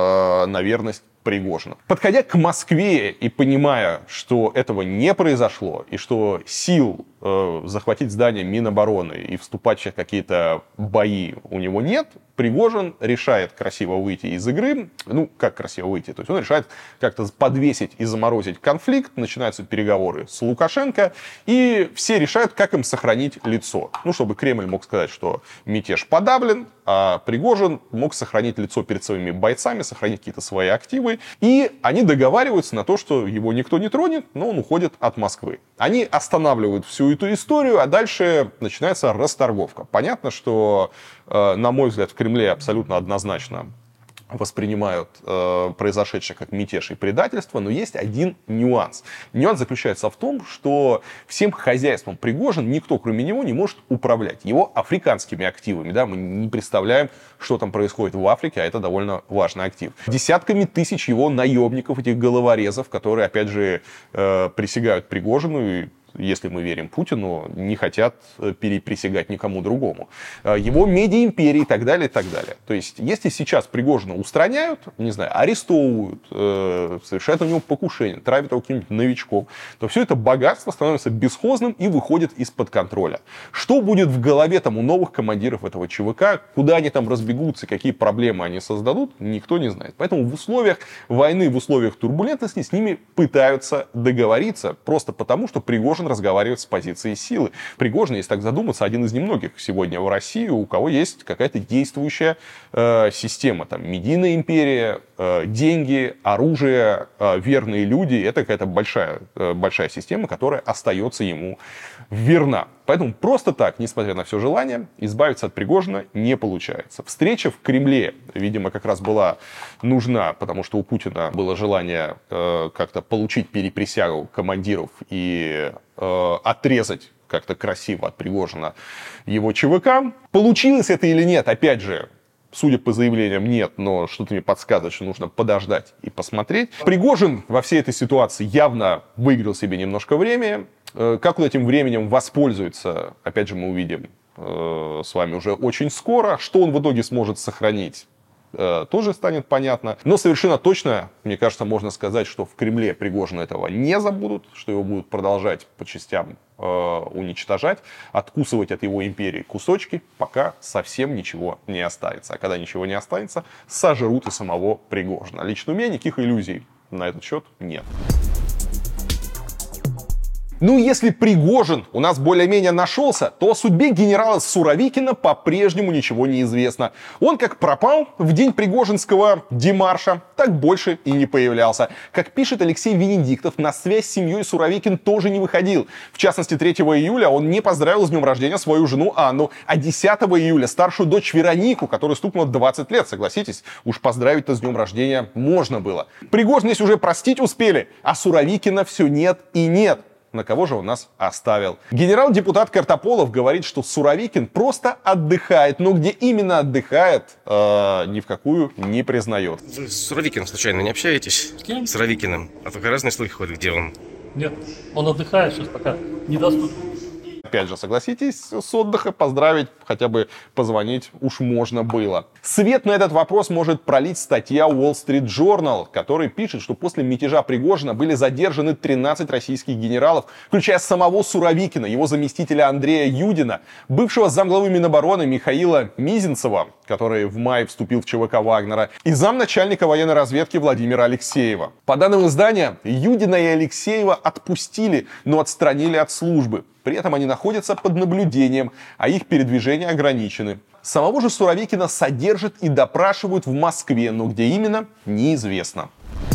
Speaker 1: на верность Пригожину. Подходя к Москве и понимая, что этого не произошло, и что сил захватить здание Минобороны и вступать в какие-то бои у него нет, Пригожин решает красиво выйти из игры. Ну, как красиво выйти? То есть он решает как-то подвесить и заморозить конфликт. Начинаются переговоры с Лукашенко, и все решают, как им сохранить лицо. Ну, чтобы Кремль мог сказать, что мятеж подавлен, а Пригожин мог сохранить лицо перед своими бойцами, сохранить какие-то свои активы. И они договариваются на то, что его никто не тронет, но он уходит от Москвы. Они останавливают всю эту историю, а дальше начинается расторговка. Понятно, что, на мой взгляд, в Кремле абсолютно однозначно воспринимают произошедшее как мятеж и предательство, но есть один нюанс. Нюанс заключается в том, что всем хозяйством Пригожин никто, кроме него, не может управлять. Его африканскими активами, да, мы не представляем, что там происходит в Африке, а это довольно важный актив. Десятками тысяч его наемников, этих головорезов, которые, опять же, присягают Пригожину и, если мы верим Путину, не хотят переприсягать никому другому. Его медиа-империи и так далее, и так далее. То есть, если сейчас Пригожина устраняют, не знаю, арестовывают, совершают на него покушение, травят его каких-нибудь новичков, то все это богатство становится бесхозным и выходит из-под контроля. Что будет в голове там у новых командиров этого ЧВК, куда они там разбегутся, какие проблемы они создадут, никто не знает. Поэтому в условиях войны, в условиях турбулентности с ними пытаются договориться, просто потому, что Пригожин разговаривает с позиции силы. Пригожин, если так задуматься, один из немногих сегодня в России, у кого есть какая-то действующая система. Там медийная империя, деньги, оружие, верные люди. Это какая-то большая система, которая остается ему верна. Поэтому просто так, несмотря на все желание, избавиться от Пригожина не получается. Встреча в Кремле, видимо, как раз была нужна, потому что у Путина было желание как-то получить переприсягу командиров и отрезать как-то красиво от Пригожина его ЧВК. Получилось это или нет, опять же, судя по заявлениям, нет, но что-то мне подсказывает, что нужно подождать и посмотреть. Пригожин во всей этой ситуации явно выиграл себе немножко времени. Как он этим временем воспользуется, опять же, мы увидим с вами уже очень скоро. Что он в итоге сможет сохранить, тоже станет понятно. Но совершенно точно, мне кажется, можно сказать, что в Кремле Пригожина этого не забудут, что его будут продолжать по частям уничтожать, откусывать от его империи кусочки, пока совсем ничего не останется. А когда ничего не останется, сожрут и самого Пригожина. Лично у меня никаких иллюзий на этот счет нет. Ну, если Пригожин у нас более-менее нашелся, то о судьбе генерала Суровикина по-прежнему ничего не известно. Он как пропал в день пригожинского демарша, так больше и не появлялся. Как пишет Алексей Венедиктов, на связь с семьей Суровикин тоже не выходил. В частности, 3 июля он не поздравил с днем рождения свою жену Анну, а 10 июля старшую дочь Веронику, которой стукнуло 20 лет. Согласитесь, уж поздравить-то с днем рождения можно было. Пригожин здесь уже простить успели, а Суровикина все нет и нет. на кого же он нас оставил. Генерал-депутат Картополов говорит, что Суровикин просто отдыхает, но где именно отдыхает, ни в какую не признает.
Speaker 4: Вы с Суровикиным случайно не общаетесь?
Speaker 22: С кем?
Speaker 4: С Суровикиным. А только разные слухи ходят, где он.
Speaker 22: Нет, он отдыхает, сейчас пока недоступен.
Speaker 1: Опять же, согласитесь, с отдыха поздравить, хотя бы позвонить уж можно было. Свет на этот вопрос может пролить статья Wall Street Journal, который пишет, что после мятежа Пригожина были задержаны 13 российских генералов, включая самого Суровикина, его заместителя Андрея Юдина, бывшего замглавы Минобороны Михаила Мизинцева, который в мае вступил в ЧВК Вагнера, и замначальника военной разведки Владимира Алексеева. По данным издания, Юдина и Алексеева отпустили, но отстранили от службы. При этом они находятся под наблюдением, а их передвижения ограничены. Самого же Суровикина содержат и допрашивают в Москве, но где именно, неизвестно.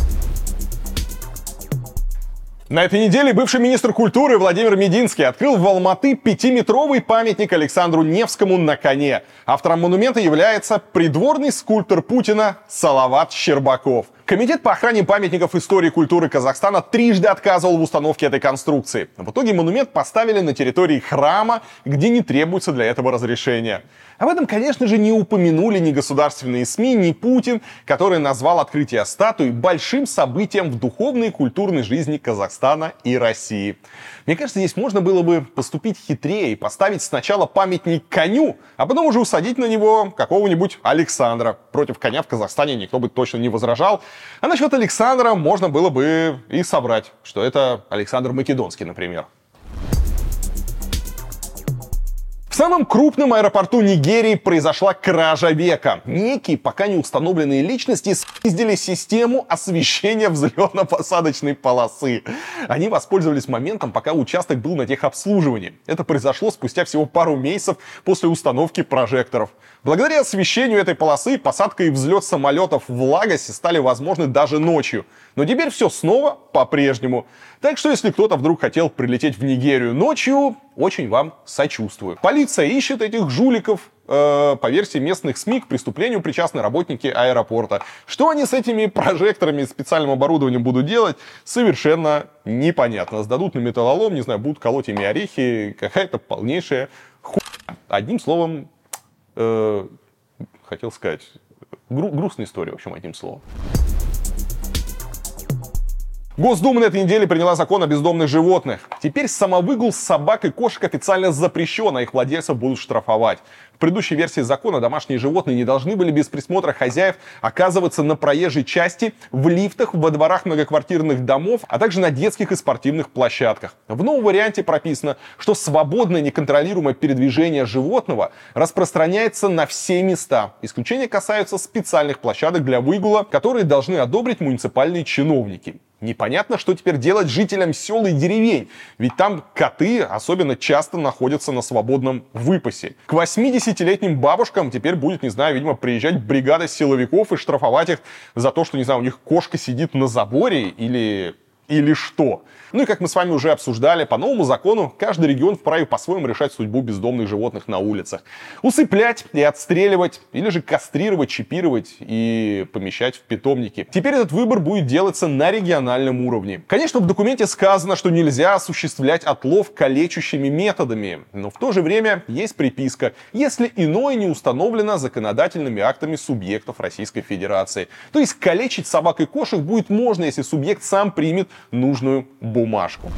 Speaker 1: На этой неделе бывший министр культуры Владимир Мединский открыл в Алматы 5-метровый памятник Александру Невскому на коне. Автором монумента является придворный скульптор Путина Салават Щербаков. Комитет по охране памятников истории и культуры Казахстана трижды отказывал в установке этой конструкции. В итоге монумент поставили на территории храма, где не требуется для этого разрешения. Об этом, конечно же, не упомянули ни государственные СМИ, ни Путин, который назвал открытие статуи большим событием в духовной и культурной жизни Казахстана и России. Мне кажется, здесь можно было бы поступить хитрее и поставить сначала памятник коню, а потом уже усадить на него какого-нибудь Александра. Против коня в Казахстане никто бы точно не возражал. А насчет Александра можно было бы и соврать, что это Александр Македонский, например. В самом крупном аэропорту Нигерии произошла кража века. Некие пока не установленные личности съездили систему освещения взлетно-посадочной полосы. Они воспользовались моментом, пока участок был на техобслуживании. Это произошло спустя всего пару месяцев после установки прожекторов. Благодаря освещению этой полосы посадка и взлет самолетов в Лагосе стали возможны даже ночью. Но теперь все снова по-прежнему. Так что если кто-то вдруг хотел прилететь в Нигерию ночью, очень вам сочувствую. Полиция ищет этих жуликов. По версии местных СМИ, к преступлению причастны работники аэропорта. Что они с этими прожекторами и специальным оборудованием будут делать, совершенно непонятно. Сдадут на металлолом, не знаю, будут колоть ими орехи. Какая-то полнейшая хуйня. Одним словом, хотел сказать, грустная история, в общем, одним словом. Госдума на этой неделе приняла закон о бездомных животных. Теперь самовыгул собак и кошек официально запрещен, а их владельцев будут штрафовать. В предыдущей версии закона домашние животные не должны были без присмотра хозяев оказываться на проезжей части, в лифтах, во дворах многоквартирных домов, а также на детских и спортивных площадках. В новом варианте прописано, что свободное неконтролируемое передвижение животного распространяется на все места. Исключения касаются специальных площадок для выгула, которые должны одобрить муниципальные чиновники. Непонятно, что теперь делать жителям сел и деревень, ведь там коты особенно часто находятся на свободном выпасе. К 80-летним бабушкам теперь будет, не знаю, видимо, приезжать бригада силовиков и штрафовать их за то, что, не знаю, у них кошка сидит на заборе или что. Ну и как мы с вами уже обсуждали, по новому закону каждый регион вправе по-своему решать судьбу бездомных животных на улицах. Усыплять и отстреливать, или же кастрировать, чипировать и помещать в питомники. Теперь этот выбор будет делаться на региональном уровне. Конечно, в документе сказано, что нельзя осуществлять отлов калечащими методами, но в то же время есть приписка, если иное не установлено законодательными актами субъектов Российской Федерации. То есть калечить собак и кошек будет можно, если субъект сам примет нужную бумажку.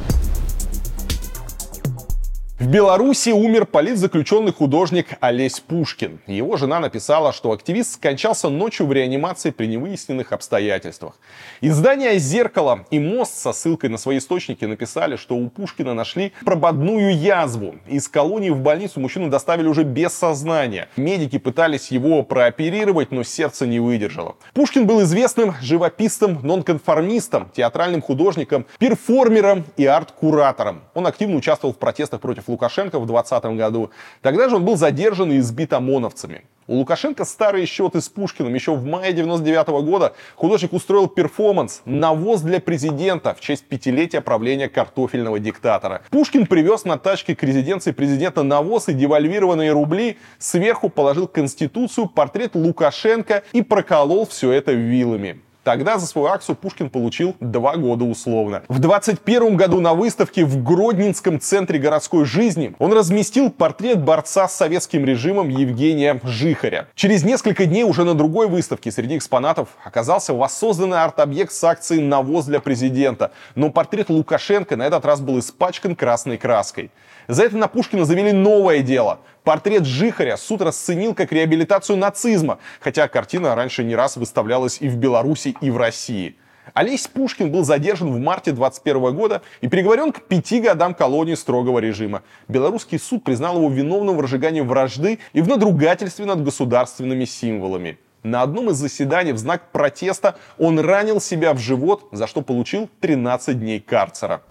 Speaker 1: В Беларуси умер политзаключенный художник Олесь Пушкин. Его жена написала, что активист скончался ночью в реанимации при невыясненных обстоятельствах. Издания «Зеркало» и «Мост» со ссылкой на свои источники написали, что у Пушкина нашли прободную язву. Из колонии в больницу мужчину доставили уже без сознания. Медики пытались его прооперировать, но сердце не выдержало. Пушкин был известным живописцем, нонконформистом, театральным художником, перформером и арт-куратором. Он активно участвовал в протестах против Лукашенко в 2020 году. Тогда же он был задержан и избит ОМОНовцами. У Лукашенко старые счеты с Пушкиным. Еще в мае 1999 года художник устроил перформанс «Навоз для президента» в честь 5-летия правления картофельного диктатора. Пушкин привез на тачке к резиденции президента навоз и девальвированные рубли, сверху положил Конституцию, портрет Лукашенко и проколол все это вилами. Тогда за свою акцию Пушкин получил 2 года условно. В 21 году на выставке в Гродненском центре городской жизни он разместил портрет борца с советским режимом Евгения Жихаря. Через несколько дней уже на другой выставке среди экспонатов оказался воссозданный арт-объект с акцией «Навоз для президента». Но портрет Лукашенко на этот раз был испачкан красной краской. За это на Пушкина завели новое дело. Портрет Жихаря суд расценил как реабилитацию нацизма, хотя картина раньше не раз выставлялась и в Беларуси, и в России. Олесь Пушкин был задержан в марте 2021 года и приговорен к 5 годам колонии строгого режима. Белорусский суд признал его виновным в разжигании вражды и в надругательстве над государственными символами. На одном из заседаний в знак протеста он ранил себя в живот, за что получил 13 дней карцера.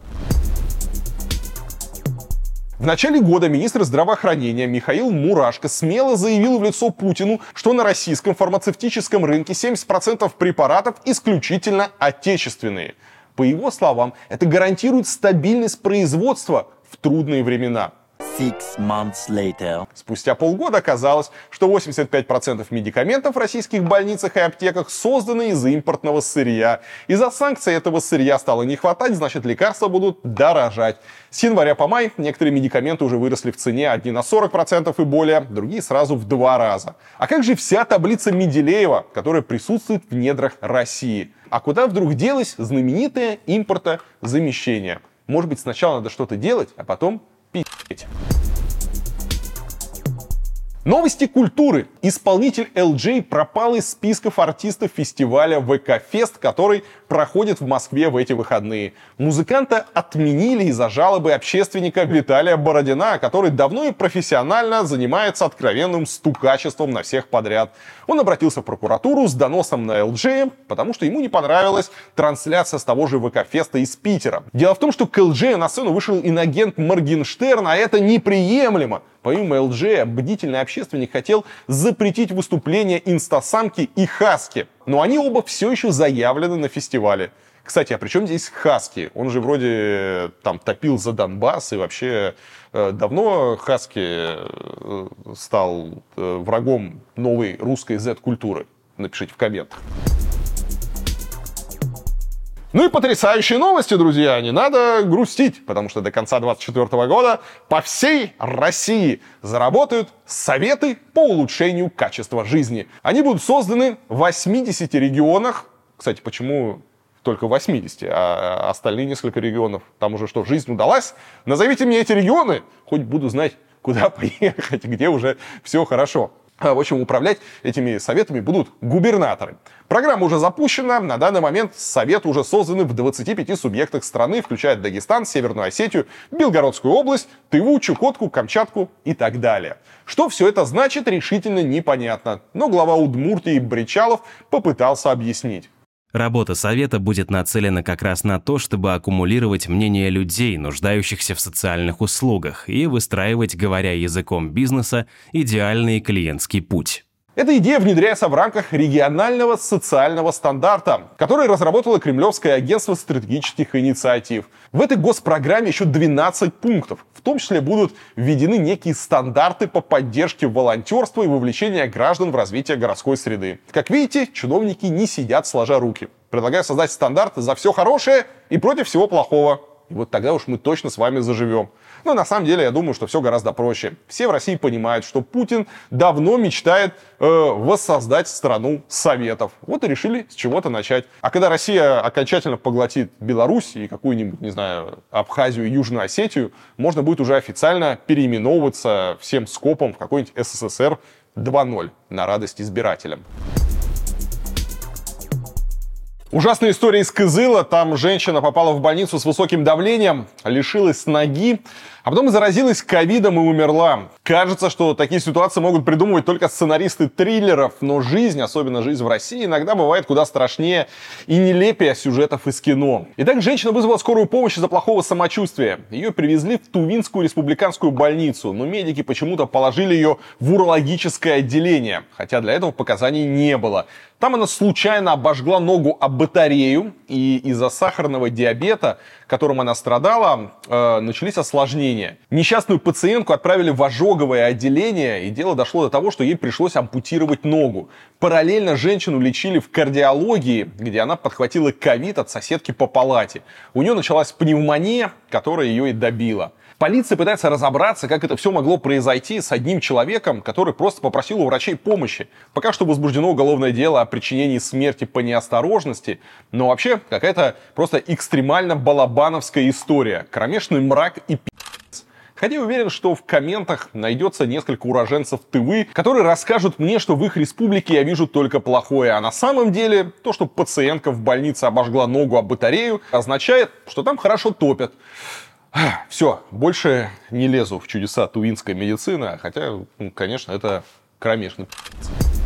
Speaker 1: В начале года министр здравоохранения Михаил Мурашко смело заявил в лицо Путину, что на российском фармацевтическом рынке 70% препаратов исключительно отечественные. По его словам, это гарантирует стабильность производства в трудные времена.
Speaker 5: 6 months later.
Speaker 1: Спустя полгода оказалось, что 85% медикаментов в российских больницах и аптеках созданы из импортного сырья. Из-за санкций этого сырья стало не хватать, значит, лекарства будут дорожать. С января по май некоторые медикаменты уже выросли в цене, одни на 40% и более, другие сразу в 2 раза. А как же вся таблица Менделеева, которая присутствует в недрах России? А куда вдруг делось знаменитое импортозамещение? Может быть, сначала надо что-то делать, а потом пи***ть. Новости культуры. Исполнитель LJ пропал из списков артистов фестиваля ВК-фест, который проходит в Москве в эти выходные. Музыканта отменили из-за жалобы общественника Виталия Бородина, который давно и профессионально занимается откровенным стукачеством на всех подряд. Он обратился в прокуратуру с доносом на LJ, потому что ему не понравилась трансляция с того же ВК-феста из Питера. Дело в том, что к LJ на сцену вышел инагент Моргенштерн, а это неприемлемо. Помимо LJ, бдительный общественник хотел запретить выступления инстасамки и Хаски. Но они оба все еще заявлены на фестивале. Кстати, а при чем здесь Хаски? Он же вроде там топил за Донбасс, и вообще давно Хаски стал врагом новой русской Z-культуры. Напишите в комментах. Ну и потрясающие новости, друзья, не надо грустить, потому что до конца 2024 года по всей России заработают советы по улучшению качества жизни. Они будут созданы в 80 регионах. Кстати, почему только 80, а остальные несколько регионов? Там уже что, жизнь удалась? Назовите мне эти регионы, хоть буду знать, куда поехать, где уже все хорошо. В общем, управлять этими советами будут губернаторы. Программа уже запущена. На данный момент советы уже созданы в 25 субъектах страны, включая Дагестан, Северную Осетию, Белгородскую область, Тыву, Чукотку, Камчатку и так далее. Что все это значит, решительно непонятно. Но глава Удмуртии Бричалов попытался объяснить.
Speaker 2: Работа совета будет нацелена как раз на то, чтобы аккумулировать мнение людей, нуждающихся в социальных услугах, и выстраивать, говоря языком бизнеса, идеальный клиентский путь.
Speaker 1: Эта идея внедряется в рамках регионального социального стандарта, который разработало Кремлевское агентство стратегических инициатив. В этой госпрограмме еще 12 пунктов. В том числе будут введены некие стандарты по поддержке волонтерства и вовлечения граждан в развитие городской среды. Как видите, чиновники не сидят сложа руки. Предлагаю создать стандарт за все хорошее и против всего плохого. И вот тогда уж мы точно с вами заживем. Но на самом деле я думаю, что все гораздо проще. Все в России понимают, что Путин давно мечтает воссоздать страну советов. Вот и решили с чего-то начать. А когда Россия окончательно поглотит Беларусь и какую-нибудь, не знаю, Абхазию и Южную Осетию, можно будет уже официально переименовываться всем скопом в какой-нибудь СССР 2.0 на радость избирателям. Ужасная история из Кызыла. Там женщина попала в больницу с высоким давлением, лишилась ноги, а потом заразилась ковидом и умерла. Кажется, что такие ситуации могут придумывать только сценаристы триллеров, но жизнь, особенно жизнь в России, иногда бывает куда страшнее и нелепее сюжетов из кино. Итак, женщина вызвала скорую помощь из-за плохого самочувствия. Ее привезли в Тувинскую республиканскую больницу, но медики почему-то положили ее в урологическое отделение, хотя для этого показаний не было. Там она случайно обожгла ногу об батарею, и из-за сахарного диабета, которым она страдала, начались осложнения. Несчастную пациентку отправили в ожоговое отделение, и дело дошло до того, что ей пришлось ампутировать ногу. Параллельно женщину лечили в кардиологии, где она подхватила ковид от соседки по палате. У нее началась пневмония, которая ее и добила. Полиция пытается разобраться, как это все могло произойти с одним человеком, который просто попросил у врачей помощи. Пока что возбуждено уголовное дело о причинении смерти по неосторожности, но вообще какая-то просто экстремально балабановская история. Кромешный мрак и пи***ц. Хотя я уверен, что в комментах найдется несколько уроженцев Тывы, которые расскажут мне, что в их республике я вижу только плохое. А на самом деле то, что пациентка в больнице обожгла ногу об батарею, означает, что там хорошо топят. Все, больше не лезу в чудеса тувинской медицины, хотя, конечно, это кромешный пи***ц.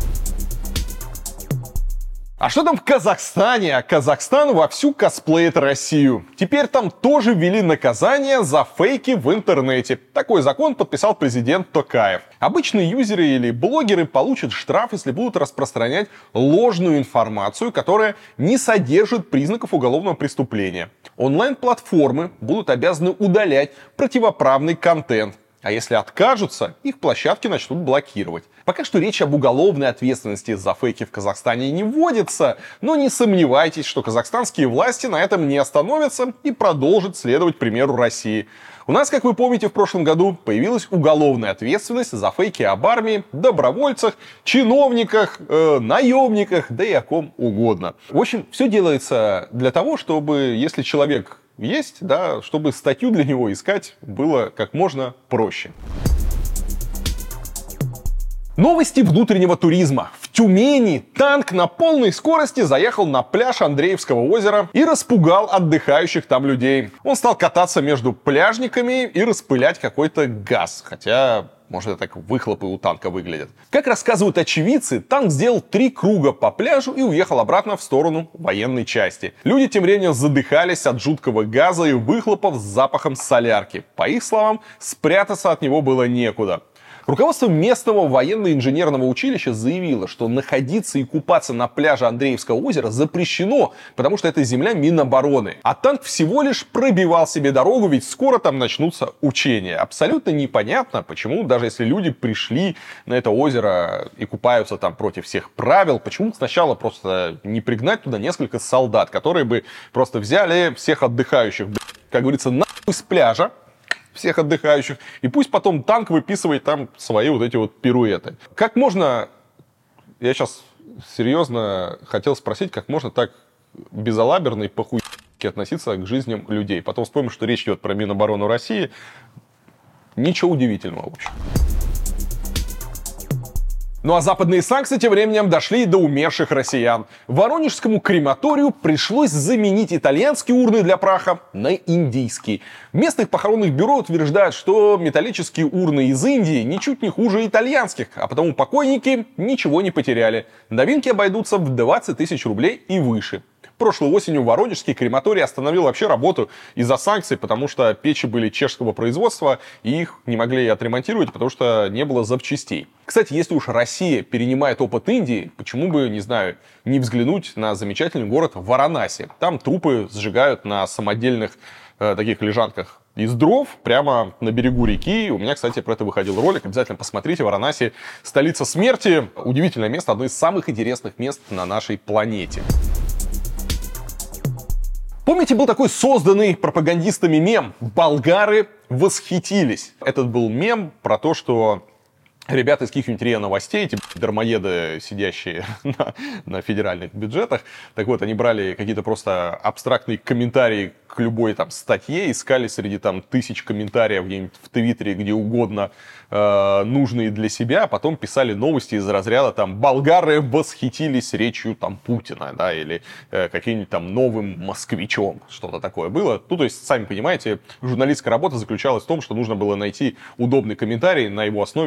Speaker 1: А что там в Казахстане? Казахстан вовсю косплеит Россию. Теперь там тоже ввели наказание за фейки в интернете. Такой закон подписал президент Токаев. Обычные юзеры или блогеры получат штраф, если будут распространять ложную информацию, которая не содержит признаков уголовного преступления. Онлайн-платформы будут обязаны удалять противоправный контент. А если откажутся, их площадки начнут блокировать. Пока что речь об уголовной ответственности за фейки в Казахстане не вводится, но не сомневайтесь, что казахстанские власти на этом не остановятся и продолжат следовать примеру России. У нас, как вы помните, в прошлом году появилась уголовная ответственность за фейки об армии, добровольцах, чиновниках, наемниках, да и о ком угодно. В общем, все делается для того, чтобы, если человек есть, да, чтобы статью для него искать было как можно проще. Новости внутреннего туризма. В Тюмени танк на полной скорости заехал на пляж Андреевского озера и распугал отдыхающих там людей. Он стал кататься между пляжниками и распылять какой-то газ, хотя... Может, это так выхлопы у танка выглядят. Как рассказывают очевидцы, танк сделал 3 круга по пляжу и уехал обратно в сторону военной части. Люди тем временем задыхались от жуткого газа и выхлопов с запахом солярки. По их словам, спрятаться от него было некуда. Руководство местного военно-инженерного училища заявило, что находиться и купаться на пляже Андреевского озера запрещено, потому что это земля Минобороны. А танк всего лишь пробивал себе дорогу, ведь скоро там начнутся учения. Абсолютно непонятно, почему, даже если люди пришли на это озеро и купаются там против всех правил, почему сначала просто не пригнать туда несколько солдат, которые бы просто взяли всех отдыхающих, как говорится, нахуй с пляжа, всех отдыхающих, и пусть потом танк выписывает там свои вот эти вот пируэты. Как можно, я сейчас серьезно хотел спросить, как можно так безалаберно и похуйски относиться к жизням людей. Потом вспомним, что речь идет про Минобороны России. Ничего удивительного, в общем. Ну а западные санкции тем временем дошли до умерших россиян. Воронежскому крематорию пришлось заменить итальянские урны для праха на индийские. В местных похоронных бюро утверждают, что металлические урны из Индии ничуть не хуже итальянских, а потому покойники ничего не потеряли. Новинки обойдутся в 20 тысяч рублей и выше. Прошлой осенью Воронежский крематорий остановил вообще работу из-за санкций, потому что печи были чешского производства, и их не могли отремонтировать, потому что не было запчастей. Кстати, если уж Россия перенимает опыт Индии, почему бы, не знаю, не взглянуть на замечательный город Варанаси. Там трупы сжигают на самодельных таких лежанках из дров прямо на берегу реки. У меня, кстати, про это выходил ролик. Обязательно посмотрите. Варанаси — столица смерти. Удивительное место, одно из самых интересных мест на нашей планете. Помните, был такой созданный пропагандистами мем «Болгары восхитились». Этот был мем про то, что ребята из каких-нибудь РИА Новостей, эти дармоеды, сидящие на федеральных бюджетах, так вот, они брали какие-то просто абстрактные комментарии к любой там статье, искали среди там тысяч комментариев где-нибудь в Твиттере, где угодно, нужные для себя, а потом писали новости из разряда там «Болгары восхитились речью там Путина», да, или каким-нибудь там новым москвичом, что-то такое было. Ну, то есть, сами понимаете, журналистская работа заключалась в том, что нужно было найти удобный комментарий, на его основе написать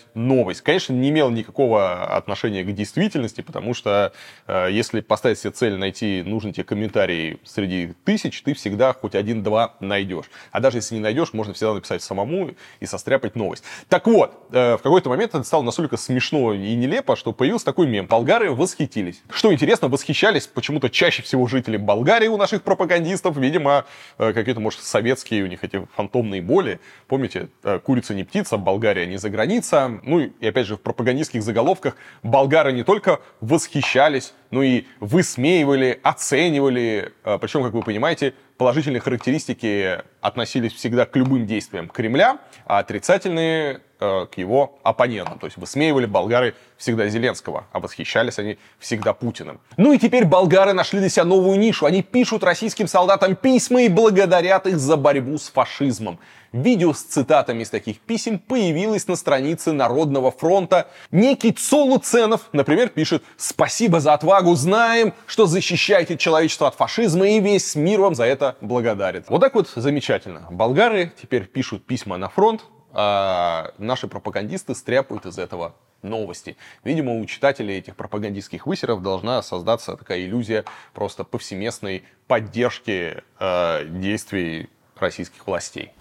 Speaker 1: новость. Конечно, не имел никакого отношения к действительности, потому что если поставить себе цель найти нужный тебе комментарий среди тысяч, ты всегда хоть один-два найдешь. А даже если не найдешь, можно всегда написать самому и состряпать новость. Так вот, в какой-то момент это стало настолько смешно и нелепо, что появился такой мем. Болгары восхитились. Что интересно, восхищались почему-то чаще всего жители Болгарии у наших пропагандистов. Видимо, какие-то, может, советские у них эти фантомные боли. Помните, курица не птица, Болгария не за граница. Ну и опять же в пропагандистских заголовках болгары не только восхищались, но и высмеивали, оценивали. Причем, как вы понимаете, положительные характеристики относились всегда к любым действиям Кремля, а отрицательные к его оппонентам. То есть высмеивали болгары всегда Зеленского, а восхищались они всегда Путиным. Ну и теперь болгары нашли для себя новую нишу. Они пишут российским солдатам письма и благодарят их за борьбу с фашизмом. Видео с цитатами из таких писем появилось на странице Народного фронта. Некий Цолуценов, например, пишет: «Спасибо за отвагу, знаем, что защищаете человечество от фашизма, и весь мир вам за это благодарит». Вот так вот замечательно. Болгары теперь пишут письма на фронт, а наши пропагандисты стряпают из этого новости. Видимо, у читателей этих пропагандистских высеров должна создаться такая иллюзия просто повсеместной поддержки действий российских властей.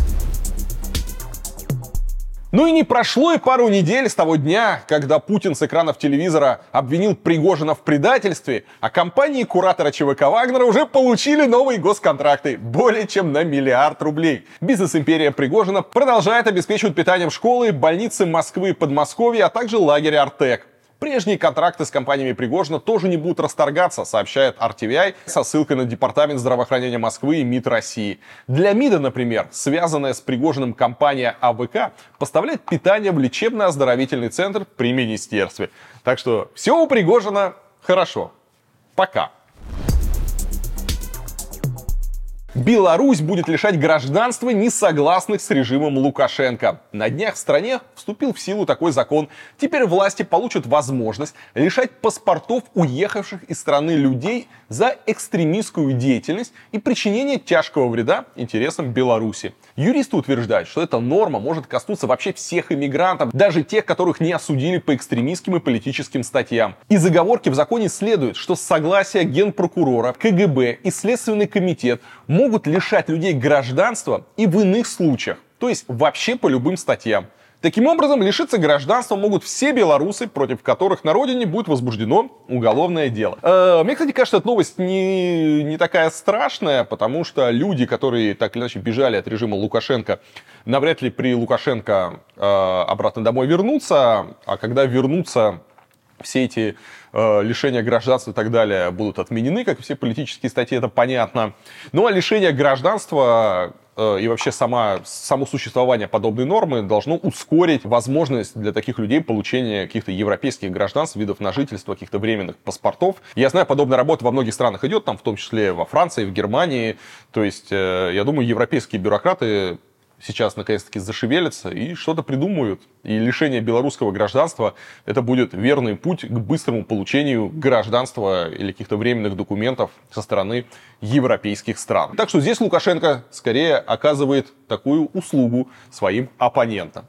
Speaker 1: Ну и не прошло и пару недель с того дня, когда Путин с экранов телевизора обвинил Пригожина в предательстве, а компании куратора ЧВК Вагнера уже получили новые госконтракты более чем на 1 миллиард рублей. Бизнес-империя Пригожина продолжает обеспечивать питанием школы, больницы Москвы и Подмосковья, а также лагерь Артек. Прежние контракты с компаниями Пригожина тоже не будут расторгаться, сообщает RTVI со ссылкой на Департамент здравоохранения Москвы и МИД России. Для МИДа, например, связанная с Пригожиным компания АВК поставляет питание в лечебно-оздоровительный центр при министерстве. Так что все у Пригожина хорошо. Пока. Беларусь будет лишать гражданства несогласных с режимом Лукашенко. На днях в стране вступил в силу такой закон. Теперь власти получат возможность лишать паспортов уехавших из страны людей за экстремистскую деятельность и причинение тяжкого вреда интересам Беларуси. Юристы утверждают, что эта норма может коснуться вообще всех иммигрантов, даже тех, которых не осудили по экстремистским и политическим статьям. Из оговорки в законе следует, что с согласия Генпрокурора, КГБ и Следственный комитет могут лишать людей гражданства и в иных случаях, то есть вообще по любым статьям. Таким образом, лишиться гражданства могут все белорусы, против которых на родине будет возбуждено уголовное дело. Мне, кстати, кажется, эта новость не такая страшная, потому что люди, которые так или иначе бежали от режима Лукашенко, навряд ли при Лукашенко обратно домой вернутся, а когда вернутся, все эти лишения гражданства и так далее будут отменены, как и все политические статьи, это понятно. Ну а лишение гражданства и вообще само существование подобной нормы должно ускорить возможность для таких людей получения каких-то европейских гражданств, видов на жительство, каких-то временных паспортов. Я знаю, подобная работа во многих странах идет, там в том числе во Франции, в Германии. То есть, я думаю, европейские бюрократы сейчас наконец-таки зашевелятся и что-то придумают. И лишение белорусского гражданства — это будет верный путь к быстрому получению гражданства или каких-то временных документов со стороны европейских стран. Так что здесь Лукашенко скорее оказывает такую услугу своим оппонентам.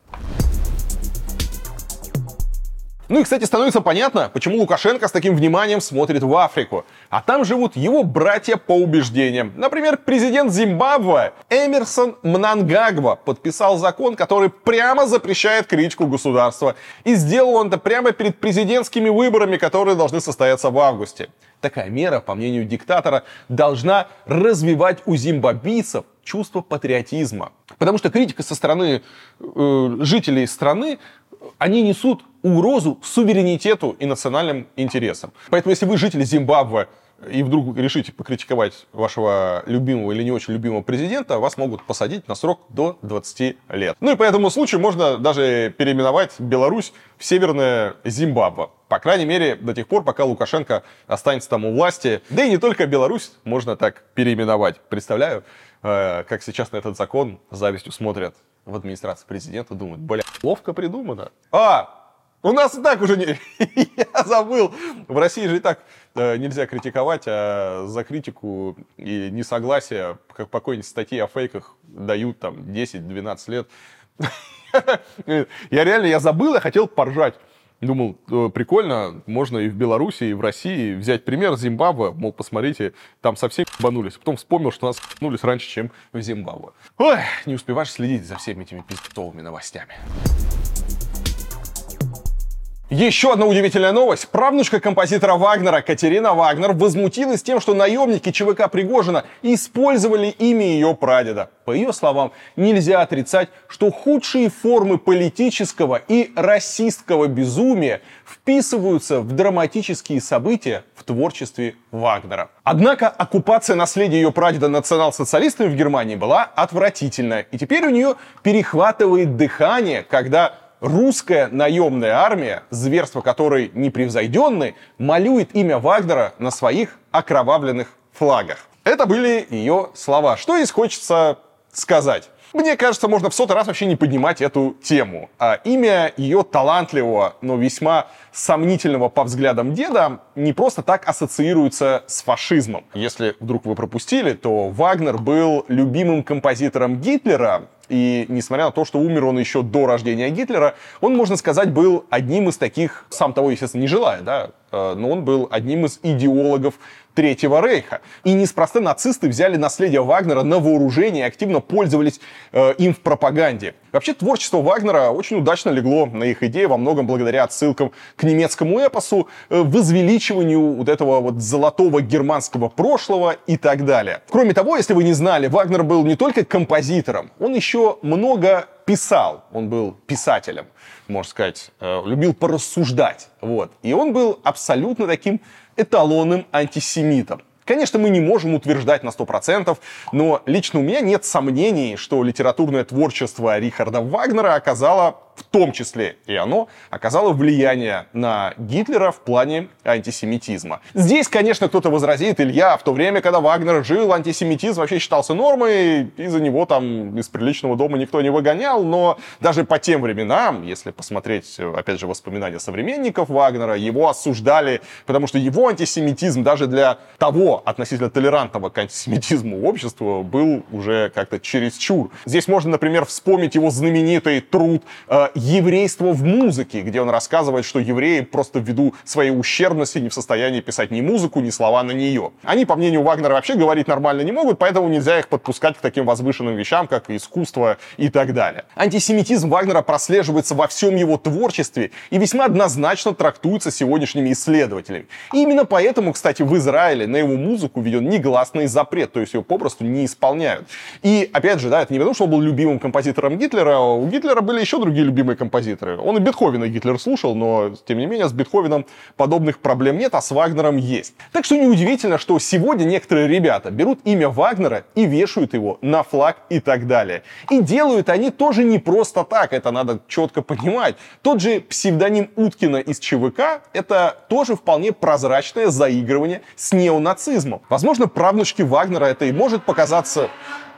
Speaker 1: Ну и, кстати, становится понятно, почему Лукашенко с таким вниманием смотрит в Африку. А там живут его братья по убеждениям. Например, президент Зимбабве Эмерсон Мнангагва подписал закон, который прямо запрещает критику государства. И сделал он это прямо перед президентскими выборами, которые должны состояться в августе. Такая мера, по мнению диктатора, должна развивать у зимбабвийцев чувство патриотизма. Потому что критика со стороны жителей страны, они несут угрозу суверенитету и национальным интересам. Поэтому, если вы житель Зимбабве и вдруг решите покритиковать вашего любимого или не очень любимого президента, вас могут посадить на срок до 20 лет. Ну и по этому случаю можно даже переименовать Беларусь в Северное Зимбабве. По крайней мере, до тех пор, пока Лукашенко останется там у власти. Да и не только Беларусь можно так переименовать. Представляю, как сейчас на этот закон с завистью смотрят в администрации президента, думают: бля, ловко придумано. У нас и так уже не... Я забыл. В России же и так нельзя критиковать, а за критику и несогласие, как по какой-нибудь статье о фейках, дают там 10-12 лет. Я забыл, я хотел поржать. Думал, прикольно, можно и в Беларуси, и в России взять пример Зимбабве. Мол, посмотрите, там совсем ебанулись. Потом вспомнил, что нас ебанулись раньше, чем в Зимбабве. Ой, не успеваешь следить за всеми этими пиздовыми новостями. Еще одна удивительная новость. Правнучка композитора Вагнера Катерина Вагнер возмутилась тем, что наемники ЧВК Пригожина использовали имя ее прадеда. По ее словам, нельзя отрицать, что худшие формы политического и расистского безумия вписываются в драматические события в творчестве Вагнера. Однако оккупация наследия ее прадеда национал-социалистами в Германии была отвратительная. И теперь у нее перехватывает дыхание, когда русская наемная армия, зверства которой непревзойденны, малюет имя Вагнера на своих окровавленных флагах. Это были ее слова. Что здесь хочется сказать? Мне кажется, можно в 100-й раз вообще не поднимать эту тему. А имя ее талантливого, но весьма сомнительного по взглядам деда не просто так ассоциируется с фашизмом. Если вдруг вы пропустили, то Вагнер был любимым композитором Гитлера. И несмотря на то, что умер он еще до рождения Гитлера, он, можно сказать, был одним из таких, сам того, естественно, не желая, да, но он был одним из идеологов Третьего Рейха. И неспроста нацисты взяли наследие Вагнера на вооружение и активно пользовались им в пропаганде. Вообще, творчество Вагнера очень удачно легло на их идеи, во многом благодаря отсылкам к немецкому эпосу, возвеличиванию вот этого вот золотого германского прошлого и так далее. Кроме того, если вы не знали, Вагнер был не только композитором, он еще много писал. Он был писателем, можно сказать, любил порассуждать. Вот. И он был абсолютно таким эталонным антисемитом. Конечно, мы не можем утверждать на 100%, но лично у меня нет сомнений, что литературное творчество Рихарда Вагнера оказало, в том числе и оно, оказало влияние на Гитлера в плане антисемитизма. Здесь, конечно, кто-то возразит: Илья, в то время, когда Вагнер жил, антисемитизм вообще считался нормой, и за него там из приличного дома никто не выгонял, но даже по тем временам, если посмотреть, опять же, воспоминания современников Вагнера, его осуждали, потому что его антисемитизм даже для того относительно толерантного к антисемитизму общества был уже как-то чересчур. Здесь можно, например, вспомнить его знаменитый труд «Еврейство в музыке», где он рассказывает, что евреи просто ввиду своей ущербности не в состоянии писать ни музыку, ни слова на нее. Они, по мнению Вагнера, вообще говорить нормально не могут, поэтому нельзя их подпускать к таким возвышенным вещам, как искусство и так далее. Антисемитизм Вагнера прослеживается во всем его творчестве и весьма однозначно трактуется сегодняшними исследователями. И именно поэтому, кстати, в Израиле на его музыку введен негласный запрет, то есть ее попросту не исполняют. И, опять же, да, это не потому, что он был любимым композитором Гитлера, у Гитлера были еще другие любимые композиторы. Он и Бетховена Гитлер слушал, но, тем не менее, с Бетховеном подобных проблем нет, а с Вагнером есть. Так что неудивительно, что сегодня некоторые ребята берут имя Вагнера и вешают его на флаг и так далее. И делают они тоже не просто так, это надо четко понимать. Тот же псевдоним Уткина из ЧВК — это тоже вполне прозрачное заигрывание с неонацизмом. Возможно, правнучке Вагнера это и может показаться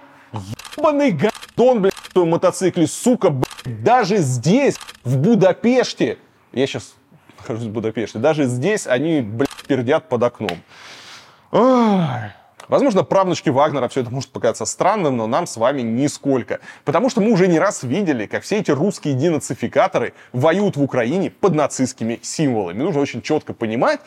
Speaker 1: ебаный гадон, блядь, в твоем мотоцикле, сука, блядь, даже здесь, в Будапеште, я сейчас нахожусь в Будапеште, даже здесь они, блядь, пердят под окном. Ой. Возможно, правнучке Вагнера все это может показаться странным, но нам с вами нисколько. Потому что мы уже не раз видели, как все эти русские денацификаторы воюют в Украине под нацистскими символами. Нужно очень четко понимать,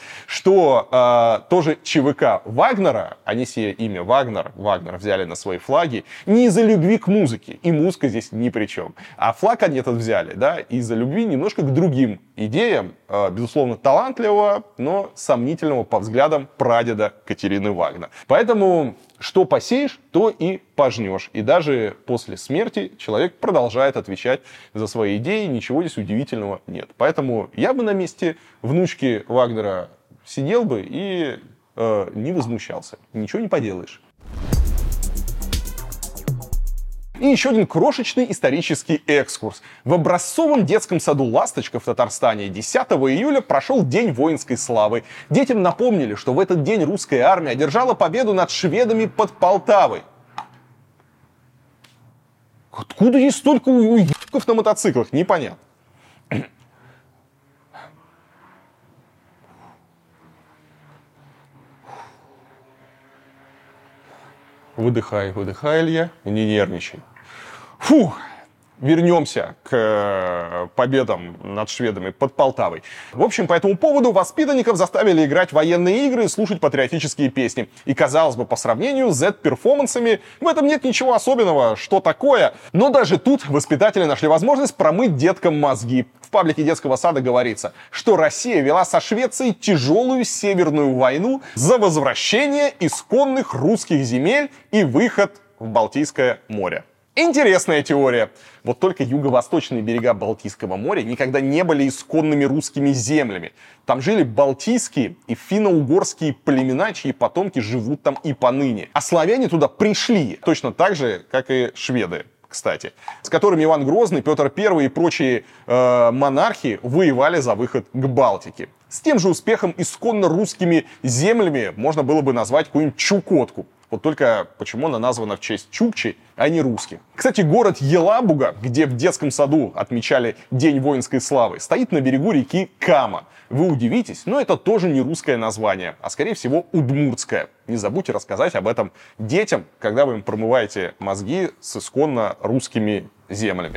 Speaker 1: что тоже ЧВК Вагнера, они себе имя Вагнер взяли на свои флаги не из-за любви к музыке, и музыка здесь ни при чем. А флаг они этот взяли, да, из-за любви немножко к другим идеям, безусловно, талантливого, но сомнительного по взглядам прадеда Катерины Вагнер. Поэтому что посеешь, то и пожнешь. И даже после смерти человек продолжает отвечать за свои идеи, ничего здесь удивительного нет. Поэтому я бы на месте внучки Вагнера сидел бы и не возмущался. Ничего не поделаешь. И еще один крошечный исторический экскурс. В образцовом детском саду «Ласточка» в Татарстане 10 июля прошел День воинской славы. Детям напомнили, что в этот день русская армия одержала победу над шведами под Полтавой. Откуда есть столько уебков на мотоциклах? Непонятно. Выдыхай, Илья, не нервничай. Фух. вернемся к победам над шведами под Полтавой. В общем, по этому поводу воспитанников заставили играть военные игры и слушать патриотические песни. И, казалось бы, по сравнению с Z-перформансами в этом нет ничего особенного, что такое. Но даже тут воспитатели нашли возможность промыть деткам мозги. В паблике детского сада говорится, что Россия вела со Швецией тяжелую северную войну за возвращение исконных русских земель и выход в Балтийское море. Интересная теория. Вот только юго-восточные берега Балтийского моря никогда не были исконными русскими землями. Там жили балтийские и финно-угорские племена, чьи потомки живут там и поныне. А славяне туда пришли точно так же, как и шведы, кстати, с которыми Иван Грозный, Петр I и прочие монархи воевали за выход к Балтике. С тем же успехом исконно русскими землями можно было бы назвать какую-нибудь Чукотку. Вот только почему она названа в честь чукчей, а не русских. Кстати, город Елабуга, где в детском саду отмечали День воинской славы, стоит на берегу реки Кама. Вы удивитесь, но это тоже не русское название, а скорее всего удмуртское. Не забудьте рассказать об этом детям, когда вы им промываете мозги с исконно русскими землями.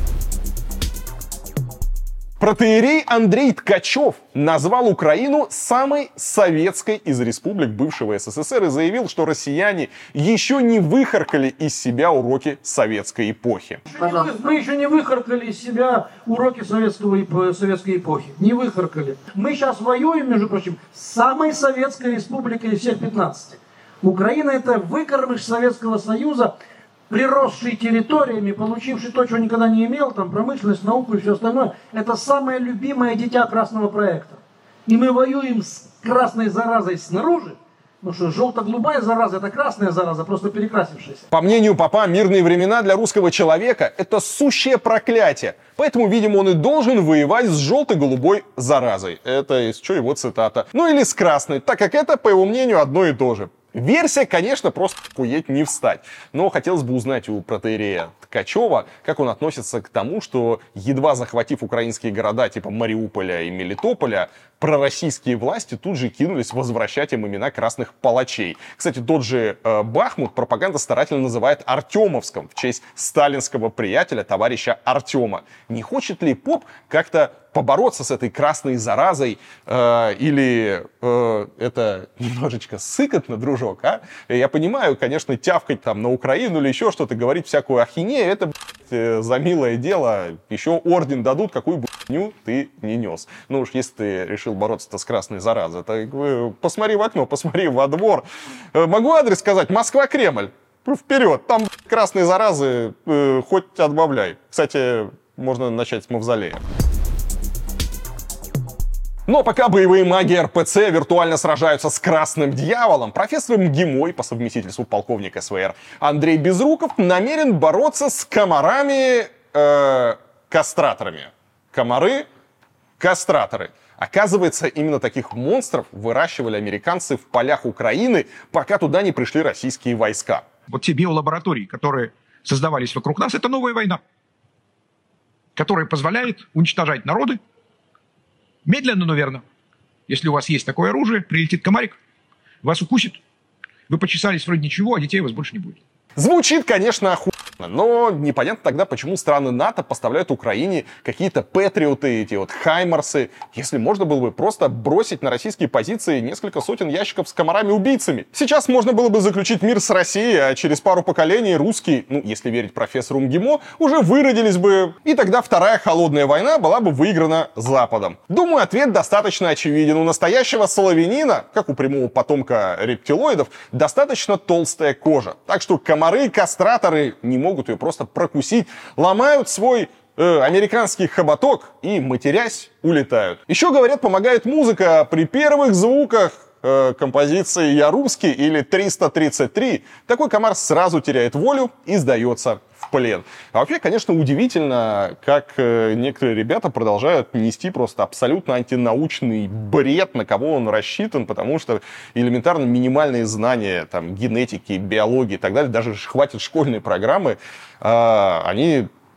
Speaker 1: Протоиерей Андрей Ткачев назвал Украину самой советской из республик бывшего СССР и заявил, что россияне еще не выхаркали из себя уроки советской эпохи.
Speaker 6: Мы еще не выхаркали из себя уроки советской эпохи. Не выхаркали. Мы сейчас воюем, между прочим, с самой советской республикой из всех 15. Украина — это выкормыш Советского Союза, приросший территориями, получивший то, чего никогда не имел, там промышленность, науку и все остальное, это самое любимое дитя красного проекта. И мы воюем с красной заразой снаружи, потому что желто-голубая зараза — это красная зараза, просто перекрасившаяся.
Speaker 1: По мнению Попа, мирные времена для русского человека — это сущее проклятие. Поэтому, видимо, он и должен воевать с желто-голубой заразой. Это из чего его цитата. Ну или с красной, так как это, по его мнению, одно и то же. Версия, конечно, просто охуеть не встать. Но хотелось бы узнать у протоиерея Ткачева, как он относится к тому, что, едва захватив украинские города типа Мариуполя и Мелитополя, пророссийские власти тут же кинулись возвращать им имена красных палачей. Кстати, тот же Бахмут пропаганда старательно называет Артемовском в честь сталинского приятеля, товарища Артема. Не хочет ли поп как-то побороться с этой красной заразой, или это немножечко сыкотно, дружок, а? Я понимаю, конечно, тявкать там на Украину или еще что-то, говорить всякую ахинею, это, за милое дело, еще орден дадут, какую б***ню ты не нес. Ну уж если ты решил бороться-то с красной заразой, так посмотри в окно, посмотри во двор. Могу адрес сказать? Москва-Кремль. Вперед, там красные заразы хоть отбавляй. Кстати, можно начать с мавзолея. Но пока боевые маги РПЦ виртуально сражаются с красным дьяволом, профессор МГИМО, по совместительству полковник СВР Андрей Безруков намерен бороться с комарами-кастраторами. Комары-кастраторы. Оказывается, именно таких монстров выращивали американцы в полях Украины, пока туда не пришли российские войска.
Speaker 7: Вот те биолаборатории, которые создавались вокруг нас, это новая война, которая позволяет уничтожать народы. Медленно, но верно. Если у вас есть такое оружие, прилетит комарик, вас укусит, вы почесались вроде ничего, а детей у вас больше не будет.
Speaker 1: Звучит, конечно, охуенно, но непонятно тогда, почему страны НАТО поставляют Украине какие-то патриоты, эти вот хаймарсы, если можно было бы просто бросить на российские позиции несколько сотен ящиков с комарами-убийцами. Сейчас можно было бы заключить мир с Россией, а через пару поколений русские, ну, если верить профессору МГИМО, уже выродились бы, и тогда Вторая холодная война была бы выиграна Западом. Думаю, ответ достаточно очевиден. У настоящего славянина, как у прямого потомка рептилоидов, достаточно толстая кожа. Так что комары-кастраторы не могут ее просто прокусить, ломают свой американский хоботок и, матерясь, улетают. Еще, говорят, помогает музыка. При первых звуках композиции «Я русский» или «333» такой комар сразу теряет волю и сдается в плен. А вообще, конечно, удивительно, как некоторые ребята продолжают нести просто абсолютно антинаучный бред, на кого он рассчитан, потому что элементарно минимальные знания там, генетики, биологии и так далее, даже хватит школьной программы, они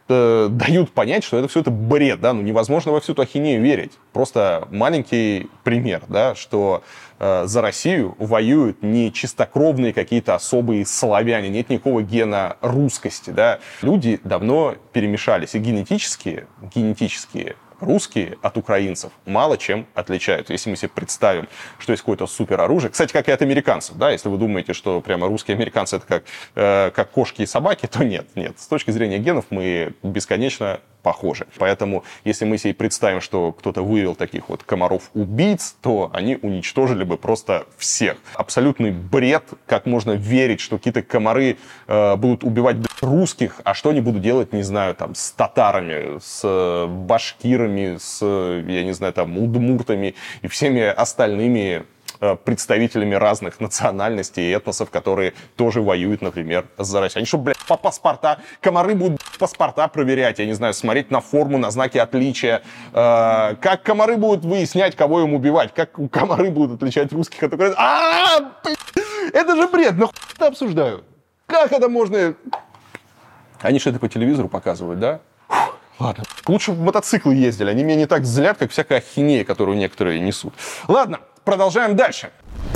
Speaker 1: дают понять, что это все это бред, да, ну невозможно во всю эту ахинею верить. Просто маленький пример, да, что за Россию воюют не чистокровные какие-то особые славяне, нет никакого гена русскости, да. Люди давно перемешались, и генетически русские от украинцев мало чем отличаются. Если мы себе представим, что есть какое-то супероружие. Кстати, как и от американцев, да, если вы думаете, что прямо русские американцы это как кошки и собаки, то нет. С точки зрения генов мы бесконечно похожи. Поэтому, если мы себе представим, что кто-то вывел таких вот комаров-убийц, то они уничтожили бы просто всех. Абсолютный бред, как можно верить, что какие-то комары будут убивать русских, а что они будут делать, не знаю, там, с татарами, с башкирами, с, я не знаю, там, удмуртами и всеми остальными представителями разных национальностей и этносов, которые тоже воюют, например, за Россию. Они что, блядь, по паспорта, комары будут паспорта проверять, я не знаю, смотреть на форму, на знаки отличия. Как комары будут выяснять, кого им убивать, как комары будут отличать русских от украинцев. Это же бред, нахуй это обсуждаю. Как это можно... Они что это по телевизору показывают, да? Ладно, лучше в мотоциклы ездили, они меня не так злят, как всякая ахинея, которую некоторые несут. Ладно, продолжаем дальше.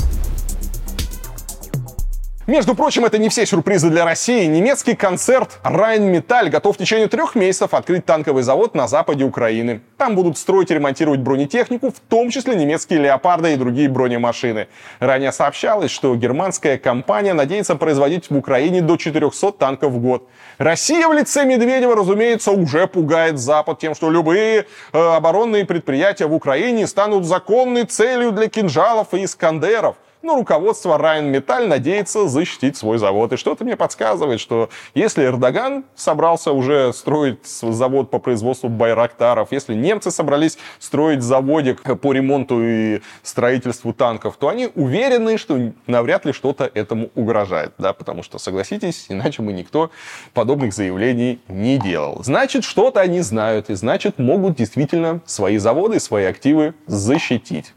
Speaker 1: Между прочим, это не все сюрпризы для России. Немецкий концерн Rheinmetall готов в течение 3 месяцев открыть танковый завод на западе Украины. Там будут строить и ремонтировать бронетехнику, в том числе немецкие «Леопарды» и другие бронемашины. Ранее сообщалось, что германская компания надеется производить в Украине до 400 танков в год. Россия в лице Медведева, разумеется, уже пугает Запад тем, что любые оборонные предприятия в Украине станут законной целью для кинжалов и искандеров. Но руководство Rheinmetall надеется защитить свой завод. И что-то мне подсказывает, что если Эрдоган собрался уже строить завод по производству байрактаров, если немцы собрались строить заводик по ремонту и строительству танков, то они уверены, что навряд ли что-то этому угрожает. Да? Потому что, согласитесь, иначе бы никто подобных заявлений не делал. Значит, что-то они знают, и значит, могут действительно свои заводы, свои активы защитить.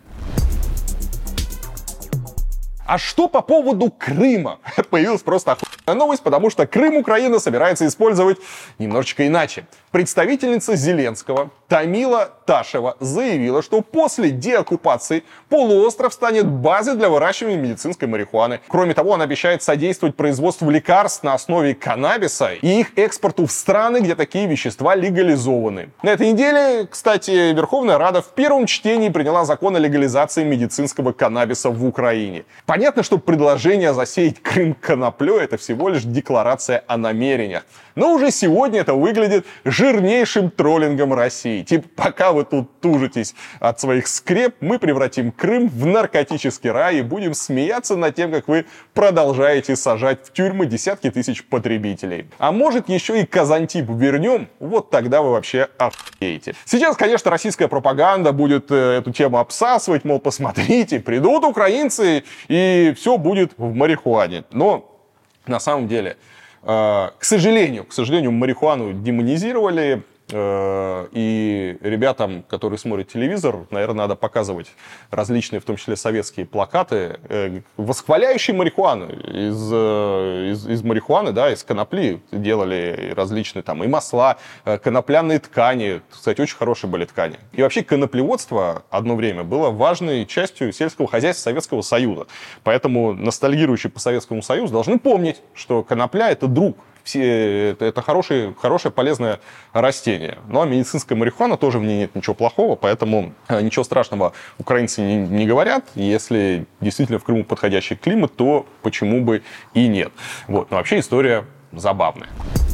Speaker 1: А что по поводу Крыма? Появилась просто охуенная новость, потому что Крым Украина собирается использовать немножечко иначе. Представительница Зеленского Тамила Ташева заявила, что после деоккупации полуостров станет базой для выращивания медицинской марихуаны. Кроме того, она обещает содействовать производству лекарств на основе каннабиса и их экспорту в страны, где такие вещества легализованы. На этой неделе, кстати, Верховная Рада в первом чтении приняла закон о легализации медицинского каннабиса в Украине. Понятно, что предложение засеять Крым коноплей — это всего лишь декларация о намерениях. Но уже сегодня это выглядит жирнейшим троллингом России. Типа, пока вы тут тужитесь от своих скреп, мы превратим Крым в наркотический рай и будем смеяться над тем, как вы продолжаете сажать в тюрьмы десятки тысяч потребителей. А может, еще и Казантип вернем? Вот тогда вы вообще охуеете. Сейчас, конечно, российская пропаганда будет эту тему обсасывать, мол, посмотрите, придут украинцы и все будет в марихуане. Но на самом деле, к сожалению, марихуану демонизировали. И ребятам, которые смотрят телевизор, наверное, надо показывать различные, в том числе советские плакаты, восхваляющие марихуану. Из марихуаны, да, из конопли делали различные там и масла, конопляные ткани. Кстати, очень хорошие были ткани. И вообще коноплеводство одно время было важной частью сельского хозяйства Советского Союза. Поэтому ностальгирующие по Советскому Союзу должны помнить, что конопля — это друг. Это хорошее, полезное растение. Ну, а медицинская марихуана тоже в ней нет ничего плохого, поэтому ничего страшного украинцы не говорят. Если действительно в Крыму подходящий климат, то почему бы и нет. Вот. Но вообще история забавная.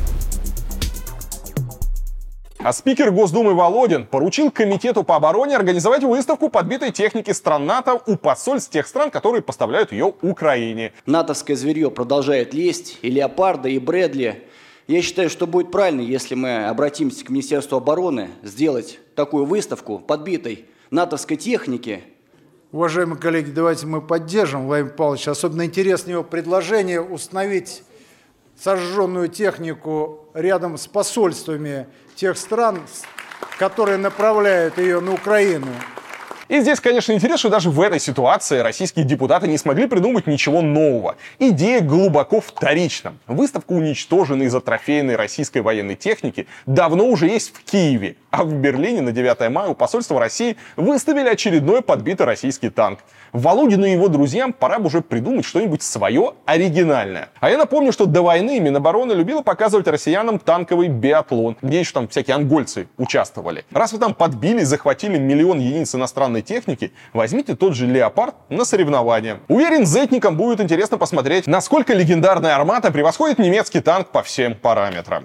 Speaker 1: А спикер Госдумы Володин поручил Комитету по обороне организовать выставку подбитой техники стран НАТО у посольств тех стран, которые поставляют ее Украине.
Speaker 8: Натовское зверье продолжает лезть, и Леопарды, и Брэдли. Я считаю, что будет правильно, если мы обратимся к Министерству обороны, сделать такую выставку подбитой натовской техники.
Speaker 9: Уважаемые коллеги, давайте мы поддержим Владимира Павловича. Особенно интересно его предложение установить сожженную технику рядом с посольствами тех стран, которые направляют ее на Украину.
Speaker 1: И здесь, конечно, интересно, что даже в этой ситуации российские депутаты не смогли придумать ничего нового. Идея глубоко вторична. Выставка уничтоженной из-за трофейной российской военной техники давно уже есть в Киеве, а в Берлине на 9 мая у посольства России выставили очередной подбитый российский танк. Володину и его друзьям пора бы уже придумать что-нибудь свое, оригинальное. А я напомню, что до войны Минобороны любила показывать россиянам танковый биатлон, где еще там всякие ангольцы участвовали. Раз вы там подбили и захватили миллион единиц иностранной техники, возьмите тот же «Леопард» на соревнования. Уверен, зетникам будет интересно посмотреть, насколько легендарная «Армата» превосходит немецкий танк по всем параметрам.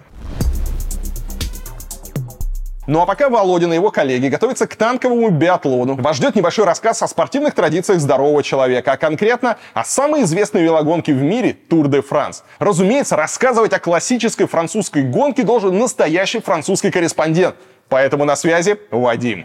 Speaker 1: Ну а пока Володин и его коллеги готовятся к танковому биатлону, вас ждет небольшой рассказ о спортивных традициях здорового человека, а конкретно о самой известной велогонке в мире Тур де Франс. Разумеется, рассказывать о классической французской гонке должен настоящий французский корреспондент. Поэтому на связи Вадим.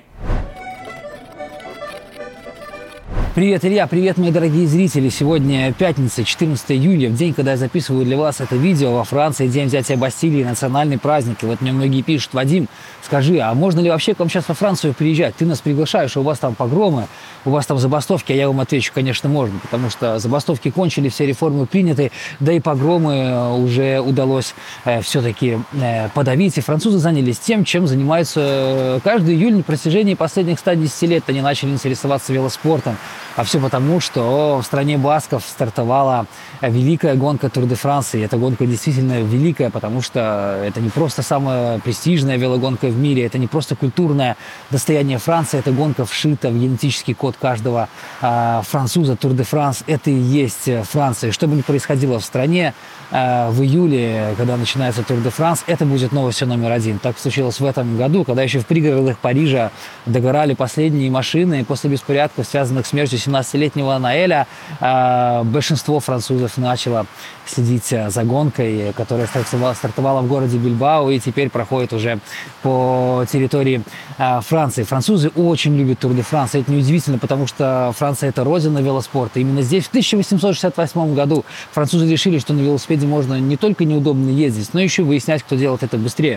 Speaker 10: Привет, Илья, привет, мои дорогие зрители. Сегодня пятница, 14 июля, в день, когда я записываю для вас это видео. Во Франции день взятия Бастилии, национальный праздник. И вот мне многие пишут: Вадим, скажи, а можно ли вообще к вам сейчас во Францию приезжать? Ты нас приглашаешь, у вас там погромы, у вас там забастовки. А я вам отвечу: конечно, можно, потому что забастовки кончили, все реформы приняты, да и погромы уже удалось все-таки подавить. И французы занялись тем, чем занимаются каждый июль на протяжении последних 110 лет. Они начали интересоваться велоспортом. А все потому, что в стране басков стартовала великая гонка Тур де Франс. И эта гонка действительно великая, потому что это не просто самая престижная велогонка в мире, это не просто культурное достояние Франции, эта гонка вшита в генетический код каждого француза. Тур де Франс — это и есть Франция. И что бы ни происходило в стране, в июле, когда начинается Тур де Франс, это будет новостью номер один. Так случилось в этом году, когда еще в пригородах Парижа догорали последние машины после беспорядков, связанных с смертью 17-летнего Наэля. Большинство французов начало следить за гонкой, которая стартовала в городе Бильбао и теперь проходит уже по территории Франции. Французы очень любят Тур де Франс. Это неудивительно, потому что Франция — это родина велоспорта. Именно здесь в 1868 году французы решили, что на велосипеде можно не только неудобно ездить, но еще выяснять, кто делает это быстрее.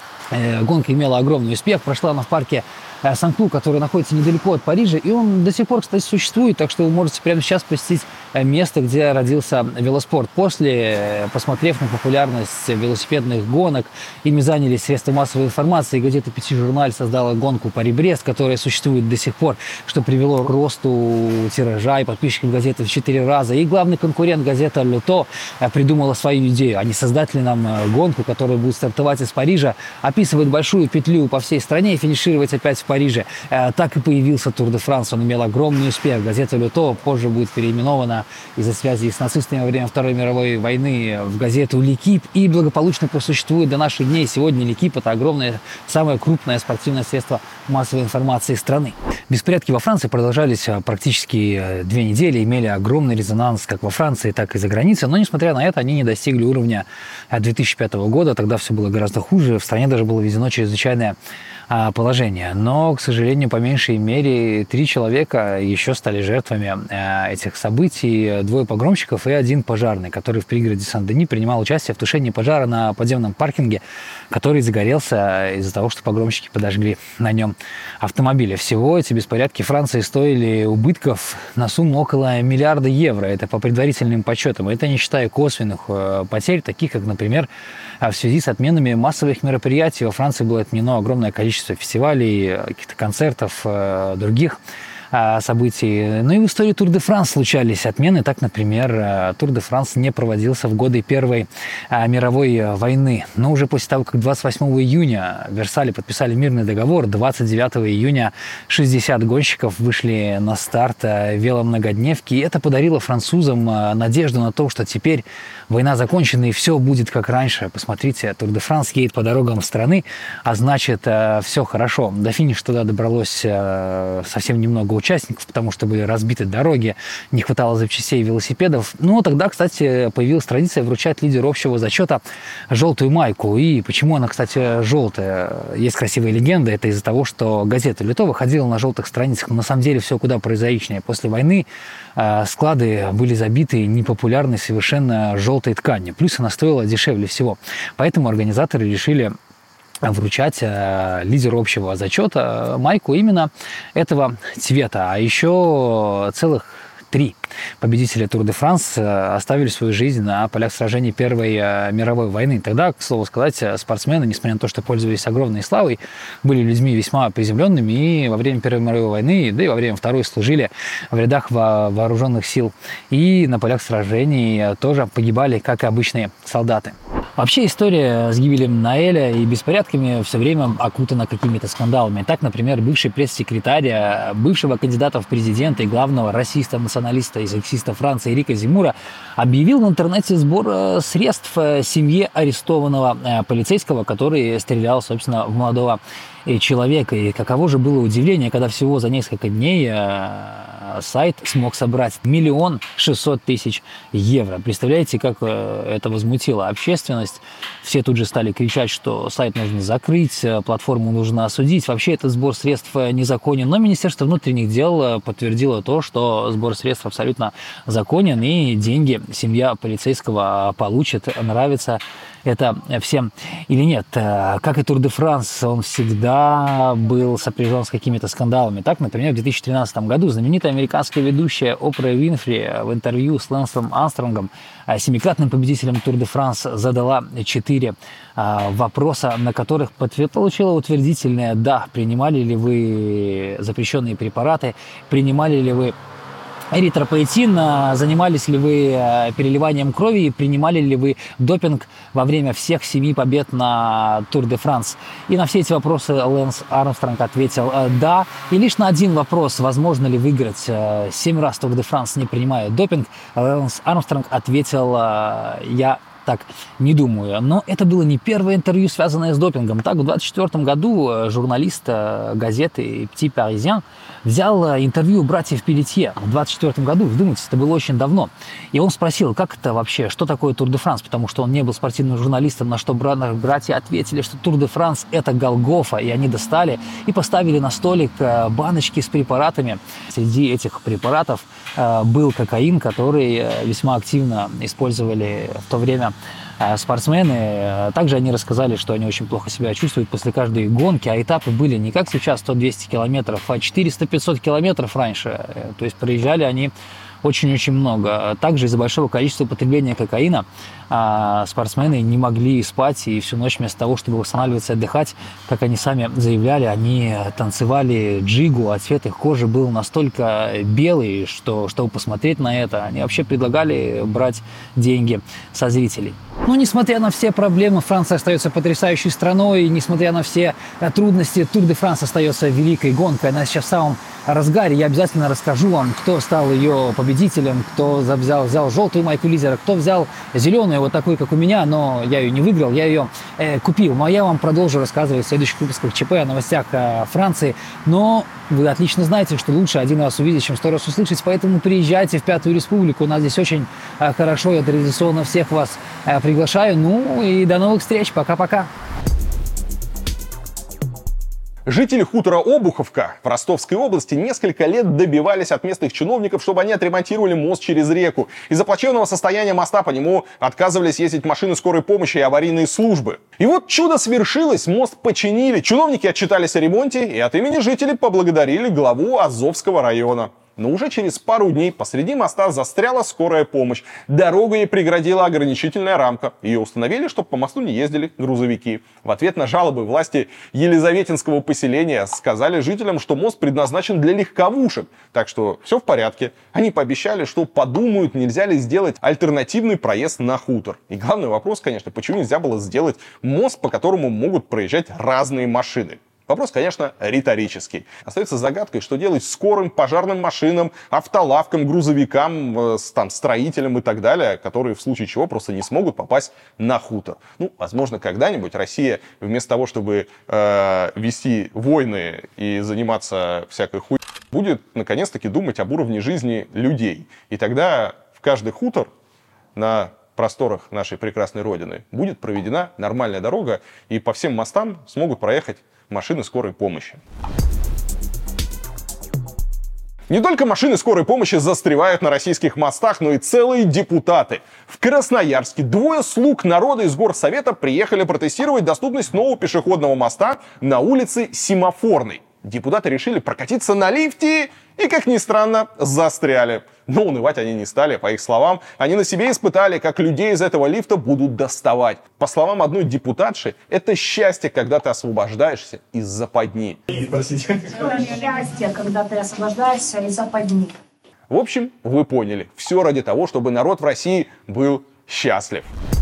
Speaker 10: Гонка имела огромный успех. Прошла она в парке Сан-Клу, который находится недалеко от Парижа, и он до сих пор, кстати, существует, так что вы можете прямо сейчас посетить место, где родился велоспорт. После, посмотрев на популярность велосипедных гонок, ими занялись средства массовой информации. Газета «Пяти журналь» создала гонку Пари-Брест, которая существует до сих пор, что привело к росту тиража и подписчиков газеты в 4 раза. И главный конкурент, газета «Люто», придумала свою идею. Они создали нам гонку, которая будет стартовать из Парижа, описывать большую петлю по всей стране и финишировать опять в Париже. Так и появился Тур де Франс. Он имел огромный успех. Газета «Люто» позже будет переименована из-за связи с нацистами во время Второй мировой войны в газету «L'Équipe» и благополучно просуществует до наших дней. Сегодня «L'Équipe» — это огромное, самое крупное спортивное средство массовой информации страны. Беспорядки во Франции продолжались практически 2 недели, имели огромный резонанс как во Франции, так и за границей. Но, несмотря на это, они не достигли уровня 2005 года. Тогда все было гораздо хуже. В стране даже было введено чрезвычайное положение. Но, к сожалению, по меньшей мере 3 человека еще стали жертвами этих событий. 2 погромщиков и 1 пожарный, который в пригороде Сен-Дени принимал участие в тушении пожара на подземном паркинге, который загорелся из-за того, что погромщики подожгли на нем автомобили. Всего эти беспорядки Франции стоили убытков на сумму около 1 миллиарда евро. Это по предварительным подсчетам. Это не считая косвенных потерь, таких как, например, в связи с отменами массовых мероприятий. Во Франции было отменено огромное количество фестивалей, каких-то концертов, других событий. Но и в истории Тур де Франс случались отмены. Так, например, Тур де Франс не проводился в годы Первой мировой войны. Но уже после того, как 28 июня в Версале подписали мирный договор, 29 июня 60 гонщиков вышли на старт веломногодневки. И это подарило французам надежду на то, что теперь война закончена и все будет как раньше. Посмотрите, Тур де Франс едет по дорогам страны, а значит, все хорошо. До финиша туда добралось совсем немного участников, потому что были разбиты дороги, не хватало запчастей велосипедов. Но тогда, кстати, появилась традиция вручать лидеру общего зачета желтую майку. И почему она, кстати, желтая? Есть красивая легенда. Это из-за того, что газета «Люто» выходила на желтых страницах. Но на самом деле все куда прозаичнее. После войны склады были забиты непопулярной совершенно желтой тканью. Плюс она стоила дешевле всего. Поэтому организаторы решили вручать лидеру общего зачета майку именно этого цвета. А еще целых 3 победителя Тур де Франс оставили свою жизнь на полях сражений Первой мировой войны. Тогда, к слову сказать, спортсмены, несмотря на то, что пользовались огромной славой, были людьми весьма приземленными и во время Первой мировой войны, да и во время Второй служили в рядах вооруженных сил. И на полях сражений тоже погибали, как и обычные солдаты. Вообще история с гибелью Наэля и беспорядками все время окутана какими-то скандалами. Так, например, бывший пресс-секретарь бывшего кандидата в президенты и главного расиста-националиста и сексиста Франции Эрика Земмура объявил в интернете сбор средств семье арестованного полицейского, который стрелял, собственно, в молодого человека. И каково же было удивление, когда всего за несколько дней сайт смог собрать 1 600 000 евро. Представляете, как это возмутило общественность? Все тут же стали кричать, что сайт нужно закрыть, платформу нужно осудить. Вообще этот сбор средств незаконен. Но Министерство внутренних дел подтвердило то, что сбор средств абсолютно законен, и деньги семья полицейского получит. Нравится это всем или нет. Как и Тур де Франс, он всегда был сопряжен с какими-то скандалами. Так, например, в 2013 году знаменитая американская ведущая Опра Уинфри в интервью с Лэнсом Армстронгом, 7-кратным победителем Тур де Франс, задала 4 вопроса, на которых получила утвердительное «да». Принимали ли вы запрещенные препараты? Принимали ли вы эритропоэтин? Занимались ли вы переливанием крови? Принимали ли вы допинг во время всех 7 побед на Тур де Франс? И на все эти вопросы Лэнс Армстронг ответил «да». И лишь на один вопрос, возможно ли выиграть 7 раз Тур де Франс, не принимая допинг, Лэнс Армстронг ответил «я так не думаю». Но это было не первое интервью, связанное с допингом. Так, в 2024 году журналист газеты «Petit Parisien» взял интервью у братьев Пелетье в 2024 году. Вдумайтесь, это было очень давно. И он спросил, как это вообще, что такое Тур де Франс, потому что он не был спортивным журналистом, на что братья ответили, что Тур де Франс – это Голгофа, и они достали и поставили на столик баночки с препаратами. Среди этих препаратов был кокаин, который весьма активно использовали в то время спортсмены. Также они рассказали, что они очень плохо себя чувствуют после каждой гонки, а этапы были не как сейчас 100-200 километров, а 400-500 километров раньше. То есть проезжали они очень-очень много. Также из-за большого количества употребления кокаина спортсмены не могли спать, и всю ночь вместо того, чтобы восстанавливаться и отдыхать, как они сами заявляли, они танцевали джигу, а цвет их кожи был настолько белый, что, чтобы посмотреть на это, они вообще предлагали брать деньги со зрителей. Но несмотря на все проблемы, Франция остается потрясающей страной, и несмотря на все трудности, Тур де Франс остается великой гонкой. Она сейчас в самом разгаре. Я обязательно расскажу вам, кто стал ее победителем, кто взял желтую майку лидера, кто взял зеленую, вот такую, как у меня, но я ее не выиграл, я ее купил. Но я вам продолжу рассказывать в следующих выпусках ЧП о новостях Франции. Но вы отлично знаете, что лучше один раз увидеть, чем 100 раз услышать, поэтому приезжайте в Пятую Республику, у нас здесь очень хорошо, я традиционно всех вас приглашаю. Ну и до новых встреч, пока-пока.
Speaker 1: Жители хутора Обуховка в Ростовской области несколько лет добивались от местных чиновников, чтобы они отремонтировали мост через реку. Из-за плачевного состояния моста по нему отказывались ездить машины скорой помощи и аварийные службы. И вот чудо свершилось, мост починили, чиновники отчитались о ремонте и от имени жителей поблагодарили главу Азовского района. Но уже через пару дней посреди моста застряла скорая помощь. Дорогу ей преградила ограничительная рамка. Ее установили, чтобы по мосту не ездили грузовики. В ответ на жалобы власти Елизаветинского поселения сказали жителям, что мост предназначен для легковушек. Так что все в порядке. Они пообещали, что подумают, нельзя ли сделать альтернативный проезд на хутор. И главный вопрос, конечно, почему нельзя было сделать мост, по которому могут проезжать разные машины. Вопрос, конечно, риторический. Остается загадкой, что делать скорым, пожарным машинам, автолавкам, грузовикам, строителям и так далее, которые в случае чего просто не смогут попасть на хутор. Ну, возможно, когда-нибудь Россия вместо того, чтобы вести войны и заниматься всякой хуйней, будет наконец-таки думать об уровне жизни людей. И тогда в каждый хутор на просторах нашей прекрасной Родины будет проведена нормальная дорога, и по всем мостам смогут проехать машины скорой помощи. Не только машины скорой помощи застревают на российских мостах, но и целые депутаты. В Красноярске 2 слуг народа из горсовета приехали протестировать доступность нового пешеходного моста на улице Семафорной. Депутаты решили прокатиться на лифте и, как ни странно, застряли. Но унывать они не стали, по их словам. Они на себе испытали, как людей из этого лифта будут доставать. По словам одной депутатши, это счастье, когда ты освобождаешься из западни.
Speaker 11: Счастье, когда ты освобождаешься из западни.
Speaker 1: В общем, вы поняли. Все ради того, чтобы народ в России был счастлив.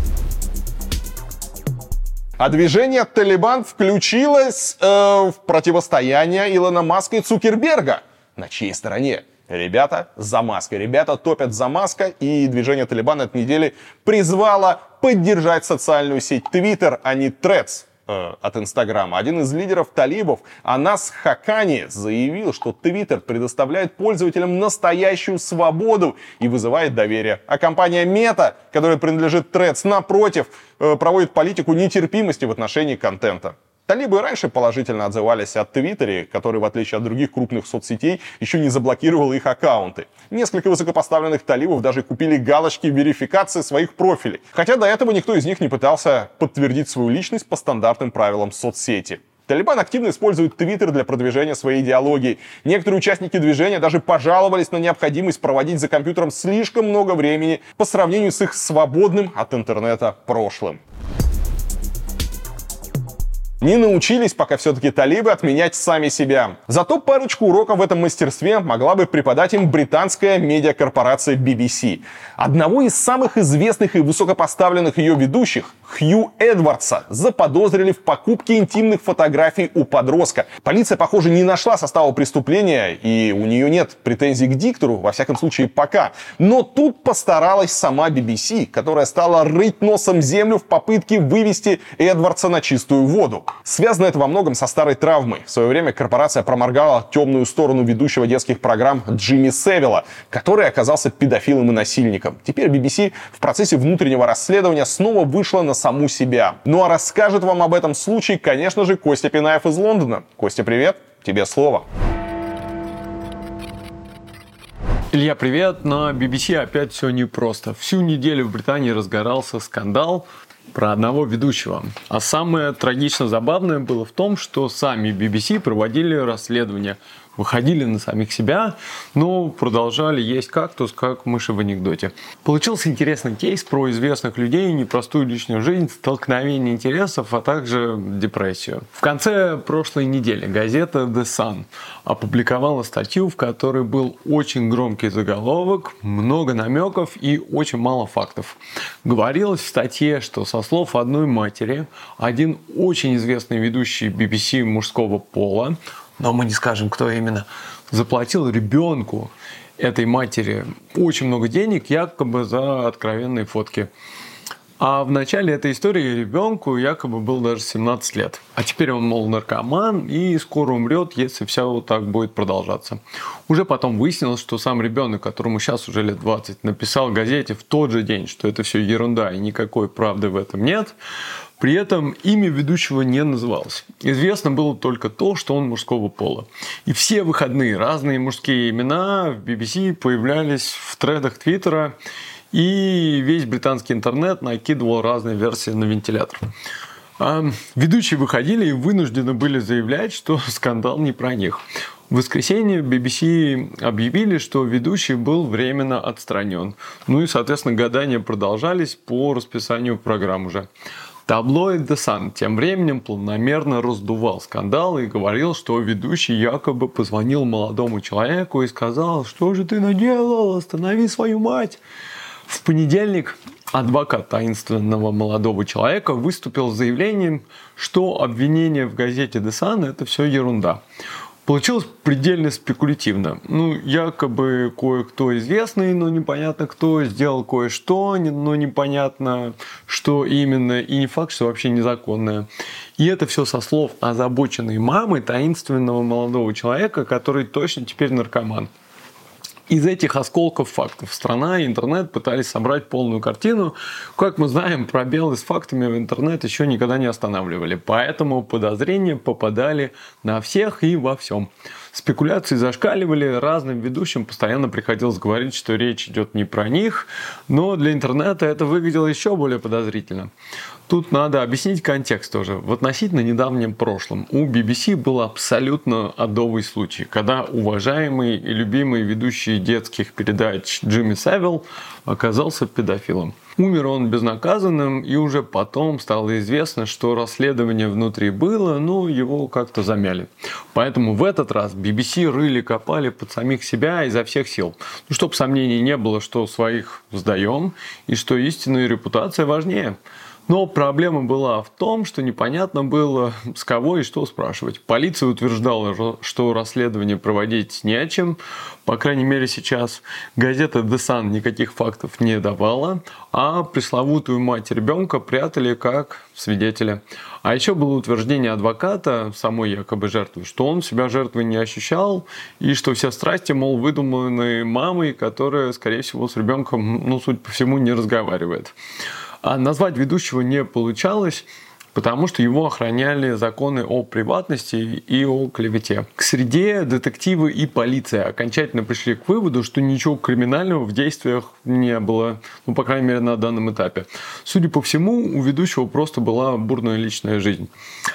Speaker 1: А движение «Талибан» включилось в противостояние Илона Маска и Цукерберга. На чьей стороне? Ребята за Маска. Ребята топят за Маска, и движение «Талибан» этой недели призвало поддержать социальную сеть Twitter, а не Threads от Инстаграма. Один из лидеров талибов, Анас Хакани, заявил, что Twitter предоставляет пользователям настоящую свободу и вызывает доверие. А компания Meta, которая принадлежит Threads, напротив, проводит политику нетерпимости в отношении контента. Талибы раньше положительно отзывались о Твиттере, который, в отличие от других крупных соцсетей, еще не заблокировал их аккаунты. Несколько высокопоставленных талибов даже купили галочки верификации своих профилей. Хотя до этого никто из них не пытался подтвердить свою личность по стандартным правилам соцсети. Талибан активно использует Твиттер для продвижения своей идеологии. Некоторые участники движения даже пожаловались на необходимость проводить за компьютером слишком много времени по сравнению с их свободным от интернета прошлым. Не научились пока все-таки талибы отменять сами себя. Зато парочку уроков в этом мастерстве могла бы преподать им британская медиакорпорация BBC. Одного из самых известных и высокопоставленных ее ведущих, Хью Эдвардса, заподозрили в покупке интимных фотографий у подростка. Полиция, похоже, не нашла состава преступления, и у нее нет претензий к диктору, во всяком случае пока. Но тут постаралась сама BBC, которая стала рыть носом землю в попытке вывести Эдвардса на чистую воду. Связано это во многом со старой травмой. В свое время корпорация проморгала темную сторону ведущего детских программ Джимми Севилла, который оказался педофилом и насильником. Теперь BBC в процессе внутреннего расследования снова вышла на саму себя. Ну а расскажет вам об этом случае, конечно же, Костя Пинаев из Лондона. Костя, привет, тебе слово.
Speaker 12: Илья, привет. На BBC опять все непросто. Всю неделю в Британии разгорался скандал про одного ведущего. А самое трагично забавное было в том, что сами BBC проводили расследование, выходили на самих себя, но продолжали есть кактус, как мыши в анекдоте. Получился интересный кейс про известных людей, непростую личную жизнь, столкновение интересов, а также депрессию. В конце прошлой недели газета The Sun опубликовала статью, в которой был очень громкий заголовок, много намеков и очень мало фактов. Говорилось в статье, что со слов одной матери, один очень известный ведущий BBC мужского пола, но мы не скажем, кто именно, заплатил ребенку этой матери очень много денег, якобы за откровенные фотки. А в начале этой истории ребенку якобы было даже 17 лет. А теперь он, мол, наркоман и скоро умрет, если все вот так будет продолжаться. Уже потом выяснилось, что сам ребенок, которому сейчас уже лет 20, написал газете в тот же день, что это все ерунда и никакой правды в этом нет. При этом имя ведущего не называлось. Известно было только то, что он мужского пола. И все выходные разные мужские имена в BBC появлялись в тредах Твиттера, и весь британский интернет накидывал разные версии на вентилятор. А ведущие выходили и вынуждены были заявлять, что скандал не про них. В воскресенье BBC объявили, что ведущий был временно отстранен. Ну и, соответственно, гадания продолжались по расписанию программ уже. Таблоид The Sun тем временем планомерно раздувал скандал и говорил, что ведущий якобы позвонил молодому человеку и сказал: «Что же ты наделал? Останови свою мать!» В понедельник адвокат таинственного молодого человека выступил с заявлением, что обвинение в газете The Sun – это все ерунда. Получилось предельно спекулятивно. Якобы кое-кто известный, но непонятно кто, сделал кое-что, но непонятно, что именно, и не факт, что вообще незаконное. И это все со слов озабоченной мамы таинственного молодого человека, который точно теперь наркоман. Из этих осколков фактов страна и интернет пытались собрать полную картину. Как мы знаем, пробелы с фактами в интернет еще никогда не останавливали. Поэтому подозрения попадали на всех и во всем. Спекуляции зашкаливали, разным ведущим постоянно приходилось говорить, что речь идет не про них, но для интернета это выглядело еще более подозрительно. Тут надо объяснить контекст тоже. В относительно недавнем прошлом у BBC был абсолютно адовый случай, когда уважаемый и любимый ведущий детских передач Джимми Севилл оказался педофилом. Умер он безнаказанным, и уже потом стало известно, что расследование внутри было, но его как-то замяли. Поэтому в этот раз BBC рыли-копали под самих себя изо всех сил. Ну, чтобы сомнений не было, что своих сдаем, и что истинная репутация важнее. Но проблема была в том, что непонятно было, с кого и что спрашивать. Полиция утверждала, что расследование проводить не о чем, по крайней мере сейчас. Газета The Sun никаких фактов не давала, а пресловутую мать ребенка прятали как свидетеля. А еще было утверждение адвоката, самой якобы жертвы, что он себя жертвой не ощущал, и что все страсти, мол, выдуманы мамой, которая, скорее всего, с ребенком, ну, судя по всему, не разговаривает. А назвать ведущего не получалось, потому что его охраняли законы о приватности и о клевете. К среде детективы и полиция окончательно пришли к выводу, что ничего криминального в действиях не было, ну, по крайней мере, на данном этапе. Судя по всему, у ведущего просто была бурная личная жизнь.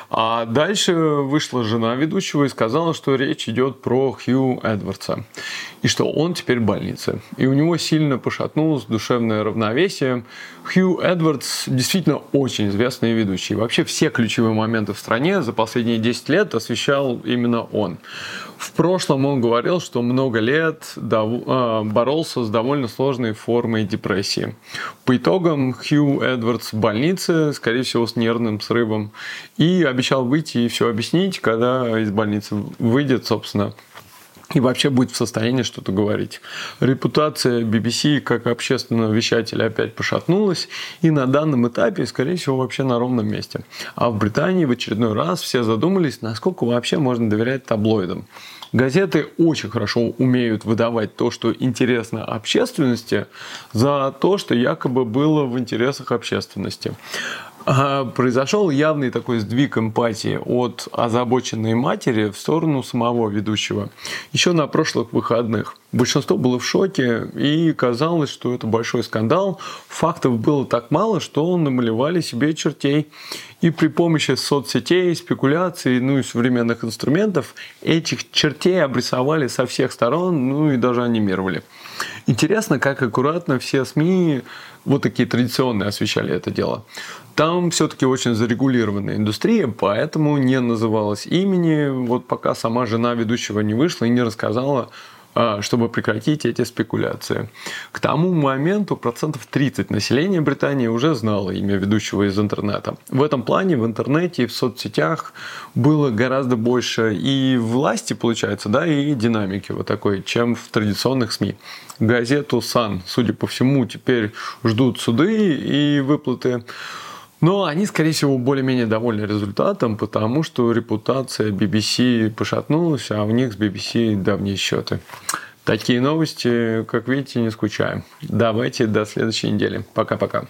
Speaker 12: А дальше вышла жена ведущего и сказала, что речь идет про Хью Эдвардса, и что он теперь в больнице. И у него сильно пошатнулось душевное равновесие. Хью Эдвардс действительно очень известный ведущий. Вообще все ключевые моменты в стране за последние 10 лет освещал именно он. В прошлом он говорил, что много лет боролся с довольно сложной формой депрессии. По итогам Хью Эдвардс в больнице, скорее всего, с нервным срывом, и обещал выйти и все объяснить, когда из больницы выйдет, собственно, и вообще будет в состоянии что-то говорить. Репутация BBC как общественного вещателя опять пошатнулась, и на данном этапе, скорее всего, вообще на ровном месте. А в Британии в очередной раз все задумались, насколько вообще можно доверять таблоидам. Газеты очень хорошо умеют выдавать то, что интересно общественности, за то, что якобы было в интересах общественности. Произошел явный такой сдвиг эмпатии от озабоченной матери в сторону самого ведущего. Еще на прошлых выходных. Большинство было в шоке, и казалось, что это большой скандал. Фактов было так мало, что намалевали себе чертей. И при помощи соцсетей, спекуляций, ну и современных инструментов этих чертей обрисовали со всех сторон, ну и даже анимировали. Интересно, как аккуратно все СМИ, вот такие традиционные, освещали это дело. Там все-таки очень зарегулированная индустрия, поэтому не называлось имени, вот пока сама жена ведущего не вышла и не рассказала, чтобы прекратить эти спекуляции. К тому моменту 30% населения Британии уже знало имя ведущего из интернета. В этом плане в интернете и в соцсетях было гораздо больше и власти, получается, да, и динамики вот такой, чем в традиционных СМИ. Газету Sun, судя по всему, теперь ждут суды и выплаты. Но они, скорее всего, более-менее довольны результатом, потому что репутация BBC пошатнулась, а у них с BBC давние счеты. Такие новости, как видите, не скучаем. Давайте до следующей недели. Пока-пока.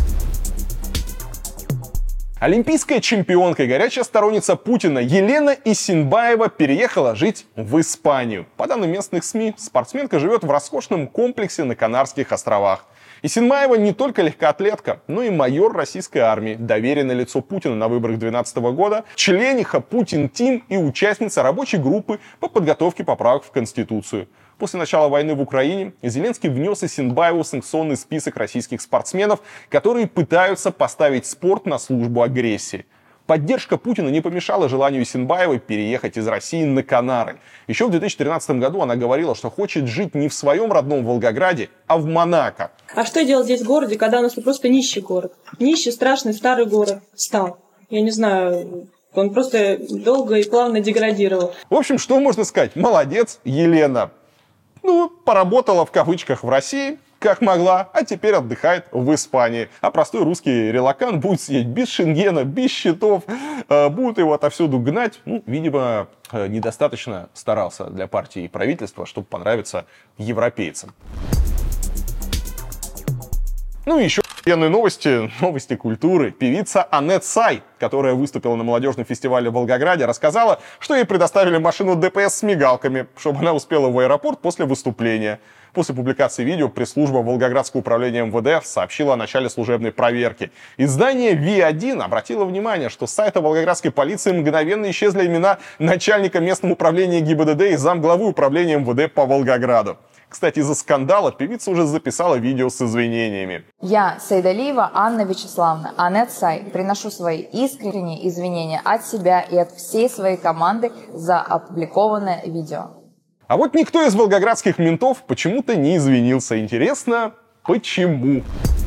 Speaker 1: Олимпийская чемпионка и горячая сторонница Путина Елена Исинбаева переехала жить в Испанию. По данным местных СМИ, спортсменка живет в роскошном комплексе на Канарских островах. Исинбаева не только легкоатлетка, но и майор российской армии, доверенное лицо Путина на выборах 2012 года, члениха Путин-Тим и участница рабочей группы по подготовке поправок в Конституцию. После начала войны в Украине Зеленский внес Исинбаеву в санкционный список российских спортсменов, которые пытаются поставить спорт на службу агрессии. Поддержка Путина не помешала желанию Исинбаевой переехать из России на Канары. Еще в 2013 году она говорила, что хочет жить не в своем родном Волгограде, а в Монако.
Speaker 14: А что делать здесь в городе, когда у нас просто нищий город? Нищий, страшный, старый город стал. Я не знаю, он просто долго и плавно деградировал.
Speaker 1: В общем, что можно сказать? Молодец, Елена. Поработала в кавычках в России, как могла, а теперь отдыхает в Испании. А простой русский релокант будет сидеть без шенгена, без счетов, будут его отовсюду гнать. Видимо, недостаточно старался для партии и правительства, чтобы понравиться европейцам. Еще Пенные новости культуры. Певица Аннет Сай, которая выступила на молодежном фестивале в Волгограде, рассказала, что ей предоставили машину ДПС с мигалками, чтобы она успела в аэропорт после выступления. После публикации видео пресс-служба Волгоградского управления МВД сообщила о начале служебной проверки. Издание Ви-1 обратило внимание, что с сайта волгоградской полиции мгновенно исчезли имена начальника местного управления ГИБДД и замглавы управления МВД по Волгограду. Кстати, из-за скандала певица уже записала видео с извинениями.
Speaker 13: Я, Сайдалиева Анна Вячеславовна, Аннет Сай, приношу свои искренние извинения от себя и от всей своей команды за опубликованное видео.
Speaker 1: А вот никто из волгоградских ментов почему-то не извинился. Интересно, почему?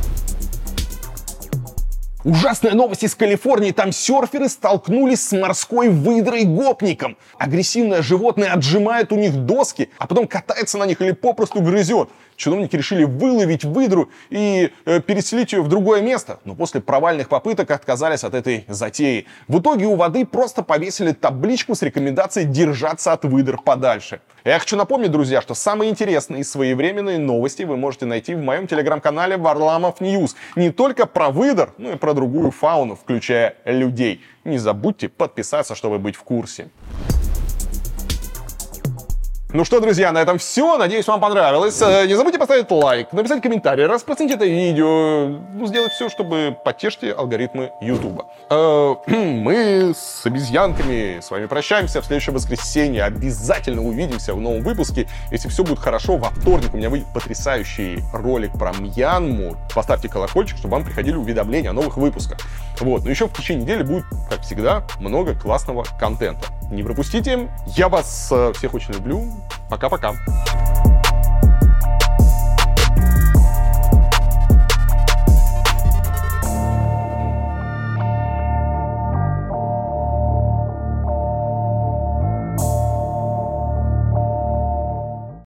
Speaker 1: Ужасная новость из Калифорнии. Там серферы столкнулись с морской выдрой-гопником. Агрессивное животное отжимает у них доски, а потом катается на них или попросту грызет. Чиновники решили выловить выдру и переселить ее в другое место. Но после провальных попыток отказались от этой затеи. В итоге у воды просто повесили табличку с рекомендацией держаться от выдр подальше. Я хочу напомнить, друзья, что самые интересные и своевременные новости вы можете найти в моем телеграм-канале Варламов Ньюс. Не только про выдр, но и про другую фауну, включая людей. Не забудьте подписаться, чтобы быть в курсе. Ну что, друзья, на этом все. Надеюсь, вам понравилось. Не забудьте поставить лайк, написать комментарий, распространить это видео, сделать все, чтобы потешить алгоритмы Ютуба. Мы с обезьянками с вами прощаемся в следующее воскресенье. Обязательно увидимся в новом выпуске. Если все будет хорошо, во вторник у меня выйдет потрясающий ролик про Мьянму. Поставьте колокольчик, чтобы вам приходили уведомления о новых выпусках. Вот. Но еще в течение недели будет, как всегда, много классного контента. Не пропустите. Я вас всех очень люблю. Пока-пока.